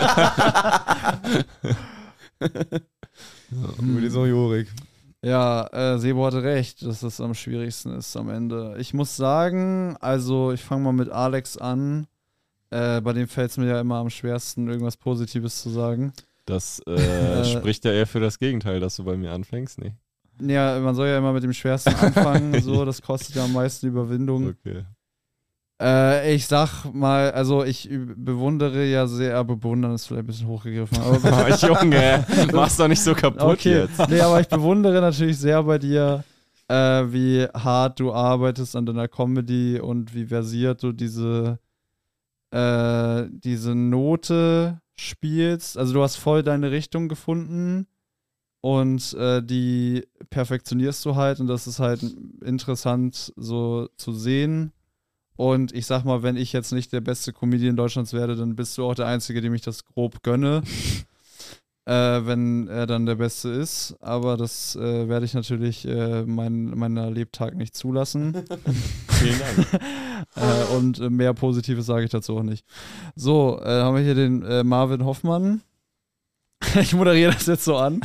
[SPEAKER 5] Über die Seniorik.
[SPEAKER 3] Ja, äh, Sebo hatte recht, dass es am schwierigsten ist am Ende. Ich muss sagen, also ich fange mal mit Alex an. Äh, bei dem fällt es mir ja immer am schwersten, irgendwas Positives zu sagen.
[SPEAKER 4] Das äh,
[SPEAKER 3] Äh,
[SPEAKER 4] spricht ja eher für das Gegenteil, dass du bei mir anfängst. Nee.
[SPEAKER 3] Ja, man soll ja immer mit dem Schwersten anfangen, so, das kostet ja am meisten Überwindung.
[SPEAKER 4] Okay.
[SPEAKER 3] Äh, ich sag mal, also ich üb- bewundere ja sehr, bewundern ist vielleicht ein bisschen hochgegriffen, aber
[SPEAKER 4] Oh, Junge, mach's doch nicht so kaputt
[SPEAKER 3] okay.
[SPEAKER 4] jetzt.
[SPEAKER 3] Nee, aber ich bewundere natürlich sehr bei dir, äh, wie hart du arbeitest an deiner Comedy und wie versiert du diese, äh, diese Note spielst. Also du hast voll deine Richtung gefunden und äh, die perfektionierst du halt und das ist halt interessant so zu sehen. Und ich sag mal, wenn ich jetzt nicht der beste Comedian Deutschlands werde, dann bist du auch der Einzige, dem ich das grob gönne. äh, wenn er dann der Beste ist. Aber das äh, werde ich natürlich äh, mein, meiner Lebtag nicht zulassen.
[SPEAKER 4] Vielen Dank.
[SPEAKER 3] äh, und äh, mehr Positives sage ich dazu auch nicht. So, äh, haben wir hier den äh, Marvin Hoffmann. Ich moderiere das jetzt so an.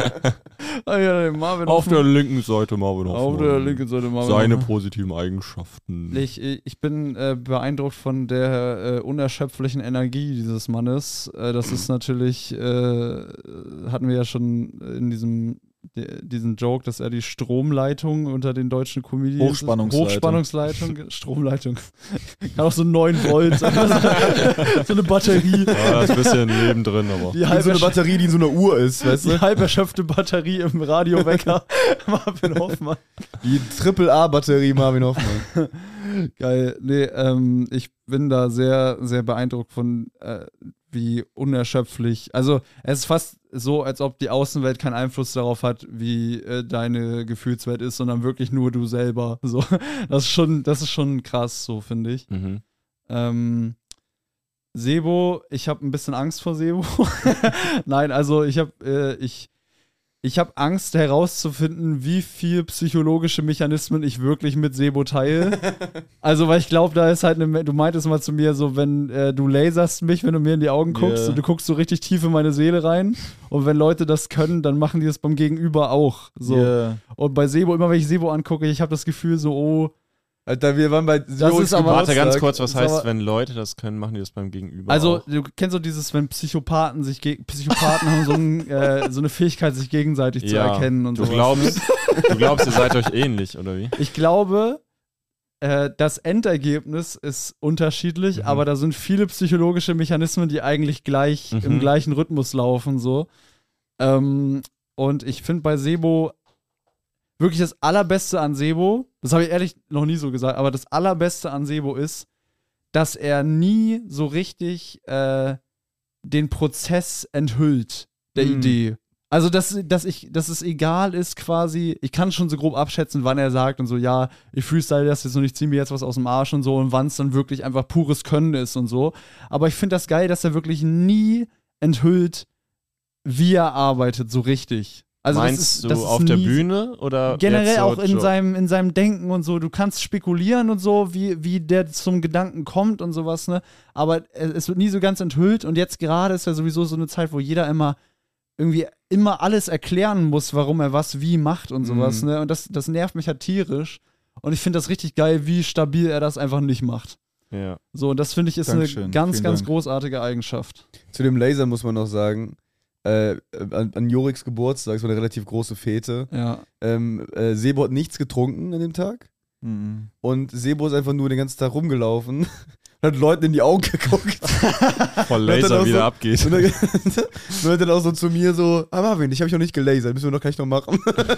[SPEAKER 3] ah, ja, den Marvin
[SPEAKER 4] Auf
[SPEAKER 3] Hoffmann.
[SPEAKER 4] der linken Seite Marvin Hoffmann.
[SPEAKER 3] Auf der linken Seite Marvin
[SPEAKER 4] Seine
[SPEAKER 3] Hoffmann.
[SPEAKER 4] positiven Eigenschaften.
[SPEAKER 3] Ich, ich bin äh, beeindruckt von der äh, unerschöpflichen Energie dieses Mannes. Äh, das ist natürlich, äh, hatten wir ja schon in diesem die, diesen Joke, dass er die Stromleitung unter den deutschen Comedians
[SPEAKER 2] Hochspannungsleitung.
[SPEAKER 3] Hochspannungsleitung, Stromleitung. Kann auch so neun Volt sein. So eine Batterie.
[SPEAKER 4] Ja, da ist ein bisschen Leben drin, aber.
[SPEAKER 3] Die
[SPEAKER 5] Wie
[SPEAKER 3] halb,
[SPEAKER 5] so eine
[SPEAKER 3] ersch-
[SPEAKER 5] Batterie, die in so einer Uhr ist, weißt
[SPEAKER 3] die
[SPEAKER 5] du?
[SPEAKER 3] halb erschöpfte Batterie im Radiowecker. Marvin Hoffmann.
[SPEAKER 5] Die Triple-A-Batterie Marvin Hoffmann.
[SPEAKER 3] Geil. Nee, ähm, ich bin da sehr, sehr beeindruckt von, äh, wie unerschöpflich. Also, es ist fast so, als ob die Außenwelt keinen Einfluss darauf hat, wie äh, deine Gefühlswelt ist, sondern wirklich nur du selber. So, das ist schon, das ist schon krass, so finde ich.
[SPEAKER 4] Mhm.
[SPEAKER 3] Ähm, Sebo, ich habe ein bisschen Angst vor Sebo. Nein, also ich habe äh, ich, ich hab Angst herauszufinden, wie viel psychologische Mechanismen ich wirklich mit Sebo teile. Also, weil ich glaube, da ist halt eine, du meintest mal zu mir so, wenn äh, du laserst mich, wenn du mir in die Augen guckst
[SPEAKER 2] Yeah.
[SPEAKER 3] und du guckst so richtig tief in meine Seele rein und wenn Leute das können, dann machen die das beim Gegenüber auch. So.
[SPEAKER 2] Yeah.
[SPEAKER 3] Und bei Sebo, immer wenn ich Sebo angucke, ich habe das Gefühl so, oh,
[SPEAKER 5] Alter, wir waren bei
[SPEAKER 3] Das ist aber-
[SPEAKER 4] Warte ganz
[SPEAKER 5] Geburtstag.
[SPEAKER 4] kurz, was
[SPEAKER 3] Ist
[SPEAKER 4] heißt,
[SPEAKER 3] aber-
[SPEAKER 4] wenn Leute das können, machen die das beim Gegenüber
[SPEAKER 3] also,
[SPEAKER 4] auch?
[SPEAKER 3] du kennst so dieses, wenn Psychopathen sich gegen Psychopathen haben so, ein, äh, so eine Fähigkeit, sich gegenseitig zu erkennen und
[SPEAKER 4] du
[SPEAKER 3] so.
[SPEAKER 4] glaubst, du glaubst, ihr seid euch ähnlich, oder wie?
[SPEAKER 3] Ich glaube, äh, das Endergebnis ist unterschiedlich,
[SPEAKER 4] Mhm.
[SPEAKER 3] aber da sind viele psychologische Mechanismen, die eigentlich gleich
[SPEAKER 4] Mhm.
[SPEAKER 3] im gleichen Rhythmus laufen. So. Ähm, und ich finde bei Sebo wirklich das Allerbeste an Sebo, das habe ich ehrlich noch nie so gesagt, aber das Allerbeste an Sebo ist, dass er nie so richtig äh, den Prozess enthüllt der
[SPEAKER 5] Mhm.
[SPEAKER 3] Idee. Also, dass, dass, ich, dass es egal ist quasi, ich kann schon so grob abschätzen, wann er sagt und so, ja, ich freestyle das jetzt und ich ziehe mir jetzt was aus dem Arsch und so und wann es dann wirklich einfach pures Können ist und so. Aber ich finde das geil, dass er wirklich nie enthüllt, wie er arbeitet, so richtig. Also
[SPEAKER 4] Meinst
[SPEAKER 3] das ist,
[SPEAKER 4] du
[SPEAKER 3] das ist
[SPEAKER 4] auf der
[SPEAKER 3] nie-
[SPEAKER 4] Bühne oder
[SPEAKER 3] Generell
[SPEAKER 4] jetzt so
[SPEAKER 3] auch in
[SPEAKER 4] Job?
[SPEAKER 3] seinem, in seinem Denken und so. Du kannst spekulieren und so, wie, wie der zum Gedanken kommt und sowas, ne? Aber es es wird nie so ganz enthüllt und jetzt gerade ist ja sowieso so eine Zeit, wo jeder immer irgendwie immer alles erklären muss, warum er was wie macht und sowas,
[SPEAKER 5] Mhm.
[SPEAKER 3] ne? Und das, das nervt mich halt tierisch. Und ich finde das richtig geil, wie stabil er das einfach nicht macht.
[SPEAKER 4] Ja.
[SPEAKER 3] So, und das finde ich ist
[SPEAKER 2] Dankeschön.
[SPEAKER 3] eine ganz,
[SPEAKER 2] Vielen
[SPEAKER 3] ganz
[SPEAKER 2] Dank.
[SPEAKER 3] großartige Eigenschaft.
[SPEAKER 5] Zu dem Laser muss man noch sagen, äh, an, an Joriks Geburtstag, es war eine relativ große Fete.
[SPEAKER 3] Ja.
[SPEAKER 5] Ähm, äh, Sebo hat nichts getrunken an dem Tag
[SPEAKER 2] Mhm.
[SPEAKER 5] und Sebo ist einfach nur den ganzen Tag rumgelaufen und hat Leuten in die Augen geguckt.
[SPEAKER 4] Voll
[SPEAKER 5] Und dann
[SPEAKER 4] Laser,
[SPEAKER 5] auch
[SPEAKER 4] wie
[SPEAKER 5] so-
[SPEAKER 4] der abgeht.
[SPEAKER 5] Und dann, und hat dann auch so zu mir so, ah Marvin, ich habe mich noch nicht gelasert, müssen wir noch gleich noch machen.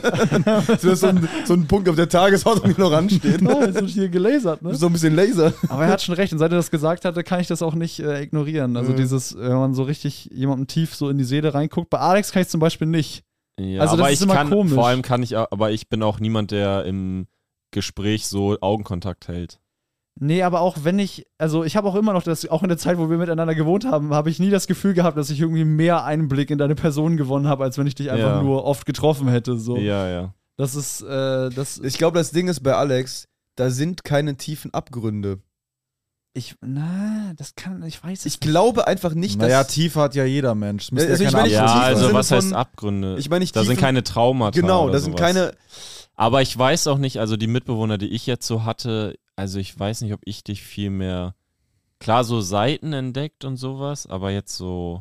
[SPEAKER 5] so, dass so, ein, so ein Punkt auf der Tagesordnung, die noch ansteht.
[SPEAKER 3] Oh, jetzt wird hier gelasert, ne?
[SPEAKER 5] So ein bisschen Laser.
[SPEAKER 3] Aber er hat schon recht und seit er das gesagt hatte, kann ich das auch nicht äh, ignorieren. Also
[SPEAKER 5] Mhm.
[SPEAKER 3] dieses, wenn man so richtig jemandem tief so in die Seele reinguckt. Bei Alex kann ich zum Beispiel nicht.
[SPEAKER 4] Ja,
[SPEAKER 3] Also das
[SPEAKER 4] aber
[SPEAKER 3] ist
[SPEAKER 4] ich
[SPEAKER 3] immer
[SPEAKER 4] kann,
[SPEAKER 3] komisch.
[SPEAKER 4] vor allem kann ich, auch- aber ich bin auch niemand, der im Gespräch so Augenkontakt hält.
[SPEAKER 3] Nee, aber auch wenn ich, also ich habe auch immer noch das, auch in der Zeit, wo wir miteinander gewohnt haben, habe ich nie das Gefühl gehabt, dass ich irgendwie mehr Einblick in deine Person gewonnen habe, als wenn ich dich einfach
[SPEAKER 4] Ja.
[SPEAKER 3] nur oft getroffen hätte. So.
[SPEAKER 4] Ja, ja.
[SPEAKER 3] Das ist, äh, das,
[SPEAKER 5] Ich glaube, das Ding ist bei Alex, da sind keine tiefen Abgründe.
[SPEAKER 3] ich, na, das kann, ich weiß es
[SPEAKER 5] Ich glaube einfach nicht,
[SPEAKER 2] Naja,
[SPEAKER 5] dass...
[SPEAKER 2] Tiefe hat ja jeder Mensch. Müsste
[SPEAKER 5] Also
[SPEAKER 2] ja
[SPEAKER 5] ich
[SPEAKER 2] keine
[SPEAKER 5] meine,
[SPEAKER 4] Ja,
[SPEAKER 5] Tiefen im
[SPEAKER 4] also
[SPEAKER 5] Sinne
[SPEAKER 4] was heißt
[SPEAKER 5] von-
[SPEAKER 4] Abgründe?
[SPEAKER 5] Ich meine nicht
[SPEAKER 4] Da sind
[SPEAKER 5] Tiefen-
[SPEAKER 4] keine Traumata.
[SPEAKER 5] Genau,
[SPEAKER 4] oder
[SPEAKER 5] da sind
[SPEAKER 4] sowas.
[SPEAKER 5] keine...
[SPEAKER 4] Aber ich weiß auch nicht, also die Mitbewohner, die ich jetzt so hatte, also ich weiß nicht, ob ich dich viel mehr, klar, so Seiten entdeckt und sowas, aber jetzt so,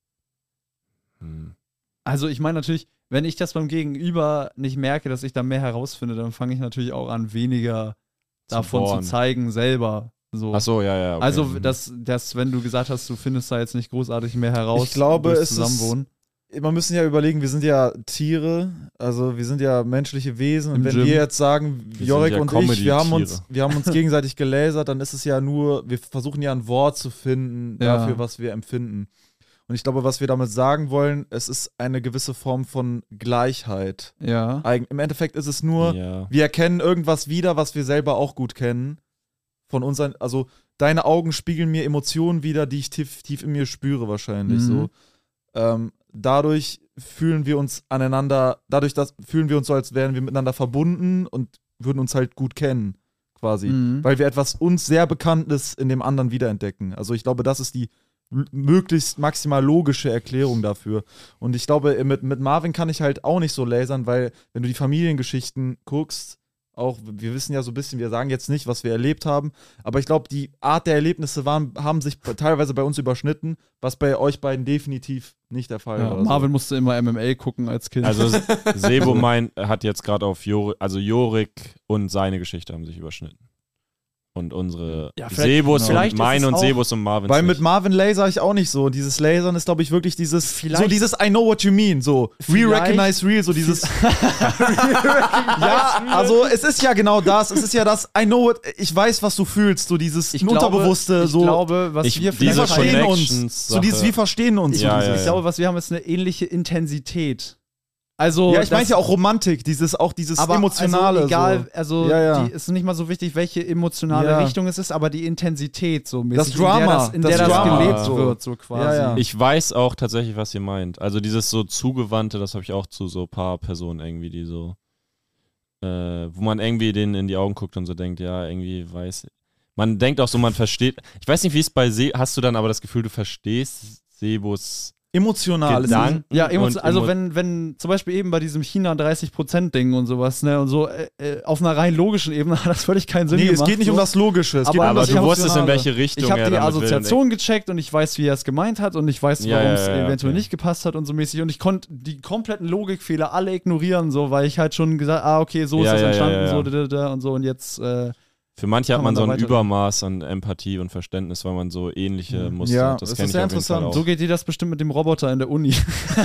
[SPEAKER 4] hm.
[SPEAKER 3] Also ich meine natürlich, wenn ich das beim Gegenüber nicht merke, dass ich da mehr herausfinde, dann fange ich natürlich auch an, weniger
[SPEAKER 4] Zu
[SPEAKER 3] davon zu
[SPEAKER 4] bohren.
[SPEAKER 3] zeigen selber. So.
[SPEAKER 4] Ach so, ja, ja. Okay.
[SPEAKER 3] Also,
[SPEAKER 4] Mhm.
[SPEAKER 3] dass, dass, wenn du gesagt hast, du findest da jetzt nicht großartig mehr heraus,
[SPEAKER 2] Ich glaube,
[SPEAKER 3] durchs
[SPEAKER 2] es ist-
[SPEAKER 3] Zusammenwohnen.
[SPEAKER 2] Man müssen ja überlegen, wir sind ja Tiere, also wir sind ja menschliche Wesen.
[SPEAKER 3] Im
[SPEAKER 2] Und wenn
[SPEAKER 3] Gym.
[SPEAKER 2] wir jetzt sagen,
[SPEAKER 4] Wir
[SPEAKER 2] Jorik
[SPEAKER 4] sind ja
[SPEAKER 2] und ich, wir haben, uns,
[SPEAKER 4] Comedy-Tiere.
[SPEAKER 2] wir haben uns gegenseitig gelasert, dann ist es ja nur, wir versuchen ja ein Wort zu finden
[SPEAKER 3] Ja.
[SPEAKER 2] dafür, was wir empfinden. Und ich glaube, was wir damit sagen wollen, es ist eine gewisse Form von Gleichheit.
[SPEAKER 3] Ja.
[SPEAKER 2] Eig- Im Endeffekt ist es nur,
[SPEAKER 4] ja.
[SPEAKER 2] wir erkennen irgendwas wieder, was wir selber auch gut kennen. Von unseren, also deine Augen spiegeln mir Emotionen wieder, die ich tief, tief in mir spüre wahrscheinlich.
[SPEAKER 3] Mhm.
[SPEAKER 2] So. Ähm, dadurch fühlen wir uns aneinander, dadurch dass, fühlen wir uns so, als wären wir miteinander verbunden und würden uns halt gut kennen, quasi.
[SPEAKER 3] Mhm.
[SPEAKER 2] Weil wir etwas uns sehr Bekanntes in dem anderen wiederentdecken. Also ich glaube, das ist die l- möglichst maximal logische Erklärung dafür. Und ich glaube, mit, mit Marvin kann ich halt auch nicht so lasern, weil wenn du die Familiengeschichten guckst, auch, wir wissen ja so ein bisschen, wir sagen jetzt nicht, was wir erlebt haben, aber ich glaube, die Art der Erlebnisse waren, haben sich teilweise bei uns überschnitten, was bei euch beiden definitiv nicht der Fall
[SPEAKER 3] Ja,
[SPEAKER 2] war.
[SPEAKER 3] Marvin musste immer M M A gucken als Kind.
[SPEAKER 4] Also Sebo mein, hat jetzt gerade auf Jorik, also Jorik und seine Geschichte haben sich überschnitten. Und unsere
[SPEAKER 3] Ja, vielleicht-
[SPEAKER 4] Sebos
[SPEAKER 3] vielleicht
[SPEAKER 4] und
[SPEAKER 3] ist
[SPEAKER 4] meine
[SPEAKER 3] es
[SPEAKER 4] und
[SPEAKER 3] auch-
[SPEAKER 4] Sebos und Marvin.
[SPEAKER 2] Weil mit Marvin laser ich auch nicht so. Dieses Lasern ist, glaube ich, wirklich dieses,
[SPEAKER 3] Vielleicht-
[SPEAKER 2] so dieses I know what you mean, so we
[SPEAKER 3] Vielleicht-
[SPEAKER 2] recognize real, so dieses ja, also es ist ja genau das, es ist ja das I know what, ich weiß, was du fühlst, so dieses
[SPEAKER 3] ich glaube,
[SPEAKER 2] Unterbewusste,
[SPEAKER 3] ich
[SPEAKER 2] so
[SPEAKER 3] glaube, was
[SPEAKER 4] Ich-
[SPEAKER 3] wir
[SPEAKER 2] wir
[SPEAKER 4] diese
[SPEAKER 3] vielleicht
[SPEAKER 2] verstehen uns,
[SPEAKER 4] Connections-Sache.
[SPEAKER 2] so dieses wir verstehen uns.
[SPEAKER 4] Ja,
[SPEAKER 2] so
[SPEAKER 4] ja,
[SPEAKER 2] dieses,
[SPEAKER 3] Ich glaube, was wir haben, ist eine ähnliche Intensität. Also,
[SPEAKER 2] ja, ich meine
[SPEAKER 3] das-
[SPEAKER 2] ja auch Romantik, dieses auch dieses
[SPEAKER 3] aber
[SPEAKER 2] Emotionale.
[SPEAKER 3] Also egal,
[SPEAKER 2] so.
[SPEAKER 3] also
[SPEAKER 2] Ja, ja.
[SPEAKER 3] Die ist nicht mal so wichtig, welche emotionale
[SPEAKER 2] Ja.
[SPEAKER 3] Richtung es ist, aber die Intensität so mäßig,
[SPEAKER 2] Das Drama,
[SPEAKER 3] in der das, in
[SPEAKER 2] das
[SPEAKER 3] der das
[SPEAKER 4] Drama.
[SPEAKER 3] gelebt
[SPEAKER 2] So.
[SPEAKER 3] wird, so quasi.
[SPEAKER 2] Ja, ja.
[SPEAKER 4] Ich weiß auch tatsächlich, was ihr meint. Also dieses so Zugewandte, das habe ich auch zu so ein paar Personen irgendwie, die so, äh, wo man irgendwie denen in die Augen guckt und so denkt, ja, irgendwie weiß. Man denkt auch so, man versteht. Ich weiß nicht, wie es bei Se, hast du dann aber das Gefühl, du verstehst Sebos
[SPEAKER 2] Emotional.
[SPEAKER 4] Gedanken?
[SPEAKER 3] Ja,
[SPEAKER 4] und
[SPEAKER 3] emotion, also
[SPEAKER 4] emo-
[SPEAKER 3] wenn, wenn zum Beispiel eben bei diesem China dreißig Prozent Ding und sowas, ne, und so äh, äh, auf einer rein logischen Ebene hat das völlig keinen Sinn
[SPEAKER 2] Nee,
[SPEAKER 3] gemacht.
[SPEAKER 2] es geht nicht
[SPEAKER 3] so.
[SPEAKER 2] um das Logische, es
[SPEAKER 3] Aber-
[SPEAKER 2] geht um
[SPEAKER 4] aber
[SPEAKER 2] das
[SPEAKER 4] du wusstest, in
[SPEAKER 2] Emotionale.
[SPEAKER 4] welche Richtung
[SPEAKER 3] Ich habe
[SPEAKER 4] er
[SPEAKER 3] die
[SPEAKER 4] damit will.
[SPEAKER 3] Assoziation gecheckt und ich weiß, wie er es gemeint hat und ich weiß,
[SPEAKER 4] Ja,
[SPEAKER 3] warum
[SPEAKER 4] ja,
[SPEAKER 3] es
[SPEAKER 4] ja,
[SPEAKER 3] eventuell
[SPEAKER 4] okay.
[SPEAKER 3] nicht gepasst hat und so mäßig. Und ich konnte die kompletten Logikfehler alle ignorieren, so, weil ich halt schon gesagt, ah, okay, so ist
[SPEAKER 4] Ja,
[SPEAKER 3] das
[SPEAKER 4] ja,
[SPEAKER 3] entstanden,
[SPEAKER 4] ja, ja.
[SPEAKER 3] so da, da, da und so und jetzt. Äh,
[SPEAKER 4] Für manche hat
[SPEAKER 3] Kann
[SPEAKER 4] man
[SPEAKER 3] man
[SPEAKER 4] so
[SPEAKER 3] da
[SPEAKER 4] ein
[SPEAKER 3] weiter-
[SPEAKER 4] Übermaß an Empathie und Verständnis, weil man so ähnliche Muster
[SPEAKER 2] Ja,
[SPEAKER 4] hat. Das
[SPEAKER 2] das
[SPEAKER 4] kenne
[SPEAKER 2] ist
[SPEAKER 4] ich
[SPEAKER 2] sehr
[SPEAKER 4] auf jeden Fall
[SPEAKER 2] interessant.
[SPEAKER 4] auch.
[SPEAKER 3] so geht dir das bestimmt mit dem Roboter in der Uni.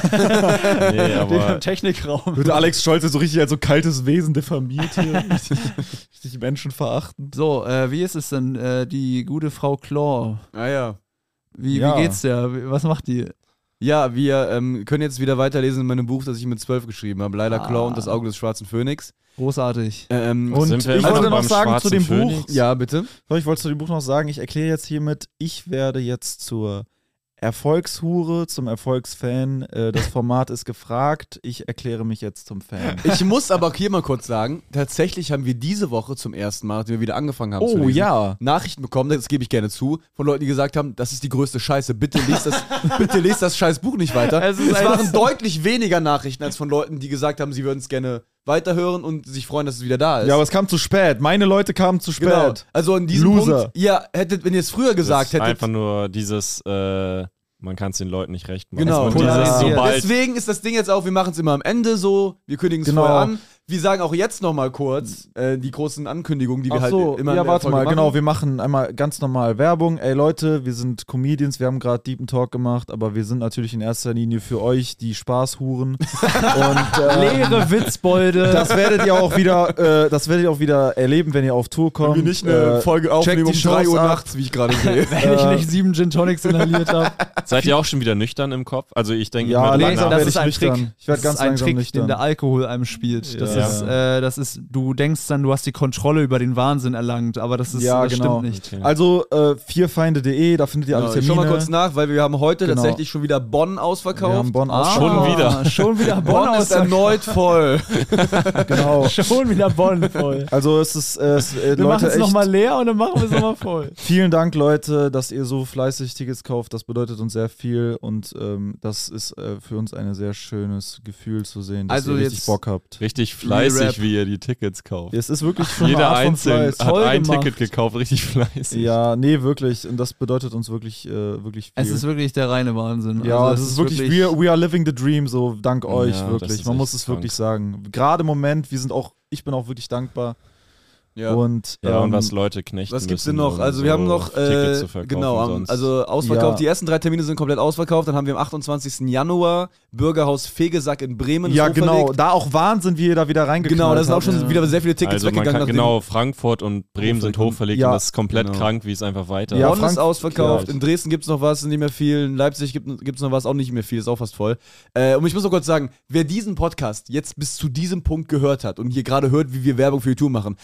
[SPEAKER 4] nee,
[SPEAKER 3] Dem
[SPEAKER 4] aber
[SPEAKER 3] Technikraum.
[SPEAKER 2] Wird Alex Scholz so richtig als so kaltes Wesen diffamiert hier. richtig, richtig Menschen verachten.
[SPEAKER 3] So, äh, wie ist es denn, äh, die gute Frau Claw?
[SPEAKER 5] Ah ja.
[SPEAKER 3] Wie,
[SPEAKER 2] Ja.
[SPEAKER 3] wie geht's der? Wie- Was macht die?
[SPEAKER 5] Ja, wir ähm, können jetzt wieder weiterlesen in meinem Buch, das ich mit zwölf geschrieben habe. Leider
[SPEAKER 3] Ah.
[SPEAKER 5] Claw und das Auge des schwarzen Phönix.
[SPEAKER 3] Großartig.
[SPEAKER 5] Ähm,
[SPEAKER 2] Und
[SPEAKER 4] Sind wir
[SPEAKER 2] ich
[SPEAKER 4] immer
[SPEAKER 2] wollte
[SPEAKER 4] noch
[SPEAKER 2] noch
[SPEAKER 4] beim
[SPEAKER 2] sagen zu
[SPEAKER 4] schwarzen
[SPEAKER 2] dem Buch,
[SPEAKER 4] Phönix?
[SPEAKER 5] ja, bitte.
[SPEAKER 2] ich wollte zu dem Buch noch sagen, ich erkläre jetzt hiermit, ich werde jetzt zur Erfolgshure, zum Erfolgsfan. Äh, das Format ist gefragt, ich erkläre mich jetzt zum Fan.
[SPEAKER 5] Ich muss aber auch hier mal kurz sagen, tatsächlich haben wir diese Woche zum ersten Mal, nachdem wir wieder angefangen haben zu
[SPEAKER 2] Oh
[SPEAKER 5] lesen,
[SPEAKER 2] ja.
[SPEAKER 5] Nachrichten bekommen, das gebe ich gerne zu, von Leuten, die gesagt haben, das ist die größte Scheiße, bitte lest das, bitte lest das scheiß Buch nicht weiter.
[SPEAKER 3] Es
[SPEAKER 5] Es,
[SPEAKER 3] ist ein-
[SPEAKER 5] waren deutlich weniger Nachrichten als von Leuten, die gesagt haben, sie würden es gerne weiterhören und sich freuen, dass es wieder da ist.
[SPEAKER 2] Ja, aber es kam zu spät. Meine Leute kamen zu spät.
[SPEAKER 5] genau. Also an diesem
[SPEAKER 2] Loser.
[SPEAKER 5] Punkt, ihr hättet, wenn ihr es früher
[SPEAKER 4] das
[SPEAKER 5] gesagt
[SPEAKER 4] ist
[SPEAKER 5] hättet,
[SPEAKER 4] einfach nur dieses, äh, man kann es den Leuten nicht recht machen.
[SPEAKER 5] Genau.
[SPEAKER 4] Und dieses,
[SPEAKER 3] Polarisiert.
[SPEAKER 4] sobald,
[SPEAKER 5] deswegen ist das Ding jetzt auch, wir machen es immer am Ende so, wir kündigen es
[SPEAKER 2] Genau.
[SPEAKER 5] vorher an. Wir sagen auch jetzt nochmal kurz äh, die großen Ankündigungen, die wir
[SPEAKER 2] Ach
[SPEAKER 5] halt
[SPEAKER 2] so,
[SPEAKER 5] immer in
[SPEAKER 2] ja,
[SPEAKER 5] der
[SPEAKER 2] warte
[SPEAKER 5] Folge
[SPEAKER 2] mal,
[SPEAKER 5] machen.
[SPEAKER 2] genau, wir machen einmal ganz normal Werbung. Ey Leute, wir sind Comedians, wir haben gerade Deep Talk gemacht, aber wir sind natürlich in erster Linie für euch die Spaßhuren. Und äh,
[SPEAKER 3] Leere Witzbolde.
[SPEAKER 2] das werdet ihr auch wieder, äh, das werdet ihr auch wieder erleben, wenn ihr auf Tour kommt.
[SPEAKER 5] Wenn wir nicht eine
[SPEAKER 2] Äh,
[SPEAKER 5] Folge aufnehmen um
[SPEAKER 2] die
[SPEAKER 5] drei
[SPEAKER 2] Shows
[SPEAKER 5] Uhr
[SPEAKER 2] ab.
[SPEAKER 5] nachts, wie ich gerade sehe.
[SPEAKER 3] wenn ich
[SPEAKER 2] äh,
[SPEAKER 3] nicht sieben Gin Tonics inhaliert habe.
[SPEAKER 4] seid ihr auch schon wieder nüchtern im Kopf? Also ich denke,
[SPEAKER 2] Ja,
[SPEAKER 4] mir
[SPEAKER 3] nee,
[SPEAKER 2] langsam
[SPEAKER 3] das
[SPEAKER 2] werde
[SPEAKER 3] ist
[SPEAKER 2] ich
[SPEAKER 3] ein
[SPEAKER 2] nüchtern.
[SPEAKER 3] Trick.
[SPEAKER 2] Ich werde
[SPEAKER 3] Das
[SPEAKER 2] ganz
[SPEAKER 3] ist ein
[SPEAKER 2] langsam
[SPEAKER 3] Trick,
[SPEAKER 2] nüchtern.
[SPEAKER 3] den der Alkohol einem spielt. Das,
[SPEAKER 2] Ja.
[SPEAKER 3] ist, äh, das ist, du denkst dann, du hast die Kontrolle über den Wahnsinn erlangt, aber das, ist,
[SPEAKER 2] Ja,
[SPEAKER 3] das
[SPEAKER 2] genau.
[SPEAKER 3] stimmt nicht.
[SPEAKER 4] Okay.
[SPEAKER 2] Also äh, vierfeinde punkt de, da findet ihr alle
[SPEAKER 5] Genau, ich
[SPEAKER 2] Termine.
[SPEAKER 5] schau mal kurz nach, weil wir haben heute
[SPEAKER 2] Genau.
[SPEAKER 5] tatsächlich schon wieder Bonn ausverkauft.
[SPEAKER 2] Wir haben Bonn
[SPEAKER 3] Ah,
[SPEAKER 2] ausverkauft.
[SPEAKER 4] Schon wieder.
[SPEAKER 3] Schon wieder Bonn,
[SPEAKER 5] Bonn ist
[SPEAKER 3] aus
[SPEAKER 5] erneut voll.
[SPEAKER 2] Genau.
[SPEAKER 3] Schon wieder Bonn voll.
[SPEAKER 2] Also es ist, äh, es, äh,
[SPEAKER 3] Wir machen
[SPEAKER 2] Leute,
[SPEAKER 3] es
[SPEAKER 2] echt,
[SPEAKER 3] nochmal leer und dann machen wir es nochmal voll.
[SPEAKER 2] vielen Dank, Leute, dass ihr so fleißig Tickets kauft. Das bedeutet uns sehr viel und ähm, das ist äh, für uns ein sehr schönes Gefühl zu sehen, dass
[SPEAKER 3] Also
[SPEAKER 2] ihr richtig
[SPEAKER 3] jetzt-
[SPEAKER 2] Bock habt.
[SPEAKER 4] richtig fleißig,
[SPEAKER 3] Re-Rap.
[SPEAKER 4] wie ihr die Tickets kauft.
[SPEAKER 2] Es ist wirklich schon
[SPEAKER 4] Jeder
[SPEAKER 2] eine Art von
[SPEAKER 4] einzeln
[SPEAKER 2] Fleiß.
[SPEAKER 4] hat
[SPEAKER 3] Toll
[SPEAKER 4] ein
[SPEAKER 3] gemacht.
[SPEAKER 4] Ticket gekauft, richtig fleißig.
[SPEAKER 2] Ja, nee, wirklich. Und das bedeutet uns wirklich, äh, wirklich viel.
[SPEAKER 3] Es ist wirklich der reine Wahnsinn.
[SPEAKER 2] ja,
[SPEAKER 3] Also
[SPEAKER 2] das
[SPEAKER 3] es
[SPEAKER 2] ist wirklich, we, are, we are living the dream, so dank euch,
[SPEAKER 4] Ja, das
[SPEAKER 2] wirklich.
[SPEAKER 4] ist
[SPEAKER 2] Man
[SPEAKER 4] echt
[SPEAKER 2] muss es
[SPEAKER 4] krank.
[SPEAKER 2] wirklich sagen. Gerade im Moment, wir sind auch, ich bin auch wirklich dankbar.
[SPEAKER 5] Ja.
[SPEAKER 2] Und,
[SPEAKER 4] Ja, und
[SPEAKER 2] ähm,
[SPEAKER 4] was Leute knechten
[SPEAKER 5] Was gibt's denn
[SPEAKER 4] müssen,
[SPEAKER 5] noch?
[SPEAKER 4] um
[SPEAKER 5] Also wir
[SPEAKER 4] so
[SPEAKER 5] haben noch,
[SPEAKER 4] Tickets
[SPEAKER 5] äh,
[SPEAKER 4] zu verkaufen
[SPEAKER 5] genau, am,
[SPEAKER 4] sonst.
[SPEAKER 5] also ausverkauft.
[SPEAKER 2] Ja.
[SPEAKER 5] Die ersten drei Termine sind komplett ausverkauft. Dann haben wir am achtundzwanzigsten Januar Bürgerhaus Fegesack in Bremen.
[SPEAKER 2] ja,
[SPEAKER 5] ist
[SPEAKER 2] genau.
[SPEAKER 5] hochverlegt.
[SPEAKER 2] Da auch Wahnsinn, wie ihr da wieder reingeknallt
[SPEAKER 5] Genau, da sind auch
[SPEAKER 2] habt.
[SPEAKER 5] schon
[SPEAKER 3] Ja.
[SPEAKER 5] wieder sehr viele Tickets
[SPEAKER 4] also man
[SPEAKER 5] weggegangen.
[SPEAKER 4] kann,
[SPEAKER 5] nachdem-
[SPEAKER 4] genau, Frankfurt und Bremen sind
[SPEAKER 5] Hochverlegt.
[SPEAKER 4] hochverlegt
[SPEAKER 2] Ja.
[SPEAKER 4] und das ist komplett
[SPEAKER 5] Genau.
[SPEAKER 4] krank, wie es einfach weiter.
[SPEAKER 2] Ja,
[SPEAKER 5] Bonn
[SPEAKER 2] Frank-
[SPEAKER 5] ist ausverkauft,
[SPEAKER 4] Ja.
[SPEAKER 5] in Dresden gibt es noch was, nicht mehr viel, in Leipzig gibt es noch was, auch nicht mehr viel, ist auch fast voll. Äh, und ich muss noch kurz sagen, wer diesen Podcast jetzt bis zu diesem Punkt gehört hat und hier gerade hört, wie wir Werbung für die Tour machen und noch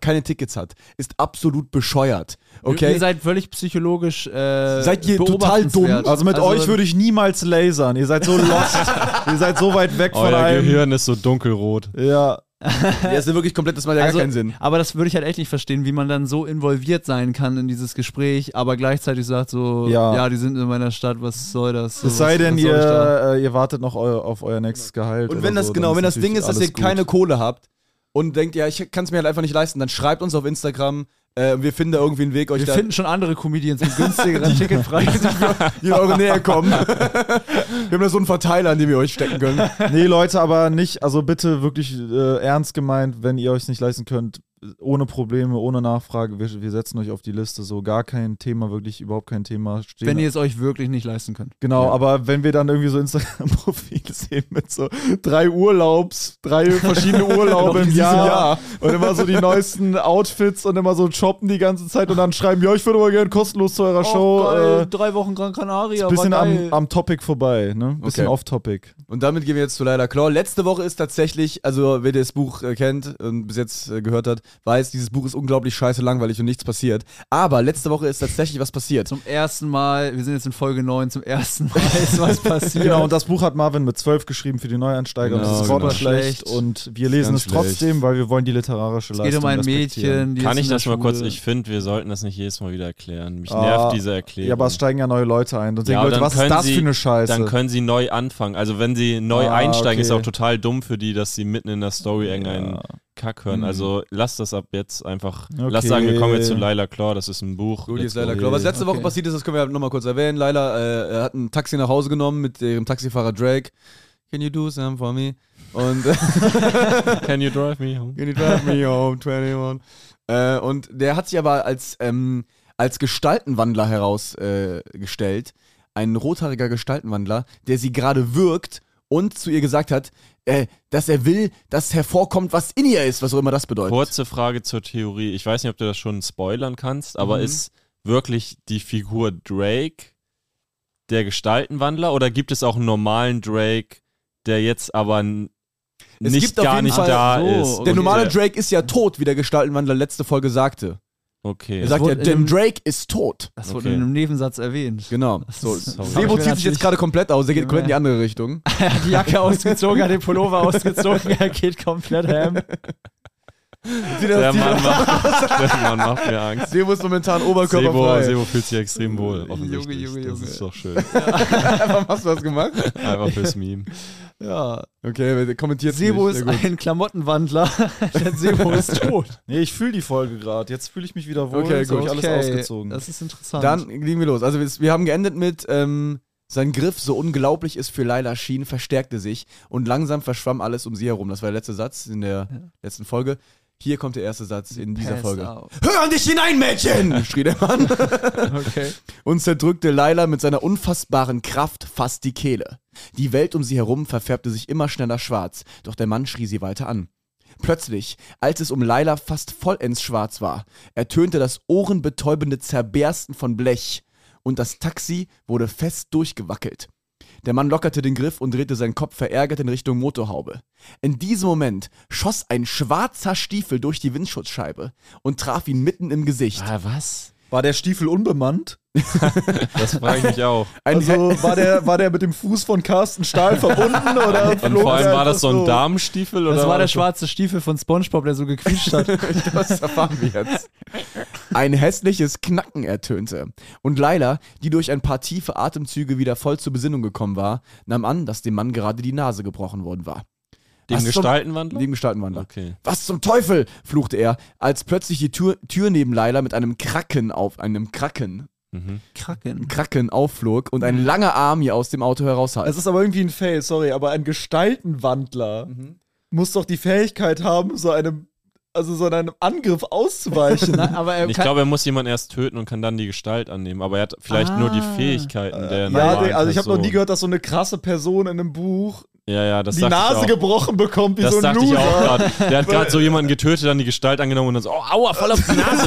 [SPEAKER 5] keine Tickets hat, ist absolut bescheuert. Okay?
[SPEAKER 3] Ihr seid völlig psychologisch äh,
[SPEAKER 5] Seid ihr total
[SPEAKER 3] beobachtenswert.
[SPEAKER 5] dumm?
[SPEAKER 2] Also mit euch würde ich niemals lasern. Ihr seid so lost. Ihr seid so weit weg von
[SPEAKER 4] Euer
[SPEAKER 2] allem.
[SPEAKER 4] Gehirn ist so dunkelrot.
[SPEAKER 2] Ja.
[SPEAKER 5] Ja, ist ja wirklich komplett, das macht ja
[SPEAKER 3] Also,
[SPEAKER 5] gar keinen Sinn.
[SPEAKER 3] Aber das würde ich halt echt nicht verstehen, wie man dann so involviert sein kann in dieses Gespräch, aber gleichzeitig sagt so, ja,
[SPEAKER 2] Ja.
[SPEAKER 3] die sind in meiner Stadt, was soll das? So,
[SPEAKER 2] Es sei
[SPEAKER 3] was-
[SPEAKER 2] denn,
[SPEAKER 3] was soll ich da?
[SPEAKER 2] ihr, äh, ihr wartet noch eu auf euer nächstes Gehalt.
[SPEAKER 5] Und
[SPEAKER 2] oder
[SPEAKER 5] wenn das,
[SPEAKER 2] so,
[SPEAKER 5] genau,
[SPEAKER 2] dann
[SPEAKER 5] wenn das Ding
[SPEAKER 2] natürlich
[SPEAKER 5] ist, dass ihr
[SPEAKER 2] alles gut.
[SPEAKER 5] keine Kohle habt und denkt, ja, ich kann es mir halt einfach nicht leisten, dann schreibt uns auf Instagram, äh, wir finden da irgendwie einen Weg, euch
[SPEAKER 3] Wir
[SPEAKER 5] da
[SPEAKER 3] finden schon andere Comedians mit günstigeren Ticketpreisen.
[SPEAKER 5] die in eure Nähe kommen. Wir haben da so einen Verteiler, an dem wir euch stecken können.
[SPEAKER 2] Nee, Leute, aber nicht, also bitte wirklich äh, ernst gemeint, wenn ihr euch nicht leisten könnt, ohne Probleme, ohne Nachfrage, wir, wir setzen euch auf die Liste, so gar kein Thema, wirklich überhaupt kein Thema stehen.
[SPEAKER 3] Wenn ihr es euch wirklich nicht leisten könnt.
[SPEAKER 2] Genau,
[SPEAKER 5] Ja.
[SPEAKER 2] aber wenn wir dann irgendwie so Instagram-Profile sehen mit so drei Urlaubs, drei verschiedene Urlaube im
[SPEAKER 5] diesem
[SPEAKER 2] Jahr,
[SPEAKER 5] Jahr.
[SPEAKER 2] und immer so die neuesten Outfits und immer so shoppen die ganze Zeit und dann schreiben, ja, ich würde aber gerne kostenlos zu eurer Show. Äh,
[SPEAKER 3] drei Wochen Gran Canaria,
[SPEAKER 2] ist ein bisschen am, am Topic vorbei, ne? Bisschen
[SPEAKER 5] Okay.
[SPEAKER 2] off-Topic.
[SPEAKER 5] Und damit gehen wir jetzt zu Laila Claw. Letzte Woche ist tatsächlich, also wer das Buch äh, kennt und bis jetzt äh, gehört hat, weiß, dieses Buch ist unglaublich scheiße langweilig und nichts passiert. Aber letzte Woche ist tatsächlich was passiert.
[SPEAKER 3] Zum ersten Mal, wir sind jetzt in Folge neun, zum ersten Mal ist was passiert.
[SPEAKER 2] Genau, und das Buch hat Marvin mit zwölf geschrieben für die Neueinsteiger.
[SPEAKER 5] Genau,
[SPEAKER 2] und das ist
[SPEAKER 5] genau.
[SPEAKER 2] grottenschlecht
[SPEAKER 3] Schlecht.
[SPEAKER 2] und wir lesen
[SPEAKER 5] ganz
[SPEAKER 2] es trotzdem,
[SPEAKER 5] schlecht.
[SPEAKER 2] weil wir wollen die literarische
[SPEAKER 3] Es
[SPEAKER 2] Leistung
[SPEAKER 3] geht um ein
[SPEAKER 2] respektieren.
[SPEAKER 3] Mädchen, die
[SPEAKER 4] Kann
[SPEAKER 3] ist
[SPEAKER 4] ich
[SPEAKER 3] in der
[SPEAKER 4] das mal kurz?
[SPEAKER 3] Schule.
[SPEAKER 4] Ich finde, wir sollten das nicht jedes Mal wieder erklären. Mich
[SPEAKER 2] Ah,
[SPEAKER 4] nervt diese Erklärung.
[SPEAKER 2] Ja, aber es steigen ja neue Leute ein. Und denken
[SPEAKER 4] aber
[SPEAKER 2] Leute,
[SPEAKER 4] dann
[SPEAKER 2] was ist
[SPEAKER 4] können
[SPEAKER 2] das
[SPEAKER 4] sie-
[SPEAKER 2] für eine Scheiße?
[SPEAKER 4] Dann können sie neu anfangen. Also wenn sie neu
[SPEAKER 2] Ah,
[SPEAKER 4] einsteigen, ist
[SPEAKER 2] okay.
[SPEAKER 4] auch total dumm für die, dass sie mitten in der Story irgendeinen Kack hören.
[SPEAKER 5] Mhm.
[SPEAKER 4] Also lasst das ab jetzt einfach.
[SPEAKER 2] Okay.
[SPEAKER 4] Lasst sagen, wir kommen jetzt zu Laila Claw, das ist ein Buch.
[SPEAKER 5] Gut,
[SPEAKER 4] Let's
[SPEAKER 5] jetzt Laila
[SPEAKER 4] go.
[SPEAKER 5] Claw. Was letzte Woche
[SPEAKER 3] Okay.
[SPEAKER 5] passiert ist, das können wir nochmal kurz erwähnen. Laila äh, hat ein Taxi nach Hause genommen mit dem Taxifahrer Drake. Can you do something for me? Und
[SPEAKER 4] Can you drive me home?
[SPEAKER 5] Can you drive me home, twenty-one? Äh, und der hat sich aber als, ähm, als Gestaltenwandler herausgestellt. Äh, gestellt. Ein rothaariger Gestaltenwandler, der sie gerade wirkt und zu ihr gesagt hat, äh, dass er will, dass hervorkommt, was in ihr ist, was auch immer das bedeutet.
[SPEAKER 4] Kurze Frage zur Theorie. Ich weiß nicht, ob du das schon spoilern kannst, aber
[SPEAKER 5] Mhm.
[SPEAKER 4] ist wirklich die Figur Drake der Gestaltenwandler oder gibt es auch einen normalen Drake, der jetzt aber n-
[SPEAKER 5] Es
[SPEAKER 4] nicht
[SPEAKER 5] gibt auf
[SPEAKER 4] gar
[SPEAKER 5] jeden
[SPEAKER 4] nicht
[SPEAKER 5] Fall
[SPEAKER 4] da
[SPEAKER 3] so,
[SPEAKER 4] ist?
[SPEAKER 3] okay.
[SPEAKER 5] Der normale
[SPEAKER 4] Der-
[SPEAKER 5] Drake ist ja tot, wie der Gestaltenwandler letzte Folge sagte.
[SPEAKER 4] Okay.
[SPEAKER 5] Er sagt ja,
[SPEAKER 3] wurde in
[SPEAKER 5] dem
[SPEAKER 3] einem-
[SPEAKER 5] Drake ist tot.
[SPEAKER 3] Das wurde
[SPEAKER 4] Okay.
[SPEAKER 3] in einem Nebensatz erwähnt.
[SPEAKER 5] Genau. So,
[SPEAKER 4] Sorry.
[SPEAKER 5] Sebo
[SPEAKER 3] Hab ich mir
[SPEAKER 5] zieht sich
[SPEAKER 3] natürlich-
[SPEAKER 5] jetzt gerade komplett aus, er geht komplett in die andere Richtung.
[SPEAKER 3] Er hat die Jacke ausgezogen, hat den Pullover ausgezogen, er geht komplett ham.
[SPEAKER 5] Sieht
[SPEAKER 4] Der
[SPEAKER 5] das,
[SPEAKER 4] Mann, macht, der Mann macht mir Angst.
[SPEAKER 5] Sebo ist momentan
[SPEAKER 4] Sebo,
[SPEAKER 5] oberkörperfrei.
[SPEAKER 4] Sebo fühlt sich extrem wohl, offensichtlich.
[SPEAKER 3] Junge, Junge,
[SPEAKER 4] Das
[SPEAKER 3] Junge.
[SPEAKER 4] ist doch schön.
[SPEAKER 5] Warum hast du das gemacht?
[SPEAKER 4] Einfach fürs Meme.
[SPEAKER 3] Ja.
[SPEAKER 5] Okay, wer kommentiert
[SPEAKER 3] Sebo
[SPEAKER 5] nicht.
[SPEAKER 3] ist
[SPEAKER 5] Sehr gut.
[SPEAKER 3] ein Klamottenwandler, denn Sebo ist tot.
[SPEAKER 2] Nee, ich fühle die Folge gerade. Jetzt fühle ich mich wieder wohl.
[SPEAKER 5] Okay,
[SPEAKER 2] Jetzt hab
[SPEAKER 5] gut.
[SPEAKER 2] ich alles
[SPEAKER 3] Okay,
[SPEAKER 2] ausgezogen.
[SPEAKER 3] Das ist interessant.
[SPEAKER 5] Dann legen wir los. Also wir, wir haben geendet mit, ähm, sein Griff, so unglaublich es für Laila schien, verstärkte sich und langsam verschwamm alles um sie herum. Das war der letzte Satz in der
[SPEAKER 3] Ja.
[SPEAKER 5] letzten Folge. Hier kommt der erste Satz in dieser
[SPEAKER 3] Pass
[SPEAKER 5] Folge.
[SPEAKER 3] out.
[SPEAKER 5] Hör dich hinein, Mädchen! schrie der Mann
[SPEAKER 3] Okay.
[SPEAKER 5] und zerdrückte Laila mit seiner unfassbaren Kraft fast die Kehle. Die Welt um sie herum verfärbte sich immer schneller schwarz, doch der Mann schrie sie weiter an. Plötzlich, als es um Laila fast vollends schwarz war, ertönte das ohrenbetäubende Zerbersten von Blech und das Taxi wurde fest durchgewackelt. Der Mann lockerte den Griff und drehte seinen Kopf verärgert in Richtung Motorhaube. In diesem Moment schoss ein schwarzer Stiefel durch die Windschutzscheibe und traf ihn mitten im Gesicht.
[SPEAKER 4] Ah, was?
[SPEAKER 2] War der Stiefel unbemannt?
[SPEAKER 4] Das frage ich mich auch.
[SPEAKER 5] Ein
[SPEAKER 2] Also war der, war der mit dem Fuß von Carsten Stahl verbunden? Oder
[SPEAKER 4] Und
[SPEAKER 2] flog
[SPEAKER 4] vor allem
[SPEAKER 2] der
[SPEAKER 4] war das so ein
[SPEAKER 2] einfach
[SPEAKER 4] Damenstiefel? Oder
[SPEAKER 3] Das war der
[SPEAKER 4] das
[SPEAKER 3] schwarze Stiefel von SpongeBob, der so gequietscht hat.
[SPEAKER 5] Das erfahren wir jetzt. Ein hässliches Knacken ertönte. Und Laila, die durch ein paar tiefe Atemzüge wieder voll zur Besinnung gekommen war, nahm an, dass dem Mann gerade die Nase gebrochen worden war.
[SPEAKER 4] Dem
[SPEAKER 5] Was zum-
[SPEAKER 4] Gestaltenwandler?
[SPEAKER 5] Dem Gestaltenwandler.
[SPEAKER 4] Okay.
[SPEAKER 5] Was zum Teufel? Fluchte er, als plötzlich die Tür, Tür neben Laila mit einem Kraken auf einem Kraken,
[SPEAKER 4] Mhm.
[SPEAKER 3] Kraken.
[SPEAKER 5] Kraken aufflog und ein langer Arm ihr aus dem Auto heraushalf.
[SPEAKER 2] Es ist aber irgendwie ein Fail, sorry, aber ein Gestaltenwandler muss doch die Fähigkeit haben, so einem, also so einem Angriff auszuweichen.
[SPEAKER 3] Nein, aber er
[SPEAKER 4] Ich
[SPEAKER 3] kann,
[SPEAKER 4] glaube, er muss jemanden erst töten und kann dann die Gestalt annehmen. Aber er hat vielleicht nur die
[SPEAKER 3] Ah.
[SPEAKER 4] Fähigkeiten der
[SPEAKER 2] ja,
[SPEAKER 4] normalen
[SPEAKER 2] nee, also ich habe noch
[SPEAKER 4] Person.
[SPEAKER 2] nie gehört, dass so eine krasse Person in einem Buch
[SPEAKER 4] Ja, ja, das
[SPEAKER 2] die
[SPEAKER 4] dachte
[SPEAKER 2] Nase
[SPEAKER 4] ich auch.
[SPEAKER 2] gebrochen bekommt, wie
[SPEAKER 4] Das
[SPEAKER 2] so ein
[SPEAKER 4] dachte
[SPEAKER 2] Loser.
[SPEAKER 4] ich auch gerade. Der hat gerade so jemanden getötet, dann die Gestalt angenommen und dann so, oh, aua, voll auf die Nase.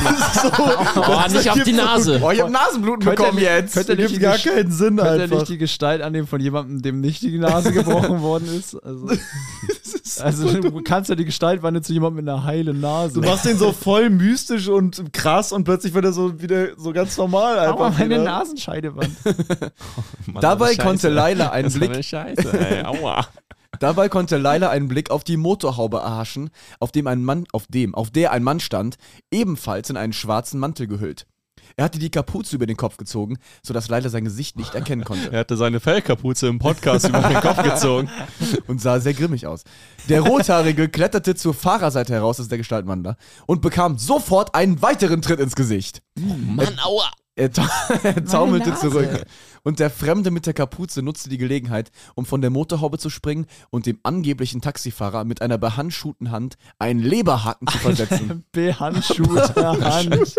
[SPEAKER 4] oh, nicht auf die Nase.
[SPEAKER 5] Oh, ich hab Nasenbluten
[SPEAKER 3] Könnte er
[SPEAKER 5] bekommen
[SPEAKER 3] nicht-
[SPEAKER 5] jetzt.
[SPEAKER 3] könnte er
[SPEAKER 2] Das
[SPEAKER 3] nicht
[SPEAKER 2] gibt
[SPEAKER 3] die
[SPEAKER 2] gar
[SPEAKER 3] Gest-
[SPEAKER 2] keinen Sinn
[SPEAKER 3] könnte er
[SPEAKER 2] einfach.
[SPEAKER 3] nicht die Gestalt annehmen von jemandem, dem nicht die Nase gebrochen worden ist? Also, Also du kannst ja die Gestalt wandeln zu jemandem mit einer heilen Nase.
[SPEAKER 2] Du machst den so voll mystisch und krass und plötzlich wird er so wieder so ganz normal
[SPEAKER 3] Aua,
[SPEAKER 2] einfach.
[SPEAKER 3] meine
[SPEAKER 2] wieder.
[SPEAKER 3] Nasenscheidewand.
[SPEAKER 4] Mann,
[SPEAKER 5] Dabei
[SPEAKER 4] das ist
[SPEAKER 5] konnte
[SPEAKER 4] scheiße.
[SPEAKER 5] Laila einen
[SPEAKER 4] Das war
[SPEAKER 5] Blick
[SPEAKER 4] eine Scheiße, ey. Aua.
[SPEAKER 5] Dabei konnte Laila einen Blick auf die Motorhaube erhaschen, auf dem ein Mann, auf dem, auf der ein Mann stand, ebenfalls in einen schwarzen Mantel gehüllt. Er hatte die Kapuze über den Kopf gezogen, sodass Laila sein Gesicht nicht erkennen konnte
[SPEAKER 4] Er hatte seine Fellkapuze im Podcast über den Kopf gezogen.
[SPEAKER 5] und sah sehr grimmig aus. Der Rothaarige kletterte zur Fahrerseite heraus, das ist der Gestaltwandler, und bekam sofort einen weiteren Tritt ins Gesicht.
[SPEAKER 4] Mann, aua.
[SPEAKER 5] Er, ta er taumelte
[SPEAKER 3] Nase.
[SPEAKER 5] zurück. Und der Fremde mit der Kapuze nutzte die Gelegenheit, um von der Motorhaube zu springen und dem angeblichen Taxifahrer mit einer behandschuhten Hand einen Leberhaken zu versetzen.
[SPEAKER 3] Behandschuhte Hand.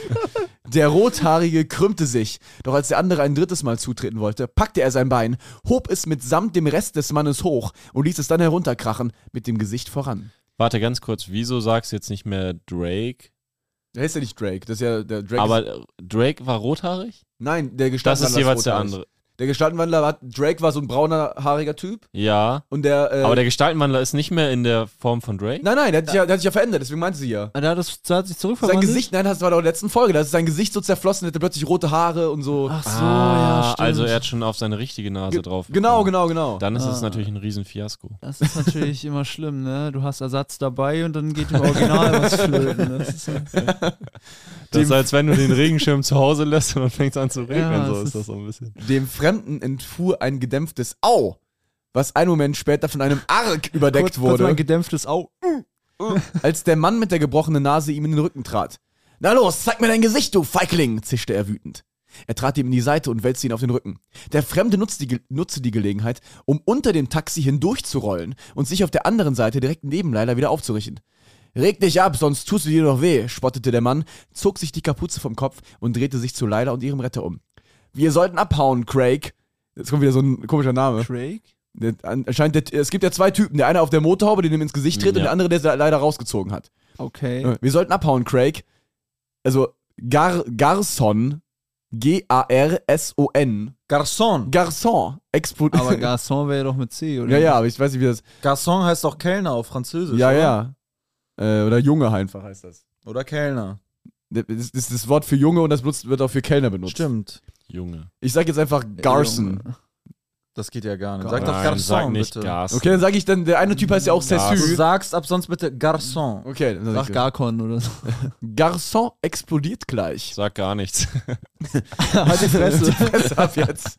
[SPEAKER 5] Der Rothaarige krümmte sich, doch als der andere ein drittes Mal zutreten wollte, packte er sein Bein, hob es mitsamt dem Rest des Mannes hoch und ließ es dann herunterkrachen, mit dem Gesicht voran.
[SPEAKER 4] Warte ganz kurz, wieso sagst du jetzt nicht mehr Drake?
[SPEAKER 5] Der ist ja nicht Drake, das ist ja der Drake.
[SPEAKER 4] Aber
[SPEAKER 5] ist,
[SPEAKER 4] äh, Drake war rothaarig?
[SPEAKER 5] nein, der
[SPEAKER 4] Das
[SPEAKER 5] Gestaltenwandler
[SPEAKER 4] ist jeweils der
[SPEAKER 5] rothaarig.
[SPEAKER 4] andere.
[SPEAKER 5] Der Gestaltenwandler war, Drake war so ein brauner, haariger Typ
[SPEAKER 4] Ja,
[SPEAKER 5] und der, äh,
[SPEAKER 4] aber der Gestaltenwandler ist nicht mehr in der Form von Drake?
[SPEAKER 5] nein, nein, der hat, sich ja, der hat sich ja verändert, deswegen meinte sie ja.
[SPEAKER 3] Der hat, das, der hat sich
[SPEAKER 5] Sein
[SPEAKER 3] zurückverwandelt?
[SPEAKER 5] Gesicht, nein, das war doch in der letzten Folge, da ist sein Gesicht so zerflossen, hatte plötzlich rote Haare und so.
[SPEAKER 3] Ach so,
[SPEAKER 4] Ah,
[SPEAKER 3] ja, stimmt.
[SPEAKER 4] also er hat schon auf seine richtige Nase
[SPEAKER 5] Ge-
[SPEAKER 4] drauf.
[SPEAKER 5] Genau,
[SPEAKER 4] bekommen.
[SPEAKER 5] genau, genau.
[SPEAKER 4] Dann ist es
[SPEAKER 3] Ah.
[SPEAKER 4] natürlich ein Riesenfiasko.
[SPEAKER 3] Das ist natürlich immer schlimm, ne? Du hast Ersatz dabei und dann geht im Original was flöten. Das ist ja
[SPEAKER 4] Das ist, als wenn du den Regenschirm zu Hause lässt und dann fängt es an zu regnen.
[SPEAKER 3] Ja,
[SPEAKER 4] so
[SPEAKER 3] das
[SPEAKER 4] ist das so ein bisschen.
[SPEAKER 5] Dem Fremden entfuhr ein gedämpftes Au, was einen Moment später von einem Arg überdeckt
[SPEAKER 3] kurz, kurz mal ein
[SPEAKER 5] wurde,
[SPEAKER 3] gedämpftes Au.
[SPEAKER 5] als der Mann mit der gebrochenen Nase ihm in den Rücken trat. Na los, zeig mir dein Gesicht, du Feigling, zischte er wütend. Er trat ihm in die Seite und wälzte ihn auf den Rücken. Der Fremde nutzte die, Ge- nutzte die Gelegenheit, um unter dem Taxi hindurchzurollen und sich auf der anderen Seite direkt neben Laila wieder aufzurichten. Reg dich ab, sonst tust du dir noch weh, spottete der Mann, zog sich die Kapuze vom Kopf und drehte sich zu Laila und ihrem Retter um. Wir sollten abhauen, Craig. Jetzt kommt wieder so ein komischer Name.
[SPEAKER 3] Drake?
[SPEAKER 5] Der, anscheinend, der, es gibt ja zwei Typen. Der eine auf der Motorhaube, den ihm ins Gesicht tritt, und
[SPEAKER 4] Ja.
[SPEAKER 5] der andere, der sie leider rausgezogen hat.
[SPEAKER 3] Okay.
[SPEAKER 5] Wir sollten abhauen, Craig. Also, Gar, Garson, G A R S O N.
[SPEAKER 2] Garçon.
[SPEAKER 5] Garçon. Explo
[SPEAKER 3] Aber Garçon wäre doch mit C, oder?
[SPEAKER 5] ja, ja, aber ich weiß nicht, wie das.
[SPEAKER 2] Garçon heißt doch Kellner auf Französisch.
[SPEAKER 5] Ja,
[SPEAKER 2] oder?
[SPEAKER 5] ja. Äh, oder Junge einfach heißt das.
[SPEAKER 2] Oder Kellner.
[SPEAKER 5] Das ist das, das Wort für Junge und das benutzt- wird auch für Kellner benutzt.
[SPEAKER 2] Stimmt.
[SPEAKER 4] Junge.
[SPEAKER 5] Ich sag jetzt einfach Garson.
[SPEAKER 2] Das geht ja gar nicht.
[SPEAKER 3] Gar
[SPEAKER 2] Sag doch
[SPEAKER 4] Nein,
[SPEAKER 2] Garçon,
[SPEAKER 4] sag nicht
[SPEAKER 2] bitte.
[SPEAKER 4] Gas.
[SPEAKER 5] Okay, dann sag ich dann, der eine Typ heißt ja auch
[SPEAKER 4] Gas.
[SPEAKER 2] Du
[SPEAKER 5] Sessü.
[SPEAKER 2] sagst ab sonst bitte Garçon.
[SPEAKER 5] Okay, dann sag
[SPEAKER 3] Sag
[SPEAKER 5] ich das.
[SPEAKER 3] Garcon oder so.
[SPEAKER 5] Garçon explodiert gleich.
[SPEAKER 4] Sag gar nichts.
[SPEAKER 3] Halt die Fresse.
[SPEAKER 5] Fresse ab jetzt.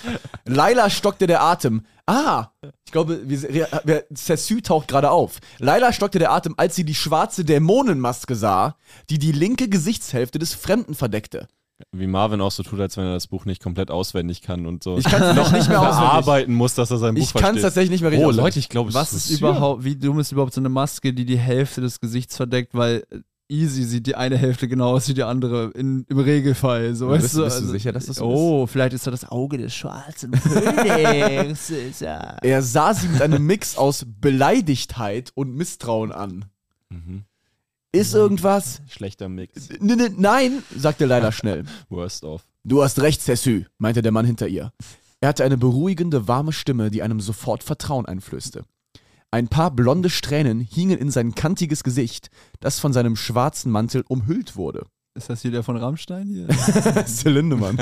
[SPEAKER 5] Laila stockte der Atem. Ah, ich glaube, wir, wir, Sessü taucht gerade auf. Laila stockte der Atem, als sie die schwarze Dämonenmaske sah, die die linke Gesichtshälfte des Fremden verdeckte.
[SPEAKER 4] Wie Marvin auch so tut, als wenn er das Buch nicht komplett auswendig kann und so
[SPEAKER 5] Ich kann es noch nicht mehr auswendig.
[SPEAKER 4] verarbeiten muss, dass er sein Buch
[SPEAKER 5] Ich kann es
[SPEAKER 4] versteht.
[SPEAKER 5] tatsächlich nicht mehr richtig
[SPEAKER 4] Oh
[SPEAKER 5] auswendig.
[SPEAKER 4] Leute, ich glaube, es
[SPEAKER 3] Was ist überhaupt, wie dumm ist überhaupt so eine Maske, die die Hälfte des Gesichts verdeckt, weil easy sieht die eine Hälfte genau aus wie die andere, in, im Regelfall. So,
[SPEAKER 5] Ja,
[SPEAKER 3] weißt
[SPEAKER 5] bist-
[SPEAKER 3] du,
[SPEAKER 5] bist du sicher, dass das so
[SPEAKER 3] Oh, vielleicht ist da das Auge des schwarzen Königs. Ist ja-
[SPEAKER 5] Er sah sie mit einem Mix aus Beleidigtheit und Misstrauen an.
[SPEAKER 4] Mhm.
[SPEAKER 5] Ist irgendwas?
[SPEAKER 4] Schlechter Mix.
[SPEAKER 5] N -n Nein, sagte Laila schnell.
[SPEAKER 4] Worst of.
[SPEAKER 5] Du hast recht, Sessü, meinte der Mann hinter ihr. Er hatte eine beruhigende, warme Stimme, die einem sofort Vertrauen einflößte. Ein paar blonde Strähnen hingen in sein kantiges Gesicht, das von seinem schwarzen Mantel umhüllt wurde.
[SPEAKER 3] Ist das hier der von Rammstein hier?
[SPEAKER 5] Zylindemann.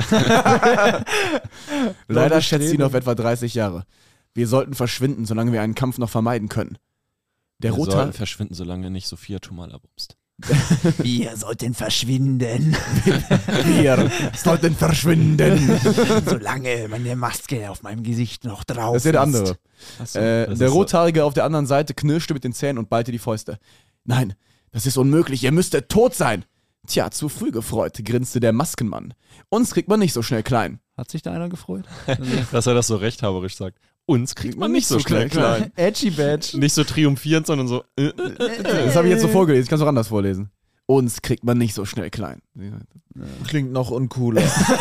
[SPEAKER 5] Leider schätzt ihn auf etwa dreißig Jahre. Wir sollten verschwinden, solange wir einen Kampf noch vermeiden können. Der
[SPEAKER 4] Wir
[SPEAKER 5] Rote
[SPEAKER 4] sollten verschwinden, solange nicht Sophia Tomala bumst.
[SPEAKER 3] Wir sollten verschwinden,
[SPEAKER 5] Wir sollten verschwinden.
[SPEAKER 3] solange meine Maske auf meinem Gesicht noch drauf
[SPEAKER 5] Das ist ja der andere.
[SPEAKER 3] Achso.
[SPEAKER 5] Äh,
[SPEAKER 4] das
[SPEAKER 5] der
[SPEAKER 4] ist so-
[SPEAKER 5] Rothaarige auf der anderen Seite knirschte mit den Zähnen und ballte die Fäuste. Nein, das ist unmöglich, ihr müsstet tot sein. Tja, zu früh gefreut, grinste der Maskenmann. Uns kriegt man nicht so schnell klein.
[SPEAKER 3] Hat sich da einer gefreut?
[SPEAKER 4] Dass er das so rechthaberisch sagt. Uns kriegt man nicht so schnell klein.
[SPEAKER 3] Edgy Badge.
[SPEAKER 4] Nicht so triumphierend, sondern so. Äh, äh.
[SPEAKER 5] Das habe ich jetzt so vorgelesen, ich kann es auch anders vorlesen. Uns kriegt man nicht so schnell klein.
[SPEAKER 2] Klingt noch uncooler.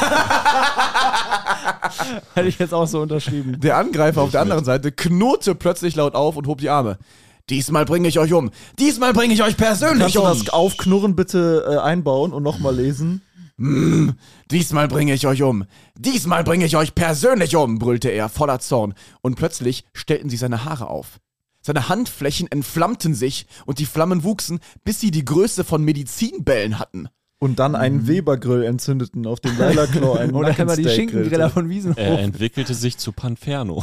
[SPEAKER 3] Hätte ich jetzt auch so unterschrieben.
[SPEAKER 5] Der Angreifer auf der anderen Seite knurrte plötzlich laut auf und hob die Arme. Diesmal bringe ich euch um. Diesmal bringe ich euch persönlich
[SPEAKER 2] Kannst du
[SPEAKER 5] um.
[SPEAKER 2] das Aufknurren bitte äh, einbauen und nochmal lesen?
[SPEAKER 5] Mm, diesmal bringe ich euch um. Diesmal bringe ich euch persönlich um, brüllte er voller Zorn. Und plötzlich stellten sich seine Haare auf. Seine Handflächen entflammten sich und die Flammen wuchsen, bis sie die Größe von Medizinbällen hatten.
[SPEAKER 2] Und dann einen Webergrill entzündeten, auf dem Laila Claw einen
[SPEAKER 3] Oder kann man die
[SPEAKER 2] Nackensteak
[SPEAKER 3] Schinkengriller
[SPEAKER 2] grillte.
[SPEAKER 3] von Wiesenhof.
[SPEAKER 4] Er entwickelte sich zu Panferno.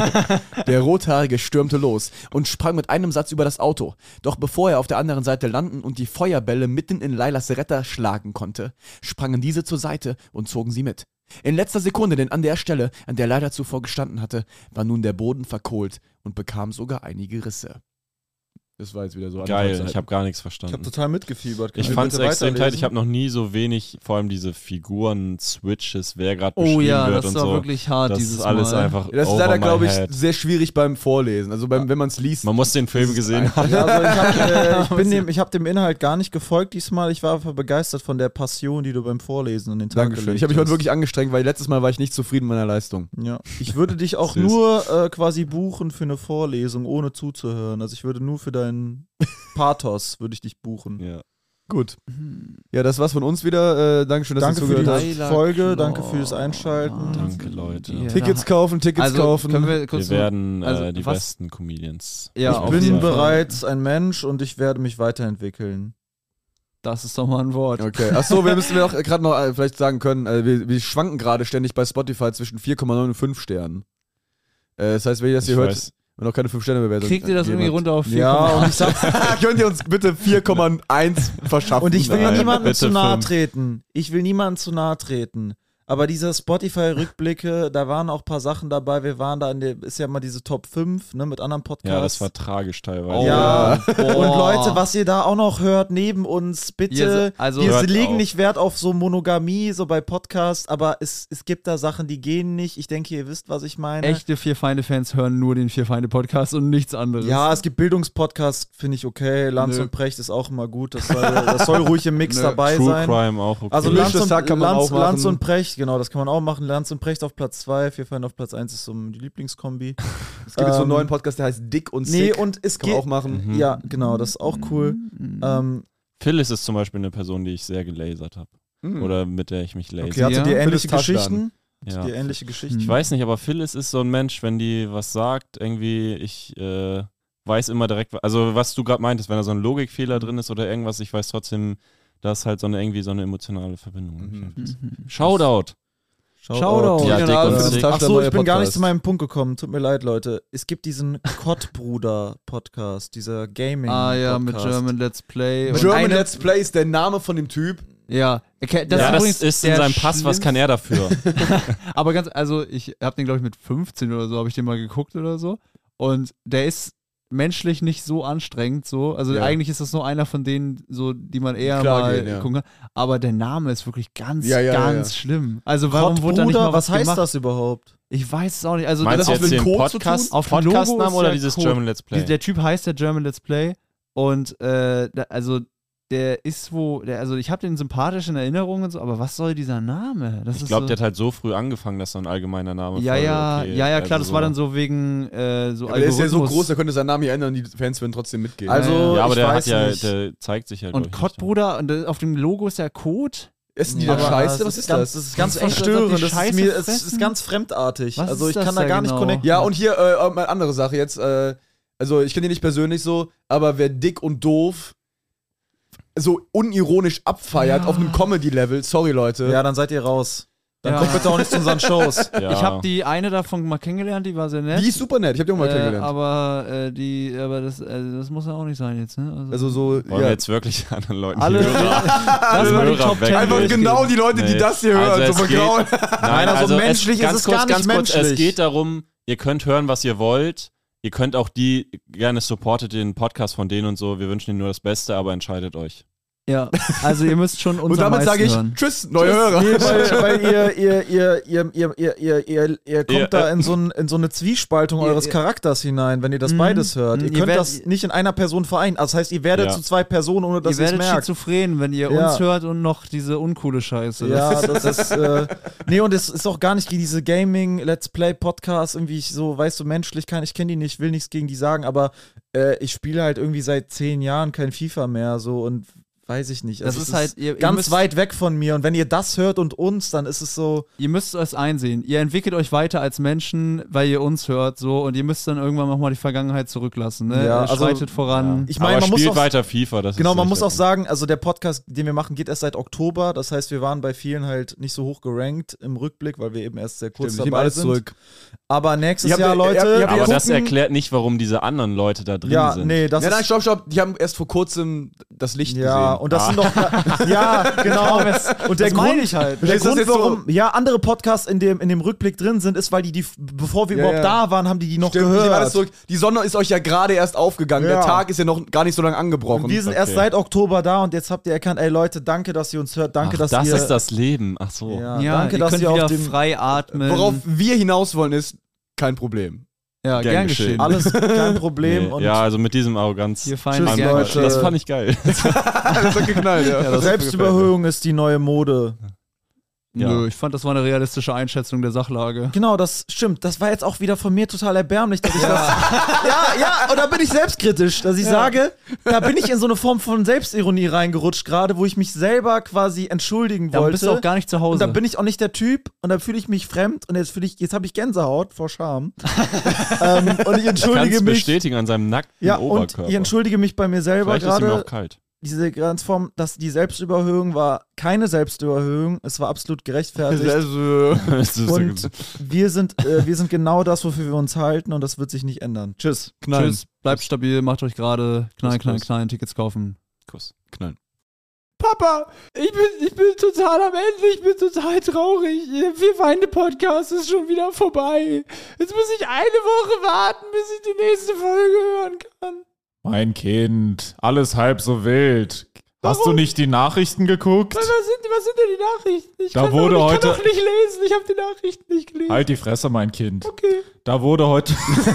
[SPEAKER 5] Der Rothaarige stürmte los und sprang mit einem Satz über das Auto. Doch bevor er auf der anderen Seite landen und die Feuerbälle mitten in Lailas Retter schlagen konnte, sprangen diese zur Seite und zogen sie mit. In letzter Sekunde, denn an der Stelle, an der Laila zuvor gestanden hatte, war nun der Boden verkohlt und bekam sogar einige Risse. Das war jetzt wieder so
[SPEAKER 4] Geil, ich habe gar nichts
[SPEAKER 2] Ich
[SPEAKER 4] verstanden.
[SPEAKER 2] habe total mitgefiebert. Kann
[SPEAKER 4] Ich
[SPEAKER 2] ich
[SPEAKER 4] fand es
[SPEAKER 2] bitte
[SPEAKER 4] extrem tight.
[SPEAKER 2] weiterlesen?
[SPEAKER 4] Ich habe noch nie so wenig, vor allem diese Figuren-Switches, wer gerade
[SPEAKER 3] Oh
[SPEAKER 4] beschrieben
[SPEAKER 3] ja,
[SPEAKER 4] wird
[SPEAKER 3] das
[SPEAKER 4] und
[SPEAKER 3] war
[SPEAKER 4] so.
[SPEAKER 3] wirklich hart
[SPEAKER 4] Das
[SPEAKER 3] dieses
[SPEAKER 4] ist alles
[SPEAKER 3] Mal.
[SPEAKER 4] einfach
[SPEAKER 5] Das ist
[SPEAKER 4] over
[SPEAKER 5] leider,
[SPEAKER 4] my
[SPEAKER 5] glaube ich,
[SPEAKER 4] head.
[SPEAKER 5] sehr schwierig beim Vorlesen. Also beim, wenn man es liest.
[SPEAKER 4] Man muss den Film gesehen haben.
[SPEAKER 2] Ja, also ich habe äh, ich bin dem, ich hab dem Inhalt gar nicht gefolgt diesmal. Ich war einfach begeistert von der Passion, die du beim Vorlesen an den Tag
[SPEAKER 5] Dankeschön.
[SPEAKER 2] gelegt
[SPEAKER 5] Ich habe mich heute
[SPEAKER 2] hast.
[SPEAKER 5] wirklich angestrengt, weil letztes Mal war ich nicht zufrieden mit meiner Leistung.
[SPEAKER 2] Ja. Ich würde dich auch
[SPEAKER 4] Süß.
[SPEAKER 2] nur äh, quasi buchen für eine Vorlesung, ohne zuzuhören. Also ich würde nur für deinen Pathos würde ich dich buchen.
[SPEAKER 4] Ja.
[SPEAKER 5] Gut. Ja, das war's von uns wieder. Äh, Dankeschön, dass
[SPEAKER 2] Danke
[SPEAKER 5] ihr
[SPEAKER 2] für die
[SPEAKER 5] zugehört habt.
[SPEAKER 3] Laila
[SPEAKER 2] Folge,
[SPEAKER 3] Claw.
[SPEAKER 2] danke fürs Einschalten.
[SPEAKER 4] Danke, Leute.
[SPEAKER 3] Ja.
[SPEAKER 5] Tickets kaufen, Tickets
[SPEAKER 3] Also
[SPEAKER 5] kaufen.
[SPEAKER 3] können wir kurz
[SPEAKER 4] Wir werden
[SPEAKER 3] also,
[SPEAKER 4] äh, die
[SPEAKER 3] was-
[SPEAKER 4] besten Comedians.
[SPEAKER 3] Ja,
[SPEAKER 2] ich
[SPEAKER 3] auf
[SPEAKER 2] bin
[SPEAKER 3] jeden Fall.
[SPEAKER 2] bereits ein Mensch und ich werde mich weiterentwickeln.
[SPEAKER 3] Das ist doch mal ein Wort.
[SPEAKER 5] Okay. Achso, wir müssen wir auch gerade noch äh, vielleicht sagen können, äh, wir, wir schwanken gerade ständig bei Spotify zwischen vier Komma neun und fünf Sternen. Äh, das heißt, wenn ihr das hier
[SPEAKER 4] Ich
[SPEAKER 5] hört,
[SPEAKER 4] weiß.
[SPEAKER 5] wenn noch keine fünf Sterne bewertung
[SPEAKER 3] Kriegt ihr das irgendwie runter auf vier?
[SPEAKER 2] Ja, und ich sag,
[SPEAKER 5] Könnt ihr uns bitte vier Komma eins verschaffen?
[SPEAKER 2] und ich will
[SPEAKER 4] Nein,
[SPEAKER 2] niemandem
[SPEAKER 4] bitte
[SPEAKER 2] zu nahe
[SPEAKER 4] fünf.
[SPEAKER 2] treten. Ich will niemandem zu nahe treten. Aber diese Spotify-Rückblicke, da waren auch ein paar Sachen dabei. Wir waren da in der, ist ja mal diese Top fünf, ne, mit anderen Podcasts.
[SPEAKER 4] Ja, das war tragisch teilweise.
[SPEAKER 3] Oh.
[SPEAKER 2] Ja,
[SPEAKER 3] Boah.
[SPEAKER 2] und Leute, was ihr da auch noch hört neben uns, bitte,
[SPEAKER 3] Ja, so- also-
[SPEAKER 2] wir
[SPEAKER 4] Hört
[SPEAKER 2] legen
[SPEAKER 4] auf.
[SPEAKER 2] nicht Wert auf so Monogamie, so bei Podcasts, aber es, es gibt da Sachen, die gehen nicht. Ich denke, ihr wisst, was ich meine.
[SPEAKER 3] Echte Vier-Feinde-Fans hören nur den Vier-Feinde-Podcast und nichts anderes.
[SPEAKER 2] Ja, es gibt Bildungspodcasts, finde ich okay. Lanz
[SPEAKER 3] Nö.
[SPEAKER 2] und Precht ist auch immer gut. Das soll, das soll ruhig im Mix
[SPEAKER 3] Nö.
[SPEAKER 2] dabei
[SPEAKER 4] True
[SPEAKER 2] sein.
[SPEAKER 4] Crime auch okay.
[SPEAKER 2] Also
[SPEAKER 5] Gemischtes
[SPEAKER 2] Lanz und,
[SPEAKER 5] Hack kann man
[SPEAKER 2] Lanz,
[SPEAKER 5] auch
[SPEAKER 2] Lanz
[SPEAKER 5] machen.
[SPEAKER 2] und Precht, genau, das kann man auch machen. Lanz und Precht auf Platz zwei, Vierfeinde auf Platz eins ist so die Lieblingskombi.
[SPEAKER 5] Es gibt jetzt so einen
[SPEAKER 2] Ähm,
[SPEAKER 5] neuen Podcast, der heißt Dick und
[SPEAKER 2] Nee,
[SPEAKER 5] Sick.
[SPEAKER 2] und es
[SPEAKER 5] Kann man
[SPEAKER 2] geht.
[SPEAKER 5] auch machen.
[SPEAKER 4] Mhm.
[SPEAKER 2] Ja, genau, das ist auch cool.
[SPEAKER 3] Mhm.
[SPEAKER 2] Ähm,
[SPEAKER 4] Phyllis ist zum Beispiel eine Person, die ich sehr gelasert habe.
[SPEAKER 5] Mhm.
[SPEAKER 4] Oder mit der ich mich laser.
[SPEAKER 2] okay, hattet
[SPEAKER 3] Ja.
[SPEAKER 2] ihr ähnliche
[SPEAKER 5] Phyllis Taschdan.
[SPEAKER 2] Geschichten?
[SPEAKER 4] Ja.
[SPEAKER 2] Hattet ihr ähnliche Geschichten?
[SPEAKER 4] Ich weiß nicht, aber Phyllis ist so ein Mensch, wenn die was sagt, irgendwie, ich äh, weiß immer direkt, also was du gerade meintest, wenn da so ein Logikfehler drin ist oder irgendwas, ich weiß trotzdem, da ist halt so eine irgendwie so eine emotionale Verbindung.
[SPEAKER 5] Mhm.
[SPEAKER 3] Shoutout.
[SPEAKER 4] Shoutout!
[SPEAKER 3] Shoutout.
[SPEAKER 4] Ja,
[SPEAKER 5] Dick
[SPEAKER 4] Dick und
[SPEAKER 5] und
[SPEAKER 4] Sick.
[SPEAKER 5] Sick.
[SPEAKER 2] Achso, ich bin gar nicht
[SPEAKER 5] Podcast.
[SPEAKER 2] zu meinem Punkt gekommen. Tut mir leid, Leute. Es gibt diesen Kottbruder-Podcast, dieser Gaming.
[SPEAKER 3] Ah ja, mit
[SPEAKER 2] Podcast.
[SPEAKER 3] German Let's Play. Und
[SPEAKER 5] German
[SPEAKER 2] eine-
[SPEAKER 5] Let's Play ist der Name von dem Typ.
[SPEAKER 3] ja, okay, das
[SPEAKER 4] ja,
[SPEAKER 3] ist
[SPEAKER 4] das
[SPEAKER 3] übrigens
[SPEAKER 4] ist in
[SPEAKER 3] der
[SPEAKER 4] seinem Pass, was kann er dafür?
[SPEAKER 3] Aber ganz, also ich habe den, glaube ich, mit fünfzehn oder so, habe ich den mal geguckt oder so. Und der ist menschlich nicht so anstrengend, so. Also
[SPEAKER 5] Ja.
[SPEAKER 3] eigentlich ist das nur einer von denen, so, die man eher
[SPEAKER 5] Klar
[SPEAKER 3] mal
[SPEAKER 5] gehen, ja.
[SPEAKER 3] gucken kann. Aber der Name ist wirklich ganz,
[SPEAKER 5] Ja, ja,
[SPEAKER 3] ganz
[SPEAKER 5] ja, ja.
[SPEAKER 3] schlimm. Also warum wurde da nicht
[SPEAKER 2] Kottbruder,
[SPEAKER 3] mal was,
[SPEAKER 2] was heißt
[SPEAKER 3] gemacht?
[SPEAKER 2] das überhaupt?
[SPEAKER 3] Ich weiß es auch nicht. Also
[SPEAKER 4] Meinst
[SPEAKER 3] das
[SPEAKER 4] du
[SPEAKER 5] auf
[SPEAKER 4] jetzt
[SPEAKER 5] den
[SPEAKER 4] den
[SPEAKER 5] Code zu
[SPEAKER 4] Podcast,
[SPEAKER 3] tun? Auf dem Logo
[SPEAKER 4] Podcastnamen
[SPEAKER 3] ist
[SPEAKER 4] oder
[SPEAKER 3] der
[SPEAKER 4] dieses
[SPEAKER 3] Code.
[SPEAKER 4] German Let's Play?
[SPEAKER 3] Die, der Typ heißt der German Let's Play und äh, da, also der ist wo, der, also ich habe den sympathisch in Erinnerung und so, aber was soll dieser Name? Das
[SPEAKER 4] Ich
[SPEAKER 3] ist
[SPEAKER 4] glaube,
[SPEAKER 3] so,
[SPEAKER 4] der hat halt so früh angefangen, dass so ein allgemeiner Name
[SPEAKER 3] ja,
[SPEAKER 4] voll
[SPEAKER 3] ja,
[SPEAKER 4] okay,
[SPEAKER 3] ja, ja, klar,
[SPEAKER 4] also
[SPEAKER 3] das war dann so wegen äh, so
[SPEAKER 5] Aber der ist ja so
[SPEAKER 3] Algorithmus.
[SPEAKER 5] groß, der könnte seinen Namen hier ändern, die Fans würden trotzdem mitgehen.
[SPEAKER 2] Also,
[SPEAKER 4] Ja, aber
[SPEAKER 2] ich
[SPEAKER 4] der
[SPEAKER 2] weiß
[SPEAKER 4] hat ja,
[SPEAKER 2] nicht.
[SPEAKER 4] der zeigt sich halt.
[SPEAKER 3] Und
[SPEAKER 4] glaub ich,
[SPEAKER 3] Kottbruder, und äh, auf dem Logo ist der Code.
[SPEAKER 5] Essen die da
[SPEAKER 2] Aber
[SPEAKER 5] Scheiße?
[SPEAKER 2] das
[SPEAKER 5] Was ist
[SPEAKER 2] ganz,
[SPEAKER 5] das?
[SPEAKER 2] Das ist ganz
[SPEAKER 3] Das ist echt, als ob
[SPEAKER 2] verstörend.
[SPEAKER 3] die
[SPEAKER 2] Das ist,
[SPEAKER 3] Scheiße
[SPEAKER 2] mir, es ist
[SPEAKER 3] fressen.
[SPEAKER 2] ganz fremdartig.
[SPEAKER 3] Was
[SPEAKER 2] also
[SPEAKER 3] ist
[SPEAKER 2] ich
[SPEAKER 3] das
[SPEAKER 2] kann da
[SPEAKER 3] da
[SPEAKER 2] gar nicht
[SPEAKER 3] genau?
[SPEAKER 2] connecten.
[SPEAKER 5] Ja, und hier äh, mal eine andere Sache jetzt. Äh, also ich kenne ihn nicht persönlich so, aber wer dick und doof so unironisch abfeiert
[SPEAKER 3] Ja.
[SPEAKER 5] auf einem Comedy-Level, sorry Leute.
[SPEAKER 2] Ja, dann seid ihr raus. Dann
[SPEAKER 3] Ja.
[SPEAKER 2] kommt bitte auch nicht zu unseren Shows.
[SPEAKER 4] Ja.
[SPEAKER 3] Ich habe die eine davon mal kennengelernt, die war sehr nett.
[SPEAKER 5] Die ist super nett, ich hab die auch mal
[SPEAKER 3] äh,
[SPEAKER 5] kennengelernt.
[SPEAKER 3] aber äh, die, aber das, also das muss ja auch nicht sein jetzt, ne?
[SPEAKER 5] Also so,
[SPEAKER 4] Wollen wir
[SPEAKER 5] ja.
[SPEAKER 4] jetzt wirklich anderen Leuten
[SPEAKER 3] alle,
[SPEAKER 4] die Hörer,
[SPEAKER 3] lass
[SPEAKER 4] die
[SPEAKER 3] mal die
[SPEAKER 4] Hörer
[SPEAKER 3] Top
[SPEAKER 4] weg-
[SPEAKER 3] Ten
[SPEAKER 5] Einfach
[SPEAKER 3] durchgehen.
[SPEAKER 5] genau die Leute, die
[SPEAKER 4] Nee.
[SPEAKER 5] das hier hören,
[SPEAKER 4] Also
[SPEAKER 5] so
[SPEAKER 4] es geht-
[SPEAKER 5] vergrauen.
[SPEAKER 4] Nein,
[SPEAKER 2] also
[SPEAKER 4] also
[SPEAKER 2] menschlich
[SPEAKER 4] es, ganz
[SPEAKER 2] ist es
[SPEAKER 4] kurz,
[SPEAKER 2] gar nicht
[SPEAKER 4] ganz kurz,
[SPEAKER 2] menschlich.
[SPEAKER 4] Es geht darum, ihr könnt hören, was ihr wollt. Ihr könnt auch die, gerne supportet den Podcast von denen und so. Wir wünschen ihnen nur das Beste, aber entscheidet euch.
[SPEAKER 3] Ja, also ihr müsst schon uns
[SPEAKER 5] Und
[SPEAKER 3] am
[SPEAKER 5] damit
[SPEAKER 3] meisten
[SPEAKER 5] sage ich,
[SPEAKER 3] hören.
[SPEAKER 5] tschüss, neue Hörer.
[SPEAKER 2] Nee, weil, weil ihr, ihr, ihr, ihr, ihr, ihr, ihr, ihr, ihr kommt
[SPEAKER 4] Ihr,
[SPEAKER 2] da
[SPEAKER 4] äh,
[SPEAKER 2] in so, ein, in so eine Zwiespaltung
[SPEAKER 3] ihr-
[SPEAKER 2] eures
[SPEAKER 3] ihr-
[SPEAKER 2] Charakters hinein, wenn ihr das
[SPEAKER 3] Mhm.
[SPEAKER 2] beides hört.
[SPEAKER 3] Mhm.
[SPEAKER 2] Ihr
[SPEAKER 3] Ihr
[SPEAKER 2] könnt
[SPEAKER 3] werdet-
[SPEAKER 2] das nicht in einer Person vereinen. Also das heißt, ihr werdet
[SPEAKER 4] Ja.
[SPEAKER 2] zu zwei Personen, ohne dass
[SPEAKER 3] ihr
[SPEAKER 2] ihr es
[SPEAKER 3] werdet
[SPEAKER 2] merkt.
[SPEAKER 3] schizophren, wenn ihr
[SPEAKER 2] Ja.
[SPEAKER 3] uns hört und noch diese uncoole Scheiße.
[SPEAKER 2] Ja, das ist, äh, nee, und es ist auch gar nicht wie diese Gaming-Let's Play-Podcasts, irgendwie ich so, weißt du, menschlich kann, ich kenne die nicht, will nichts gegen die sagen, aber äh, ich spiele halt irgendwie seit zehn Jahren kein FIFA mehr, so, und weiß ich nicht.
[SPEAKER 3] Das
[SPEAKER 2] Also
[SPEAKER 3] ist
[SPEAKER 2] es
[SPEAKER 3] halt, ihr- ihr
[SPEAKER 2] ganz
[SPEAKER 3] müsst-
[SPEAKER 2] weit weg von mir. Und wenn ihr das hört und uns, dann ist es so.
[SPEAKER 3] Ihr müsst es einsehen. Ihr entwickelt euch weiter als Menschen, weil ihr uns hört, so, und ihr müsst dann irgendwann nochmal die Vergangenheit zurücklassen. Ne?
[SPEAKER 2] Ja,
[SPEAKER 3] Ihr
[SPEAKER 2] also-
[SPEAKER 3] schreitet voran.
[SPEAKER 2] Ich meine,
[SPEAKER 4] Aber
[SPEAKER 2] man muss
[SPEAKER 4] spielt
[SPEAKER 2] auch,
[SPEAKER 4] weiter FIFA. Das
[SPEAKER 2] genau,
[SPEAKER 4] ist
[SPEAKER 2] man
[SPEAKER 4] echt
[SPEAKER 2] muss auch
[SPEAKER 4] der
[SPEAKER 2] sagen, also der Podcast, den wir machen, geht erst seit Oktober. Das heißt, wir waren bei vielen halt nicht so hoch gerankt im Rückblick, weil wir eben erst sehr kurz
[SPEAKER 5] Stimmt, ich nehme
[SPEAKER 2] dabei
[SPEAKER 5] alles
[SPEAKER 2] sind.
[SPEAKER 5] zurück.
[SPEAKER 2] Aber nächstes
[SPEAKER 5] Ich hab-
[SPEAKER 2] Jahr,
[SPEAKER 5] ihr-
[SPEAKER 2] Leute,
[SPEAKER 5] ihr- ihr habt
[SPEAKER 2] wir
[SPEAKER 4] Aber das
[SPEAKER 2] gucken-
[SPEAKER 4] erklärt nicht, warum diese anderen Leute da drin
[SPEAKER 2] ja,
[SPEAKER 4] sind.
[SPEAKER 2] nee, das
[SPEAKER 5] Ja, nein,
[SPEAKER 2] ist
[SPEAKER 5] stopp, stopp. Die haben erst vor kurzem das Licht
[SPEAKER 2] ja,
[SPEAKER 5] gesehen.
[SPEAKER 2] und das
[SPEAKER 4] Ah.
[SPEAKER 2] sind doch ja, genau. Und der
[SPEAKER 3] das meine
[SPEAKER 2] Grund,
[SPEAKER 3] ich halt.
[SPEAKER 2] der
[SPEAKER 5] Ist das
[SPEAKER 2] Grund,
[SPEAKER 5] jetzt so-
[SPEAKER 2] warum ja andere Podcasts in dem in dem Rückblick drin sind, ist, weil die die bevor wir
[SPEAKER 5] Ja,
[SPEAKER 2] überhaupt
[SPEAKER 5] ja.
[SPEAKER 2] da waren, haben die die noch
[SPEAKER 5] Stimmt, ich nehme alles
[SPEAKER 2] gehört.
[SPEAKER 5] zurück. Die Sonne ist euch ja gerade erst aufgegangen.
[SPEAKER 2] Ja.
[SPEAKER 5] Der Tag ist ja noch gar nicht so lange angebrochen.
[SPEAKER 2] Und wir sind
[SPEAKER 4] Okay.
[SPEAKER 2] erst seit Oktober da und jetzt habt ihr erkannt, ey Leute, danke, dass ihr uns hört, danke,
[SPEAKER 4] Ach,
[SPEAKER 2] dass
[SPEAKER 4] das
[SPEAKER 2] ihr
[SPEAKER 4] ist das Leben. Ach so.
[SPEAKER 2] ja,
[SPEAKER 3] Ja,
[SPEAKER 2] danke,
[SPEAKER 3] ihr
[SPEAKER 2] dass
[SPEAKER 3] könnt
[SPEAKER 2] ihr
[SPEAKER 3] wieder
[SPEAKER 2] auf dem
[SPEAKER 3] frei atmen.
[SPEAKER 5] Worauf wir hinaus wollen, ist kein Problem.
[SPEAKER 3] ja,
[SPEAKER 4] Gern
[SPEAKER 3] gern
[SPEAKER 4] geschehen.
[SPEAKER 3] geschehen.
[SPEAKER 2] alles kein Problem
[SPEAKER 4] Nee,
[SPEAKER 2] und
[SPEAKER 4] ja, also mit diesem Arroganz.
[SPEAKER 3] Hier fein
[SPEAKER 2] Tschüss,
[SPEAKER 3] gern
[SPEAKER 2] Leute.
[SPEAKER 3] geschehen.
[SPEAKER 4] Das fand ich geil.
[SPEAKER 5] das hat geknallt, ja.
[SPEAKER 2] ja, Selbstüberhöhung ist die neue Mode.
[SPEAKER 4] Ja.
[SPEAKER 3] Nö, ich fand, das war eine realistische Einschätzung der Sachlage.
[SPEAKER 2] Genau, das stimmt. Das war jetzt auch wieder von mir total erbärmlich, dass ich das. Ja, ja, und da bin ich selbstkritisch, dass ich sage, da bin ich in so eine Form von Selbstironie reingerutscht gerade, wo ich mich selber quasi entschuldigen
[SPEAKER 3] Da
[SPEAKER 2] wollte.
[SPEAKER 3] bist du auch gar nicht zu Hause.
[SPEAKER 2] und da bin ich auch nicht der Typ und da fühle ich mich fremd und jetzt fühle ich, jetzt habe ich Gänsehaut vor Scham. ähm, und ich entschuldige
[SPEAKER 4] Kannst
[SPEAKER 2] mich.
[SPEAKER 4] bestätigen an seinem nackten
[SPEAKER 2] Ja, und
[SPEAKER 4] Oberkörper.
[SPEAKER 2] ich entschuldige mich bei mir selber
[SPEAKER 4] Vielleicht ist ihm
[SPEAKER 2] gerade.
[SPEAKER 4] auch kalt.
[SPEAKER 2] Diese Grenzform, dass die Selbstüberhöhung war keine Selbstüberhöhung, es war absolut gerechtfertigt.
[SPEAKER 5] Also,
[SPEAKER 4] Das ist
[SPEAKER 2] Und wir sind, äh, wir sind genau das, wofür wir uns halten und das wird sich nicht ändern. Tschüss.
[SPEAKER 5] knallen.
[SPEAKER 3] Tschüss, bleibt stabil, macht euch gerade knallen,
[SPEAKER 4] Kuss,
[SPEAKER 3] knallen,
[SPEAKER 4] Kuss.
[SPEAKER 3] knallen, Tickets kaufen.
[SPEAKER 4] Kuss.
[SPEAKER 5] Knallen.
[SPEAKER 3] Papa, ich bin, ich bin total am Ende, ich bin total traurig. Wir Feinde Podcast ist schon wieder vorbei. Jetzt muss ich eine Woche warten, bis ich die nächste Folge hören kann.
[SPEAKER 1] Mein Kind, alles halb so wild. Hast du nicht die Nachrichten geguckt?
[SPEAKER 3] Was sind, was sind denn die Nachrichten? Ich
[SPEAKER 1] Da
[SPEAKER 3] kann
[SPEAKER 1] wurde
[SPEAKER 3] doch, ich
[SPEAKER 1] heute-
[SPEAKER 3] kann doch nicht lesen, ich habe die Nachrichten nicht gelesen.
[SPEAKER 1] Halt die Fresse, mein Kind.
[SPEAKER 3] Okay.
[SPEAKER 1] Da wurde heute,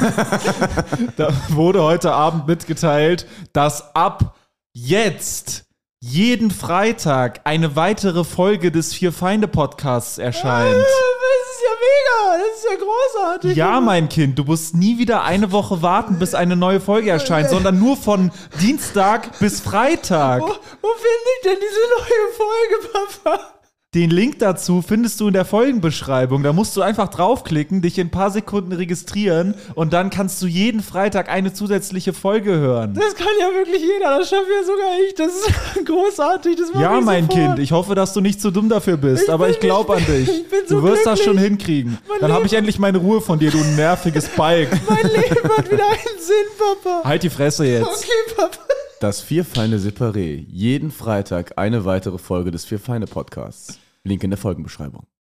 [SPEAKER 1] da wurde heute Abend mitgeteilt, dass ab jetzt jeden Freitag eine weitere Folge des Vier-Feinde-Podcasts erscheint.
[SPEAKER 3] Das ist ja mega, das ist ja großartig.
[SPEAKER 1] Ja, mein Kind, du musst nie wieder eine Woche warten, bis eine neue Folge erscheint, sondern nur von Dienstag bis Freitag.
[SPEAKER 3] Wo, wo finde ich denn diese neue Folge, Papa?
[SPEAKER 1] Den Link dazu findest du in der Folgenbeschreibung. Da musst du einfach draufklicken, dich in ein paar Sekunden registrieren und dann kannst du jeden Freitag eine zusätzliche Folge hören.
[SPEAKER 3] Das kann ja wirklich jeder, das schaffe ja sogar ich. Das ist großartig, das mache
[SPEAKER 1] Ja,
[SPEAKER 3] ich
[SPEAKER 1] mein
[SPEAKER 3] sofort.
[SPEAKER 1] Kind, ich hoffe, dass du nicht zu dumm dafür bist,
[SPEAKER 3] Ich
[SPEAKER 1] aber
[SPEAKER 3] bin-
[SPEAKER 1] ich glaube an
[SPEAKER 3] ich bin-
[SPEAKER 1] dich.
[SPEAKER 3] ich bin so
[SPEAKER 1] Du wirst das
[SPEAKER 3] glücklich.
[SPEAKER 1] schon hinkriegen.
[SPEAKER 3] Mein
[SPEAKER 1] Dann habe ich
[SPEAKER 3] Leben-
[SPEAKER 1] endlich meine Ruhe von dir, du nerviges Balk.
[SPEAKER 3] Mein Leben hat wieder einen Sinn, Papa.
[SPEAKER 1] Halt die Fresse jetzt.
[SPEAKER 3] Okay, Papa.
[SPEAKER 5] Das Vier-Feinde Separé. Jeden Freitag eine weitere Folge des Vier-Feinde Podcasts. Link in der Folgenbeschreibung.